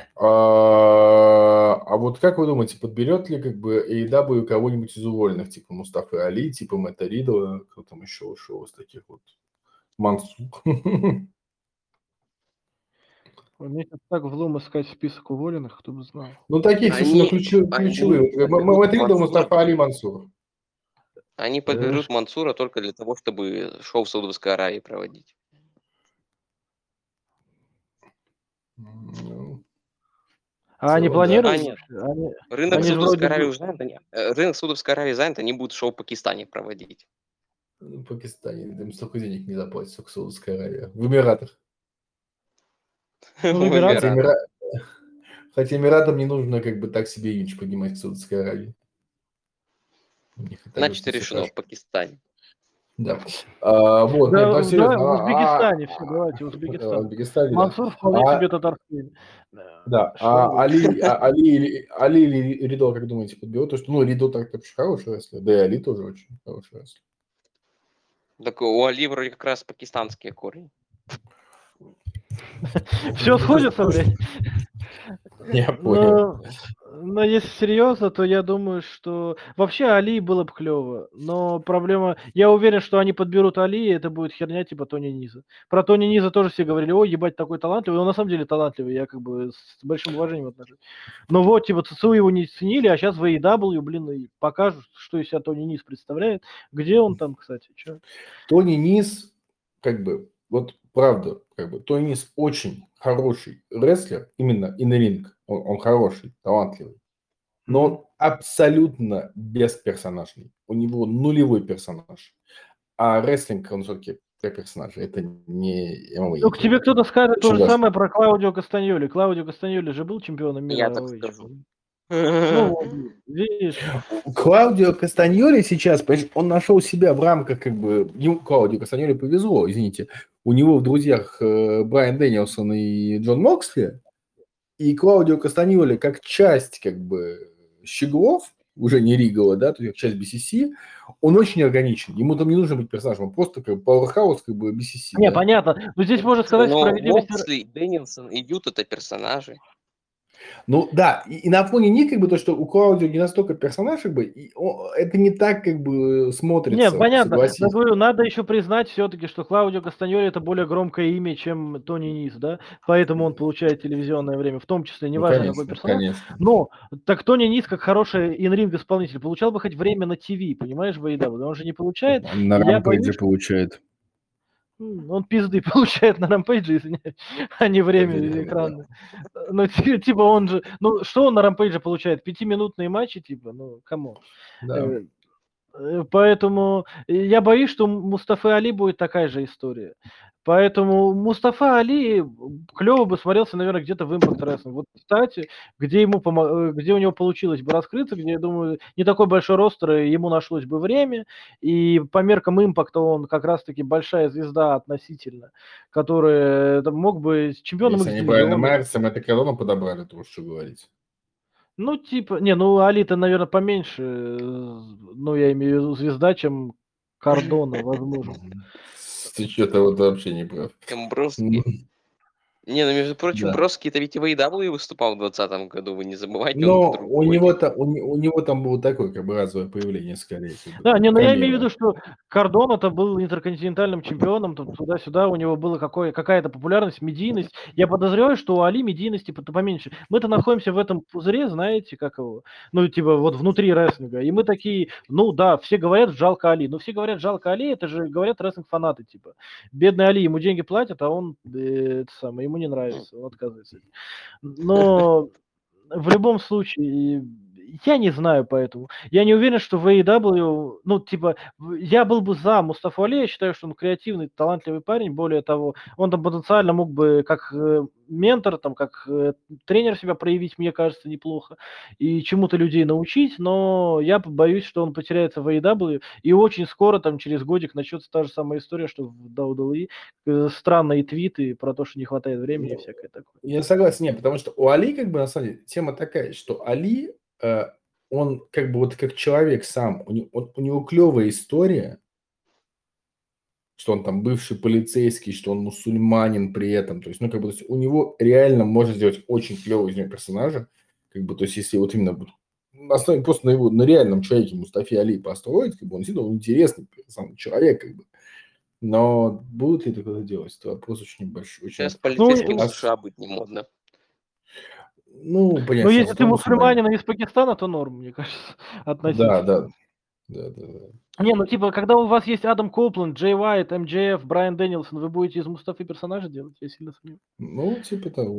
А вот как вы думаете, подберет ли как бы AEW кого-нибудь из уволенных, типа Мустафы Али, типа Мэтта Ридла, кто там еще ушел из таких вот? Мансур. Мне сейчас так влом искать список уволенных, кто бы знал. Ну, таких, слушай, ну, ключевые. Мэтт Ридл, Мустафа Али, Мансур. Они подберут Мансура только для того, чтобы шоу в Саудовской Аравии проводить. А они планируют? Рынок Саудовской Аравии уже занят. Рынок Саудовской Аравии занят, они будут шоу в Пакистане проводить. В Пакистане им столько денег не заплатят, сколько Саудовская Аравия. В Эмиратах. Хотя Эмиратам не нужно как бы так себе имидж поднимать в Саудовской Аравии. Значит, решено в Пакистане. Да. Вот, да, нет, ну, серьезно. В Узбекистане все, давайте, Узбекистан. Мансур вполне себе татарский. Да, Али или Ридо, как думаете, подберут? То, что, ну, Ридо так хороший рестлер, да и Али тоже очень хороший рестлер. Так у Али вроде как раз пакистанские корни. Все сходится, блядь. Я понял. Но если серьезно, то я думаю, что вообще Али было бы клево. Но проблема, я уверен, что они подберут Али, и это будет херня типа Тони Низа. Про Тони Низа тоже все говорили, ой, ебать, такой талантливый. Он на самом деле талантливый, я как бы с большим уважением отношусь. Но вот, типа, ЦСУ его не ценили, а сейчас в AEW, блин, и покажут, что из себя Тони Низ представляет. Где он там, кстати, чё? Тони Низ, как бы, вот правда, как бы, Тони Низ очень хороший рестлер, именно in-ring. Он хороший, талантливый. Но он абсолютно бесперсонажный. У него нулевой персонаж. А рестлинг, он все-таки для персонажа. Это не ММА. Ну, к тебе кто-то скажет то Очень же важно. самое про Клаудио Кастаньоли. Клаудио Кастаньоли же был чемпионом мира. Я так ой, скажу. Ну, вот, видишь. Клаудио Кастаньоли сейчас, понимаешь, он нашел себя в рамках, как бы, ему Клаудио Кастаньоли повезло, извините. У него в друзьях Брайан Дэнилсон и Джон Моксли, и Клаудио Кастаньоли как часть, как бы, щеглов, уже не Ригала, да, то есть как часть BCC, он очень органичен. Ему там не нужно быть персонажем, он просто как Powerhouse, как бы BCC. Не, да. понятно. Но здесь можно сказать Но справедливости. Моксли, Дэнилсон и Ют это персонажи. Ну да, и на фоне них, как бы, то, что у Клаудио не настолько персонаж, как бы, это не так, как бы, смотрится. Не, понятно. Согласись. Но говорю, надо еще признать все-таки, что Клаудио Кастаньоли это более громкое имя, чем Тони Низ, да? Поэтому он получает телевизионное время, в том числе, неважно, конечно, какой персонаж. конечно. Но так Тони Низ, как хороший инринг исполнитель, получал бы хоть время на ТВ, понимаешь, в AEW? Он же не получает. На Я Рампейдже боюсь, получает. он пизды получает на рампейдже, извиняюсь, а не время экранное. Ну, типа он же... Ну, что он на рампейдже получает? 5-минутные матчи, типа? Ну, камон. Да. Поэтому я боюсь, что у Мустафы Али будет такая же история. Поэтому Мустафа Али клево бы смотрелся, наверное, где-то в Impact Wrestling. Вот, кстати, где где у него получилось бы раскрыться, где, я думаю, не такой большой ростер, и ему нашлось бы время. И по меркам Импакта он как раз-таки большая звезда относительно, которая мог бы с чемпионом Если они Брайана X-дивизиона. Майерса, мы это Колону подобрали, то уж что говорить. Ну, типа, не, ну Али-то, наверное, поменьше, ну, я имею в виду звезда, чем Кардона, возможно. Ты что-то вот вообще не прав. Броски. Не, ну, между прочим, Да. Броски это ведь и в AEW выступал в 2020 году, вы не забывайте. Но он у него там было такое, как бы, разовое появление, скорее. Как бы, Да, не, ну я имею в камео. виду, что Кардон это был интерконтинентальным чемпионом, там, туда-сюда у него была какая-то популярность, медийность. Я подозреваю, что у Али медийности поменьше. Мы-то находимся в этом пузыре, знаете, как его, ну, типа, вот внутри рестлинга. И мы такие, ну да, все говорят, жалко Али. Но все говорят, жалко Али, это же говорят рестлинг-фанаты, типа. Бедный Али, ему деньги платят, а он, ему не нравится, он отказывается. Но в любом случае, я не знаю поэтому. Я не уверен, что в AEW, ну, типа, я был бы за Мустафу Али, я считаю, что он креативный, талантливый парень, более того, он там потенциально мог бы как ментор, там, как тренер себя проявить, мне кажется, неплохо, и чему-то людей научить, но я боюсь, что он потеряется в AEW, и очень скоро, там, через годик начнется та же самая история, что в WWE, странные твиты про то, что не хватает времени и всякое такое. Я согласен, нет, потому что у Али, как бы, на самом деле, тема такая, что Али, он, как бы, вот как человек сам, у него клевая история, что он там бывший полицейский, что он мусульманин при этом, то есть, ну, как бы, то есть у него реально можно сделать очень клевого из него персонажа, как бы, то есть, если вот именно на основе просто на реальном человеке Мустафе Али построить, как бы, он действительно интересный сам человек, как бы. Но будут ли это кто-то делать? Это вопрос очень большой. Очень... Сейчас полицейским Ну, США быть не модно. Ну, понятно. Ну, если ты мусульманин из Пакистана, то норм, мне кажется, относительно. Да. Не, ну типа, когда у вас есть Адам Коупленд, Джей Уайт, МДФ, Брайан Дэнилсон, вы будете из Мустафы персонажа делать? Я сильно сомневаюсь. Ну, типа того,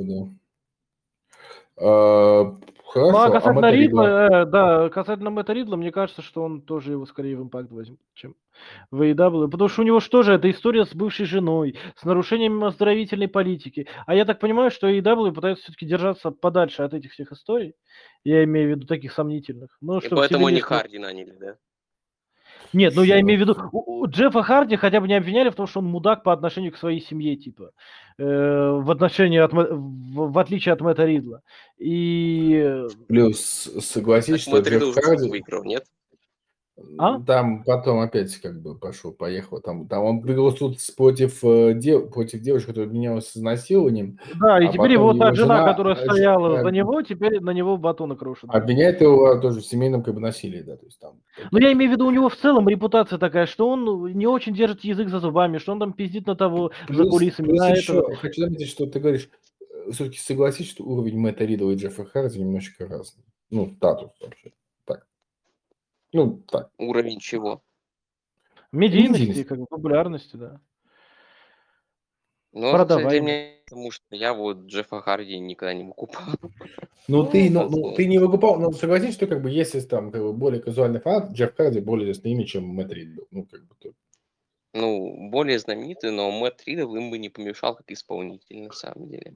да. Хорошо. Ну, а касательно Мэтта Ридла, касательно Мэтта Ридла, мне кажется, что он тоже его скорее в импакт возьмет, чем в AEW, потому что у него что же, это история с бывшей женой, с нарушением оздоровительной политики. А я так понимаю, что AEW пытается все-таки держаться подальше от этих всех историй, я имею в виду таких сомнительных. Ну, И чтобы поэтому себе не не... Харди наняли, да? Нет, ну я Всё. имею в виду, у Джеффа Харди хотя бы не обвиняли в том, что он мудак по отношению к своей семье, типа, в отличие от Мэтта Ридла. И Плюс согласись, Так что Мэтт Ридл Джефф уже суд Харди... выиграл, нет? А? Там потом опять как бы поехал. Там он выиграл суд против девушки, которая обвинялась с изнасилованием, Да, и а теперь потом его та его жена, жена которая стояла за него, теперь на него батоны крошит. Да. обвиняет его тоже в семейном как бы насилии, да, то есть там Но я такие. имею в виду, у него в целом репутация такая, что он не очень держит язык за зубами, что он там пиздит на того за кулисами, Плюс на этого. еще хочу заметить, что ты говоришь, все-таки согласись, что уровень Мэтта Ридла и Джеффа Харди немножечко разный. Ну, статус вообще. Так. Ну, так. Уровень чего? Медийности, Медийность. как бы популярности, да. Ну, это, кстати, для Продаваемости. меня, потому что я вот Джеффа Харди никогда не выкупал. Ну, ты возможно. не выкупал, но согласись, что как бы если там как бы более казуальный фанат, Джефф Харди более известный имя, чем Мэтт Ридл. Ну, как бы то. Ну, более знаменитый, но Мэтт Ридл им бы не помешал как исполнитель, на самом деле.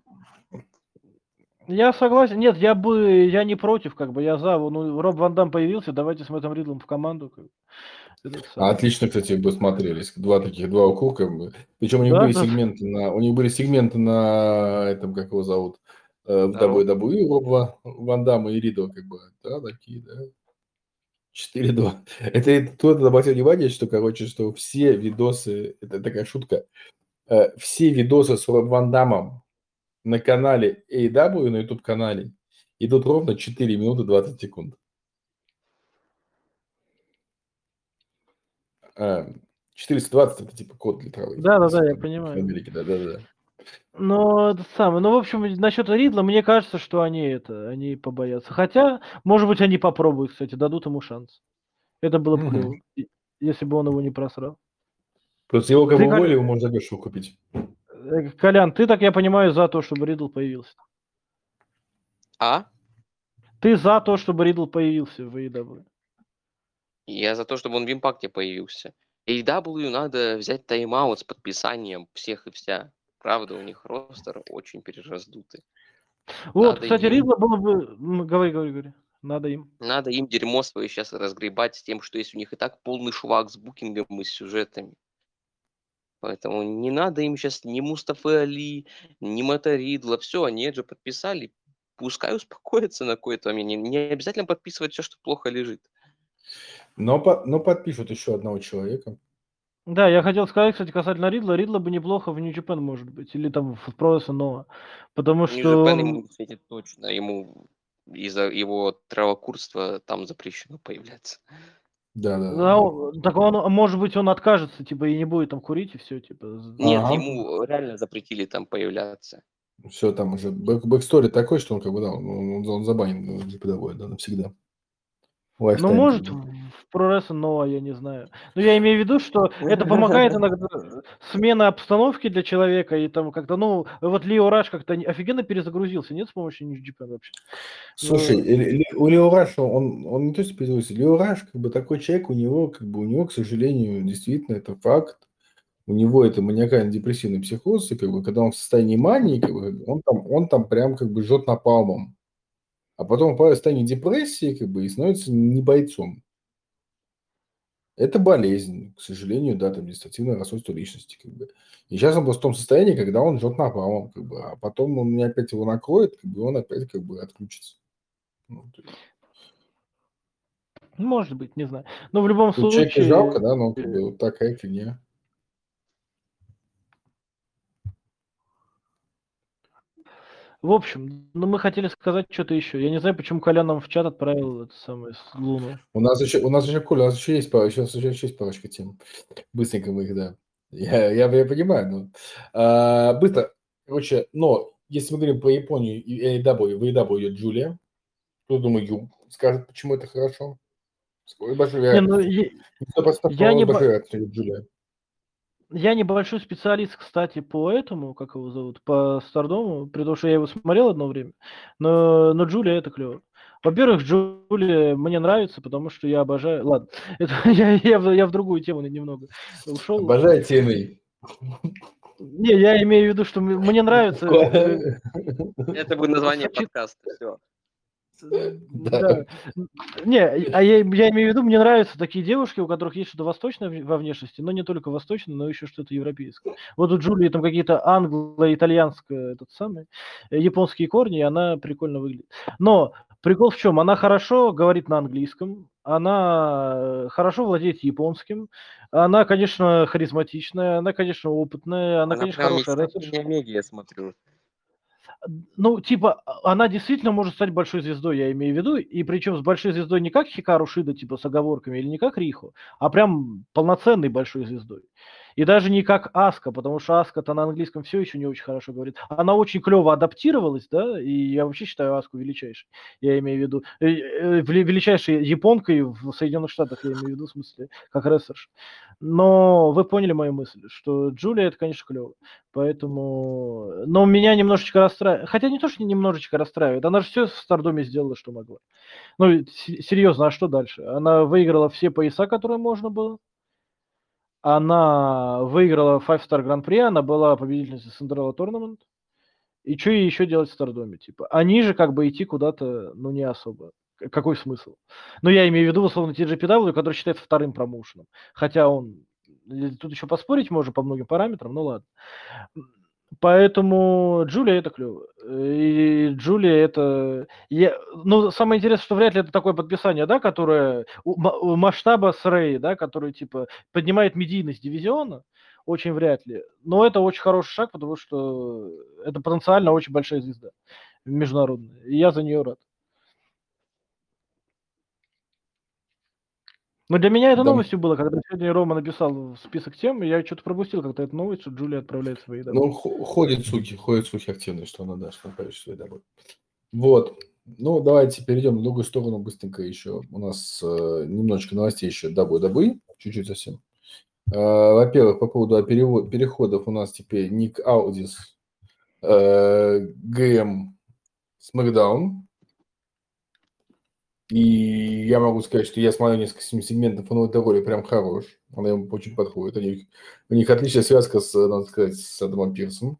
Я согласен. Нет, я не против, как бы, я за. Ну, Роб Ван Дам появился, давайте с Мэттом Ридлом в команду. Как бы. Этот самый. Отлично, кстати, бы смотрелись. Два укурка. Причем у них Да, были да. сегменты на этом, как его зовут, в На Ро- WWE, Роба Ван Дамма и Ридла, как бы, да, такие, да. 4-2. Это кто-то обратил внимание, что, короче, что все видосы, это такая шутка, все видосы с Роб Ван Даммом на канале AEW, на YouTube-канале, идут ровно 4 минуты 20 секунд. 420 это типа код литровый. Да, если я там в понимаю. Америке, да. Но это самое. Ну, в общем, насчет Ридла, мне кажется, что они побоятся. Хотя, может быть, они попробуют, кстати, дадут ему шанс. Это было бы Мгм. клево, если бы он его не просрал. Просто его как Ты, бы уволили, его можно дешево купить. Колян, ты, так я понимаю, за то, чтобы Ридл появился. А? Ты за то, чтобы Ридл появился в AEW. Я за то, чтобы он в импакте появился. AEW надо взять тайм-аут с подписанием всех и вся. Правда, у них ростер очень перераздутый. Вот, Надо кстати, им, Ридла было бы... Говори. Надо им. надо им дерьмо свое сейчас разгребать с тем, что есть у них и так полный швак с букингом и с сюжетами. Поэтому не надо им сейчас ни Мустафы Али, ни Мэтта Ридла. Все, они же подписали. Пускай успокоятся на какой-то момент. Не обязательно подписывать все, что плохо лежит. Но подпишут еще одного человека. Да, я хотел сказать, кстати, касательно Ридла. Ридла бы неплохо в New Japan, может быть. Или там в Pro Wrestling, потому New что Japan он... ему не светит точно. Ему из-за его травокурства там запрещено появляться. Да, Да. так он, может быть, он откажется, типа, и не будет там курить, и все, типа. Нет, Ага. ему реально запретили там появляться. Все, там уже бэкстори такой, что он как бы, да, он забанен GPW, да, навсегда. Ну, Лайфтайм. может, как бы. в Pro Wrestling, я не знаю. Но я имею в виду, что это помогает иногда смена обстановки для человека, и там как-то, ну, вот Лио Раш как-то офигенно перезагрузился, нет, с помощью New Japan вообще? Слушай, у Лео Раша, он не то что перезагрузился, Лео Раш как бы такой человек, у него, к сожалению, действительно, это факт, у него это маниакально-депрессивный психоз, и как бы, когда он в состоянии мании, как бы, он там прям как бы жжет напалмом. А потом попадает в состояние депрессии, как бы, и становится не бойцом. Это болезнь, к сожалению, да, там административное расстройство личности, как бы. И сейчас он просто в том состоянии, когда он жжет напалмом, как бы, а потом он мне опять его накроет, как бы, и он опять как бы отключится. Ну, то есть, Может быть, не знаю. Но в любом тут человека жалко, случае, да, но как бы вот такая фигня. в общем, ну мы хотели сказать что-то еще. Я не знаю, почему Колян нам в чат отправил это самое Луну. У нас еще, Коля, у нас еще есть сейчас еще есть парочка тем. Быстренько мы их, да. Я понимаю, но быстро. Короче, но если мы говорим про Японию и AEW, в AEW идет Джулия, кто, думаю, скажет, почему это хорошо. С большой Не, ну вероятностью. я не, С большой вероятностью идет Джулия. я небольшой специалист, кстати, по этому, как его зовут, по Стардому, при том, что я его смотрел одно время, но Джулия это клево. Во-первых, Джулия мне нравится, потому что я обожаю... Ладно, это я в другую тему немного ушел. Обожаю TNA. Не, я имею в виду, что мне нравится... Это будет название подкаста. Все. Да. Не, я имею в виду, мне нравятся такие девушки, у которых есть что-то восточное во внешности, но не только восточное, но еще что-то европейское. Вот у Джулии там какие-то англо-итальянское, этот самый, японские корни, и она прикольно выглядит. Но Прикол в чем? Она хорошо говорит на английском, она хорошо владеет японским, она, конечно, харизматичная, она, конечно, опытная, она, Она конечно, прям хорошая мечта рестлерша. Кенни Омеги, я смотрю. Ну, типа, она действительно может стать большой звездой, я имею в виду, и причем с большой звездой не как Хикару Шида, типа, с оговорками, или не как Риху, а прям полноценной большой звездой. И даже не как Аска, потому что Аска-то на английском все еще не очень хорошо говорит. Она очень клево адаптировалась, да, и я вообще считаю Аску величайшей, я имею в виду. Величайшей японкой в Соединенных Штатах, я имею в виду, в смысле, как рестлерша. Но вы поняли мою мысль, что Джулия это, конечно, клево. Поэтому... Но меня немножечко расстраивает. Хотя не то, что немножечко расстраивает. Она же все в Стардоме сделала, что могла. Ну, серьезно, а что дальше? Она выиграла все пояса, которые можно было. Она выиграла Five Star Grand Prix, она была победительницей Cinderella Tournament. И что ей еще делать в Стардоме? Типа, они же как бы идти куда-то, ну, не особо. Какой смысл? Ну, я имею в виду, условно, TJPW, который считается вторым промоушеном. Хотя он... Тут еще поспорить можно по многим параметрам, ну ладно. Поэтому Джулия это клево. И Джулия это... Ну, самое интересное, что вряд ли это такое подписание, да, которое у масштаба с Рэй, да, который, типа, поднимает медийность дивизиона. Очень вряд ли. Но это очень хороший шаг, потому что это потенциально очень большая звезда международная. И я за нее рад. Но для меня это Да. новостью было, когда сегодня Рома написал в список тем, и я что-то пропустил как-то эту новость, что Джулия отправляется в AEW. Ну, ходят слухи активные, что она, да, что она поедет в AEW. Вот. Ну, давайте перейдем на другую сторону быстренько еще. У нас немножечко новостей еще WWE, чуть-чуть совсем. Во-первых, по поводу переходов у нас теперь Ник Аудис, ГМ Смакдаун. И я могу сказать, что я смотрю несколько сегментов, он в этой роли прям хорош. Она ему очень подходит. У них отличная связка с, надо сказать, с Адамом Пирсом.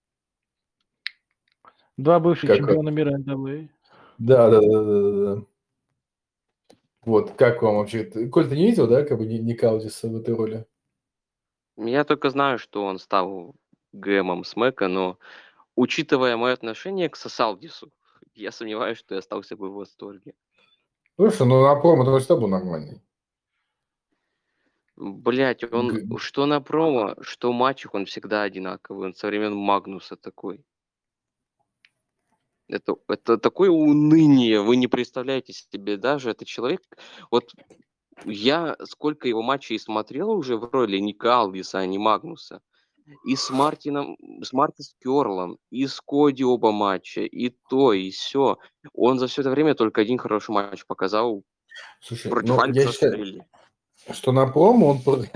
Два бывших Как... чемпиона мира NWA. Да. Вот, как вам вообще? Коль, ты не видел, да, как бы Ник Аудиса в этой роли? Я только знаю, что он стал ГМом Смэка, но учитывая мое отношение к Сосалдису, я сомневаюсь, что я остался бы в восторге. Слушай, ну на промо то был нормальный. Блять, он что на промо, что в матчах, он всегда одинаковый. Он со времен Магнуса такой. Это такое уныние, вы не представляете себе даже. Это человек... Вот я сколько его матчей смотрел уже в роли Ника Алдиса, а не Магнуса. И с Мартином, с Скёрлом, и с Коди оба матча, и то, и все. Он за все это время только один хороший матч показал. Слушай, Против ну, Алекса я считаю, Стелли. что на промо он в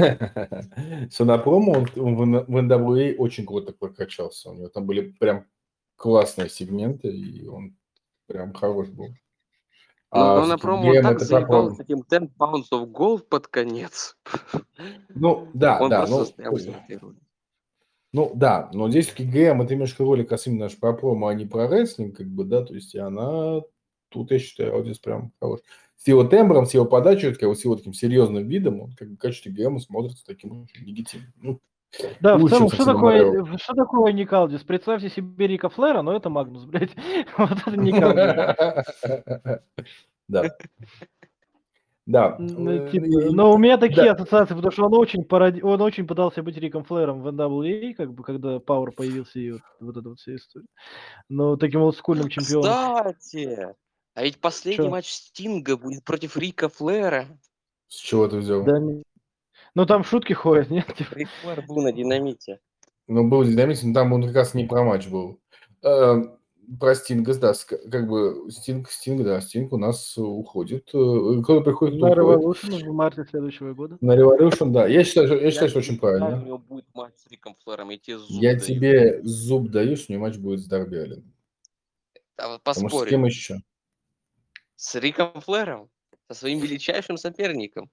NWA очень круто прокачался. У него там были прям классные сегменты, и он прям хорош был. Но на всё-таки промо он GM так это заебал попробуй. с этим 10 pounds of gold под конец. Ну, да, Он да, просто ну, застрялся в этой роли. ну, да, но здесь таки ГМ это немножко ролик именно аж про промо, а не про рестлинг, как бы, да, то есть и она, тут, я считаю, вот здесь прям хорош. С его тембром, с его подачей, как бы, с его таким серьезным видом, он как бы в качестве ГМ смотрится таким очень легитимным. Ну, Да, в лучше, целом, чем Сидомарелло. что такое Ник Алдис? Представьте себе Рика Флэра, но это Магнус, блядь. Вот это Ник Алдис. Да. Да. Но у меня такие Да. ассоциации, потому что он очень пытался быть Риком Флэром в NWA, как бы, когда Пауэр появился и вот эта вот вся история. Но таким олдскульным чемпионом. Кстати, а ведь последний Чё? матч Стинга будет против Рика Флэра. С чего ты взял? Да, ну там шутки ходят, нет? Типа. Рик Флэр был на Динамите. Ну, был динамичный, но там он как раз не про матч был. Про Стинга, да, как бы Стинг у нас уходит. Кто приходит, кто На уходит. Revolution в марте следующего года. На Revolution, да. Я считаю, что очень У правильно. него будет матч с Риком Флэром, я тебе зуб Я даю. тебе зуб даю, что у него матч будет с Дарби Аллен. А Потому что с кем поспорим. еще? С Риком Флэром? Со своим величайшим соперником.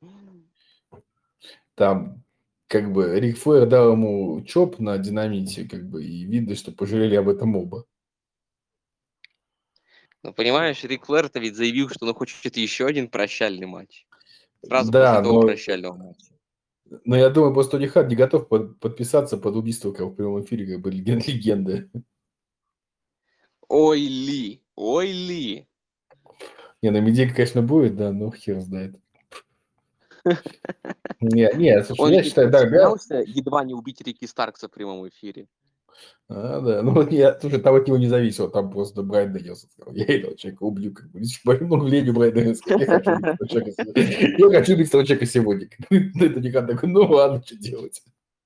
Там, как бы, Рик Флэр дал ему чоп на динамите, как бы, и видно, что пожалели об этом оба. Ну, понимаешь, Рик Флэр-то ведь заявил, что он хочет еще один прощальный матч. Сразу Да, после того прощального матча. но я думаю, просто Тони Хан не готов подписаться под убийство как в прямом эфире, как бы легенды. Ой, Ли. Не, ну медийка, конечно, будет, да, но хер знает. Не, слушай, Он я еще считаю, да, смеялся, едва не убить Рики Старкса в прямом эфире. Да. Ну вот слушай, там от него не зависело, там просто Брайан Дэнилсон сказал, я этого человека убью, как бы, много влияния Брайана Дэнилсона, я хочу убить этого человека сегодня. Я хочу убить этого человека сегодня. Это никак такой, ну ладно, что делать.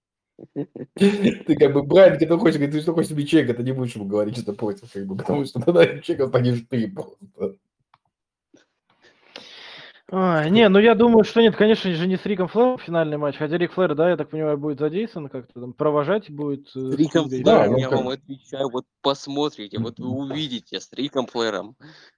Ты как бы, Брайан, ты хочешь, говорит, ты что хочешь убить человека, ты не будешь ему говорить, что против, как бы, потому что тогда человек станешь ты просто. Не, ну я думаю, что нет, конечно же, не с Риком Флэром финальный матч, хотя Рик Флэр, да, я так понимаю, будет задействован как-то, там, провожать будет С Риком Стинга. Да, Флэром, ну я как. вам отвечаю, вот посмотрите, вот вы увидите с Риком Флэром.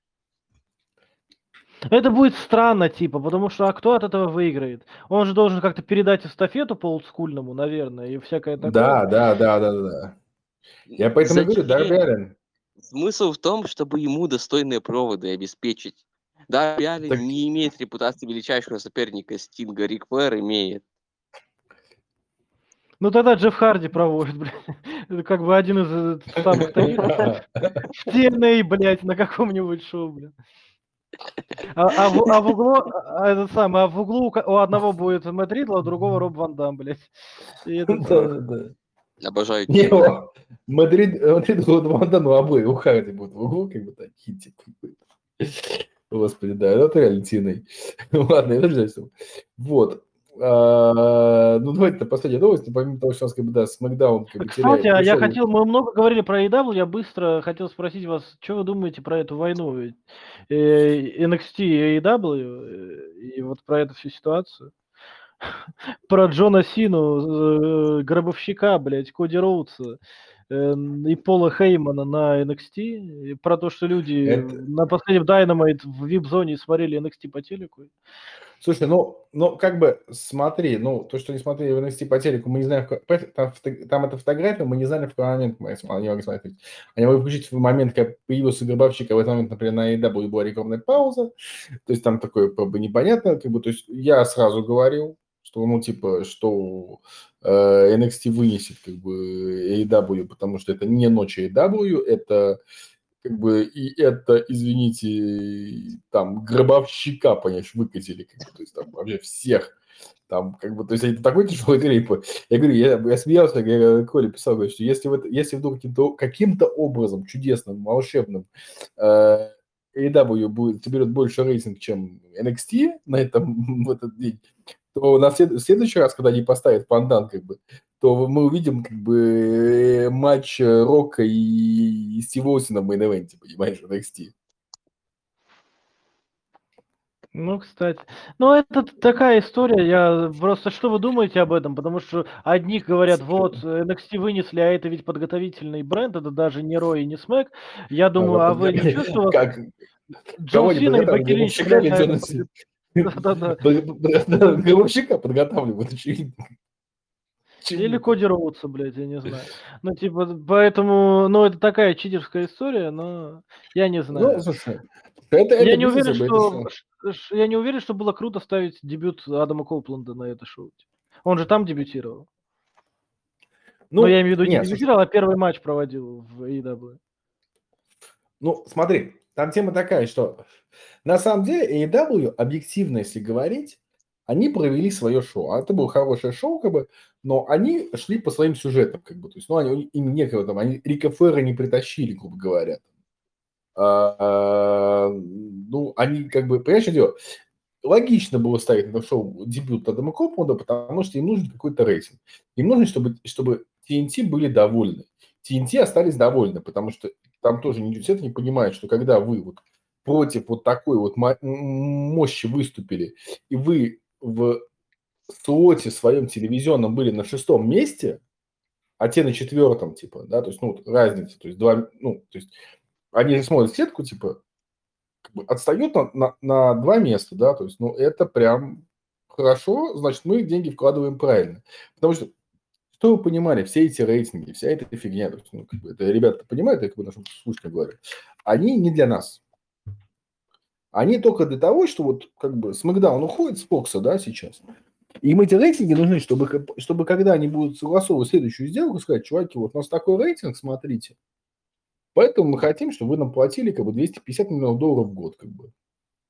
Это будет странно, типа, потому что а кто от этого выиграет? Он же должен как-то передать эстафету по олдскульному, наверное, и всякое такое. Да. Я поэтому и говорю, Дарби Зачем? Аллен. Смысл в том, чтобы ему достойные проводы обеспечить. Дарби Аллен Так- не имеет репутации величайшего соперника Стинга, Рик Флэр имеет. Ну тогда Джефф Харди проводит, блядь. Это как бы один из самых таких в TNA, блядь, на каком-нибудь шоу, блядь. А в углу, в углу у одного будет Мэтт Ридл, а у другого Роб Ван Дам, блядь. И этот самый. Да. Обожаю Не, TNA. Мадрид, ну обои у Харди будут в углу, как бы такие, типа. Господи, да, это реально тиной. Ладно, это же все. Вот. Ну, давайте последняя новость. Помимо того, что у нас, как бы, да, Смакдаун, как бы, Кстати, теряет. а я пришел- хотел, мы много говорили про AEW, я быстро хотел спросить вас, что вы думаете про эту войну? Ведь, NXT и AEW, и вот про эту всю ситуацию. Про Джона Сину, Гробовщика, блядь, Коди Роудса и Пола Хеймана на NXT. И про то, что люди Это- на последнем Dynamite в VIP-зоне смотрели NXT по телеку. Слушай, ну, как бы, смотри, ну, то, что не смотрели в NXT по телеку, мы не знаем, там эта фотография, мы не знали, в какой момент мы они могли смотреть. Они могли включить в момент, когда появился Гробовщик, а в этот момент, например, на AEW была рекламная пауза, то есть там такое, как бы, непонятно, как бы, то есть я сразу говорил, что, ну, типа, что NXT вынесет, как бы, AEW, потому что это не ночь AEW, это как бы, и это, извините, там, Гробовщика, понимаешь, выкатили, как бы, то есть там вообще всех, там, как бы, то есть это такой тяжелый грейп. Я говорю, я смеялся, я Коле писал, говорю, что если вдруг каким-то образом чудесным, волшебным AEW соберет больше рейтинг, чем NXT в этот день, то в следующий раз, когда они поставят пандан, как бы, то мы увидим, как бы, матч Рока и Стива Остина в мейн-эвенте, понимаешь, в NXT. Ну, кстати. Ну, это такая история. Я просто что вы думаете об этом? Потому что одни говорят, вот, NXT вынесли, а это ведь подготовительный бренд, это даже не Рой и не Смэк. Я думаю, а вы не чувствуете, что у вас Как? Джон Кого не Сина и подготавливают? Бекки Линч, Гробовщика блядь, или на Джона этом Сина? Да-да-да. Гробовщика подготавливают, очевидно. Или Коди Роудса, блядь, я не знаю. Ну, типа, поэтому, ну, это такая читерская история, но я не Ну, знаю. слушай, Я это не бизнес, уверен, как бы, это что все. я не уверен, что было круто ставить дебют Адама Коупленда на это шоу. Он же там дебютировал. Но я Ну, имею в виду не нет, слушай, дебютировал, а первый матч проводил в AEW. ну, смотри, там тема такая, что на самом деле AEW, объективно, если говорить, они провели свое шоу. А это было хорошее шоу, как бы, но они шли по своим сюжетам, как бы. То есть, ну, им некого там, они Рика Флэра не притащили, грубо говоря. Ну, они как бы, понимаешь, что дело? Логично было ставить на это шоу дебют Адама Коупленда, потому что им нужен какой-то рейтинг. Им нужно, чтобы TNT были довольны. TNT остались довольны, потому что там тоже все это не понимают, что когда вы вот против вот такой вот мощи выступили, и вы в слоте своем телевизионном были на 6-м месте, а те на 4-м, типа, да, то есть, ну, разница, то есть, то есть, они же смотрят сетку, типа, как бы отстает на 2 места, да, то есть, ну, это прям хорошо, значит, мы деньги вкладываем правильно. Потому что вы понимали, все эти рейтинги, вся эта фигня, то есть, ну, как бы, это ребята понимают, я как бы нашим слушателям говорю, они не для нас. Они только для того, что вот как бы Смакдаун уходит с Фокса, да, сейчас. Им эти рейтинги нужны, чтобы когда они будут согласовывать следующую сделку, сказать, чуваки, вот у нас такой рейтинг, смотрите. Поэтому мы хотим, чтобы вы нам платили как бы $250 миллионов в год, как бы.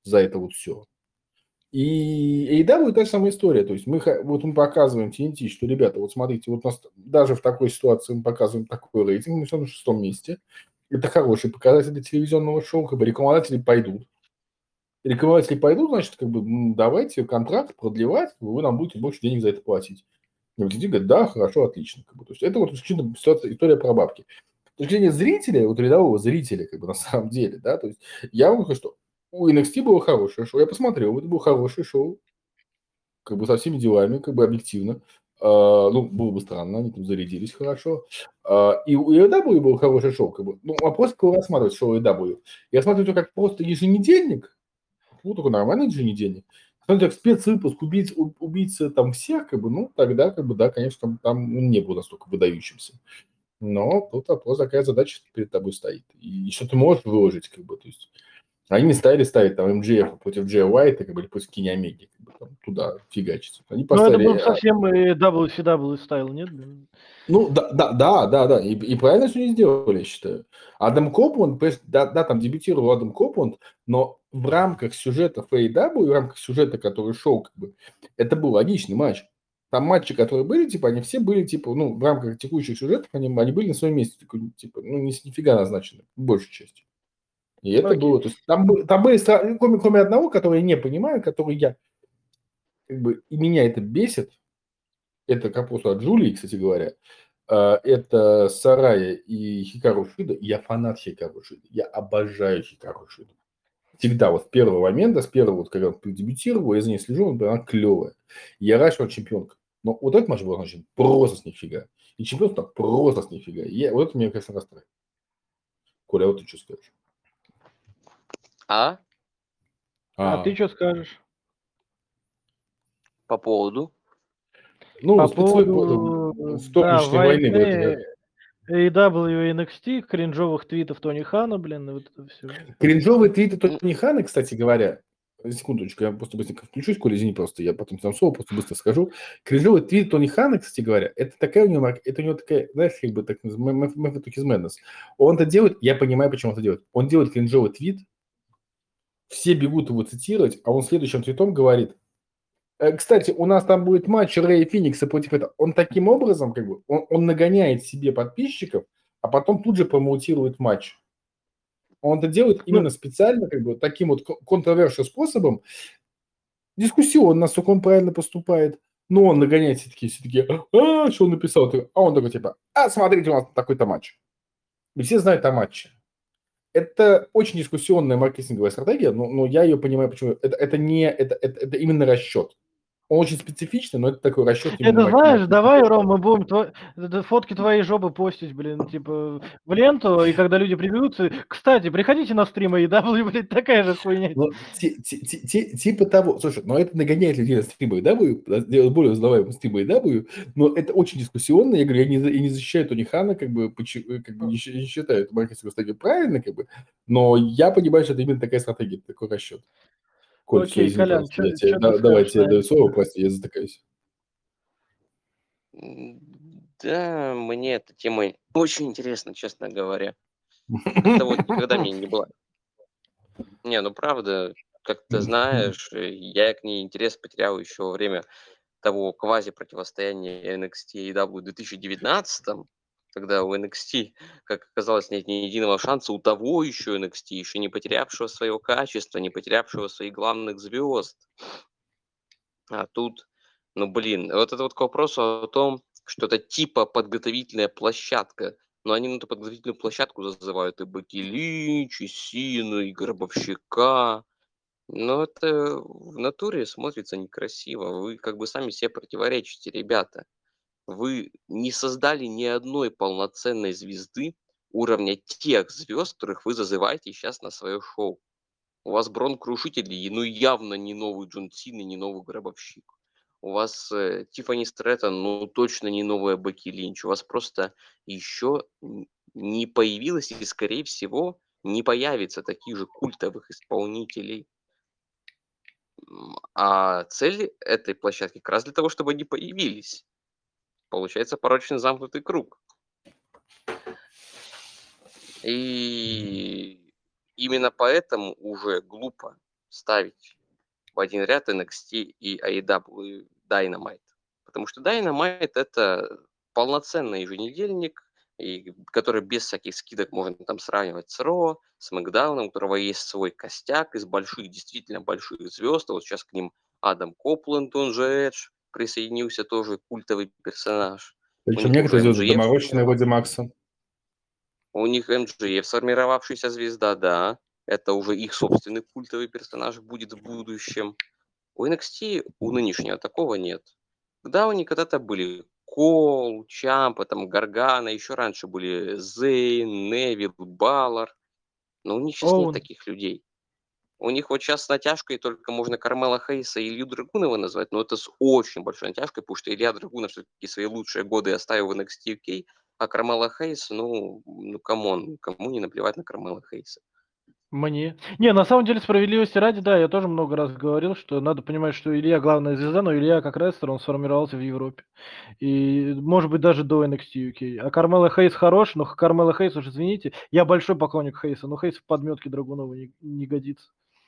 за это вот все. И AEW та же самая история. То есть мы показываем TNT, что, ребята, вот смотрите, вот нас даже в такой ситуации мы показываем такой рейтинг, мы все на 6 месте. Это хороший показатель для телевизионного шоу, как бы рекламодатели пойдут. Рекламодатели пойдут, значит, как бы давайте контракт продлевать, вы нам будете больше денег за это платить. И вот TNT говорит, да, хорошо, отлично. Как бы. То есть это вот исключительно история про бабки. С точки зрения зрителя, вот рядового зрителя, как бы на самом деле, да, то есть я вам говорю, что у NXT было хорошее шоу, я посмотрел, это было хорошее шоу, как бы со всеми делами, как бы объективно. Ну, было бы странно, они там зарядились хорошо. И у AEW было хорошее шоу, как бы. Ну, вопрос, кого рассматривать шоу AEW. Я смотрю это как просто еженедельник, ну, такой нормальный еженедельник. Смотрю, как спецвыпуск убийца там всех, как бы, ну, тогда, как бы, да, конечно, там он не был настолько выдающимся. Но тут вопрос, какая задача перед тобой стоит. И что ты можешь выложить, как бы, то есть они не стали ставить там МДФ против Джея Уайта, как бы, или против Кенни Омеги, как бы, там, туда фигачиться. Они Ну, это был поставили... совсем WCW стайл, нет? блин? Ну, да. И правильно все не сделали, я считаю. Адам Копланд, да, там дебютировал Адам Копланд, но в рамках сюжета AEW, в рамках сюжета, который шел, как бы, это был логичный матч. Там матчи, которые были, типа, они все были, типа, ну, в рамках текущих сюжетов, они были на своем месте, типа, ну, нифига назначены, большей частью. И это Окей. было, то есть там были, кроме одного, который я не понимаю, который я, как бы, и меня это бесит, это к вопросу от Джулии, кстати говоря, это Сарая и Хикару Шида. Я фанат Хикару Шида, я обожаю Хикару Шиду. Всегда, вот с первого момента, с первого, вот, когда он дебютировал, я за ней слежу, она клевая. Я рад, что она чемпионка. Но вот этот матч был значит, просто с нифига. И чемпионство просто с нифига. Вот это меня, конечно, расстраивает. Коля, вот ты что скажешь? А ты что скажешь? по поводу? Ну, По спецвыпуск поводу, вторгнущей войны. войны AEW и NXT, кринжовых твитов Тони Хана, блин, и вот это все. Кринжовые твиты Тони Хана, кстати говоря, секундочку, я просто быстренько включусь, Коля, извини, просто я потом там слово просто быстро скажу. Кринжовый твит Тони Хана, кстати говоря, это такая у него такая, знаешь, как бы так Method of Madness. Он это делает, я понимаю, почему он это делает. Он делает кринжовый твит, все бегут его цитировать, а он следующим твитом говорит, кстати, у нас там будет матч Рэя Феникса против этого. Он таким образом, как бы, он нагоняет себе подписчиков, а потом тут же промоутирует матч. Он это делает именно специально, как бы, таким вот контровершил способом, дискуссионно, насколько он правильно поступает. Но он нагоняет все такие, что он написал? А он такой, типа, смотрите, у нас такой-то матч. И все знают о матче. Это очень дискуссионная маркетинговая стратегия, но я ее понимаю, почему. Это именно расчет. Он очень специфичный, но это такой расчет. Это знаешь, давай, Ром, мы будем фотки твоей жопы постить, блин, типа, в ленту, и когда люди прибегутся, кстати, приходите на стрим AEW, блин, такая же хуйня. Ну, типа того, слушай, но это нагоняет людей на стрим AEW, делает более узнаваемым стрим AEW, но это очень дискуссионно, я говорю, я не защищаю Тони Хана, как бы не считаю эту маркетинговую стратегию правильно, как бы, но я понимаю, что это именно такая стратегия, такой расчет. Коль, все, Окей, извини, Колян, пожалуйста, что давай тебе даю слово, прости, я затыкаюсь. Да, мне эта тема очень интересна, честно говоря. Как-то вот никогда мне не была. Не, ну правда, как ты знаешь, я к ней интерес потерял еще во время того квази-противостояния NXT и AEW в 2019, когда у NXT, как оказалось, нет ни единого шанса у того еще NXT, еще не потерявшего своего качества, не потерявшего своих главных звезд. А тут, ну блин, вот это вот к вопросу о том, что это типа подготовительная площадка. Но они на эту подготовительную площадку зазывают и Бекки Линч, и Сину, и Гробовщика. Но это в натуре смотрится некрасиво. Вы как бы сами себе противоречите, ребята. Вы не создали ни одной полноценной звезды уровня тех звезд, которых вы зазываете сейчас на свое шоу. У вас Брон Крушитель, ну явно не новый Джон Сина, не новый Гробовщик. У вас Тиффани Стрэттон, ну точно не новая Бекки Линч. У вас просто еще не появилось и, скорее всего, не появится таких же культовых исполнителей. А цель этой площадки как раз для того, чтобы они появились. Получается порочный замкнутый круг. И именно поэтому уже глупо ставить в один ряд NXT и AEW Dynamite. Потому что Dynamite — это полноценный еженедельник, и который без всяких скидок можно там сравнивать с Raw, с SmackDown, у которого есть свой костяк из больших, действительно больших звезд. Вот сейчас к ним Адам Копланд, он же Эдж, присоединился, тоже культовый персонаж. У Причем них некоторые уже звезды MJF, доморощенные вроде Макса. у них MJF сформировавшаяся звезда, да. Это уже их собственный культовый персонаж будет в будущем. У NXT, у нынешнего, такого нет. Да, у них когда-то были Кол, Чампа, там Гаргана, еще раньше были Зейн, Невил, Баллар. Но у них сейчас нет Оуэн. таких людей. У них вот сейчас с натяжкой только можно Кармела Хейса и Илью Драгунова назвать, но это с очень большой натяжкой, потому что Илья Драгунов все-таки свои лучшие годы оставил в NXT UK, а Кармела Хейс, ну камон, кому не наплевать на Кармела Хейса. Мне. Не, на самом деле, справедливости ради, да, я тоже много раз говорил, что надо понимать, что Илья главная звезда, но Илья как рестлер, он сформировался в Европе. И, может быть, даже до NXT UK. А Кармела Хейс хорош, но Кармела Хейс, уж извините, я большой поклонник Хейса, но Хейс в подметке Драгунова не годится.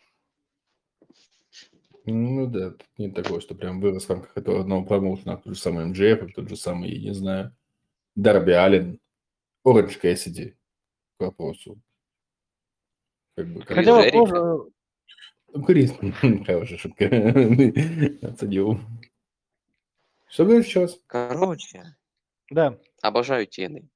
Ну да, тут нет такого, что прям вырос в рамках этого одного промоушена. Тот же самый МДФ, тот же самый, я не знаю, Дарби Аллен, Оранж Кэссиди, к вопросу. Как бы, Крис Хотя Джерика. вопрос, Крис, хорошая шутка. Оценил. Что говоришь сейчас? Короче, да. обожаю TNA.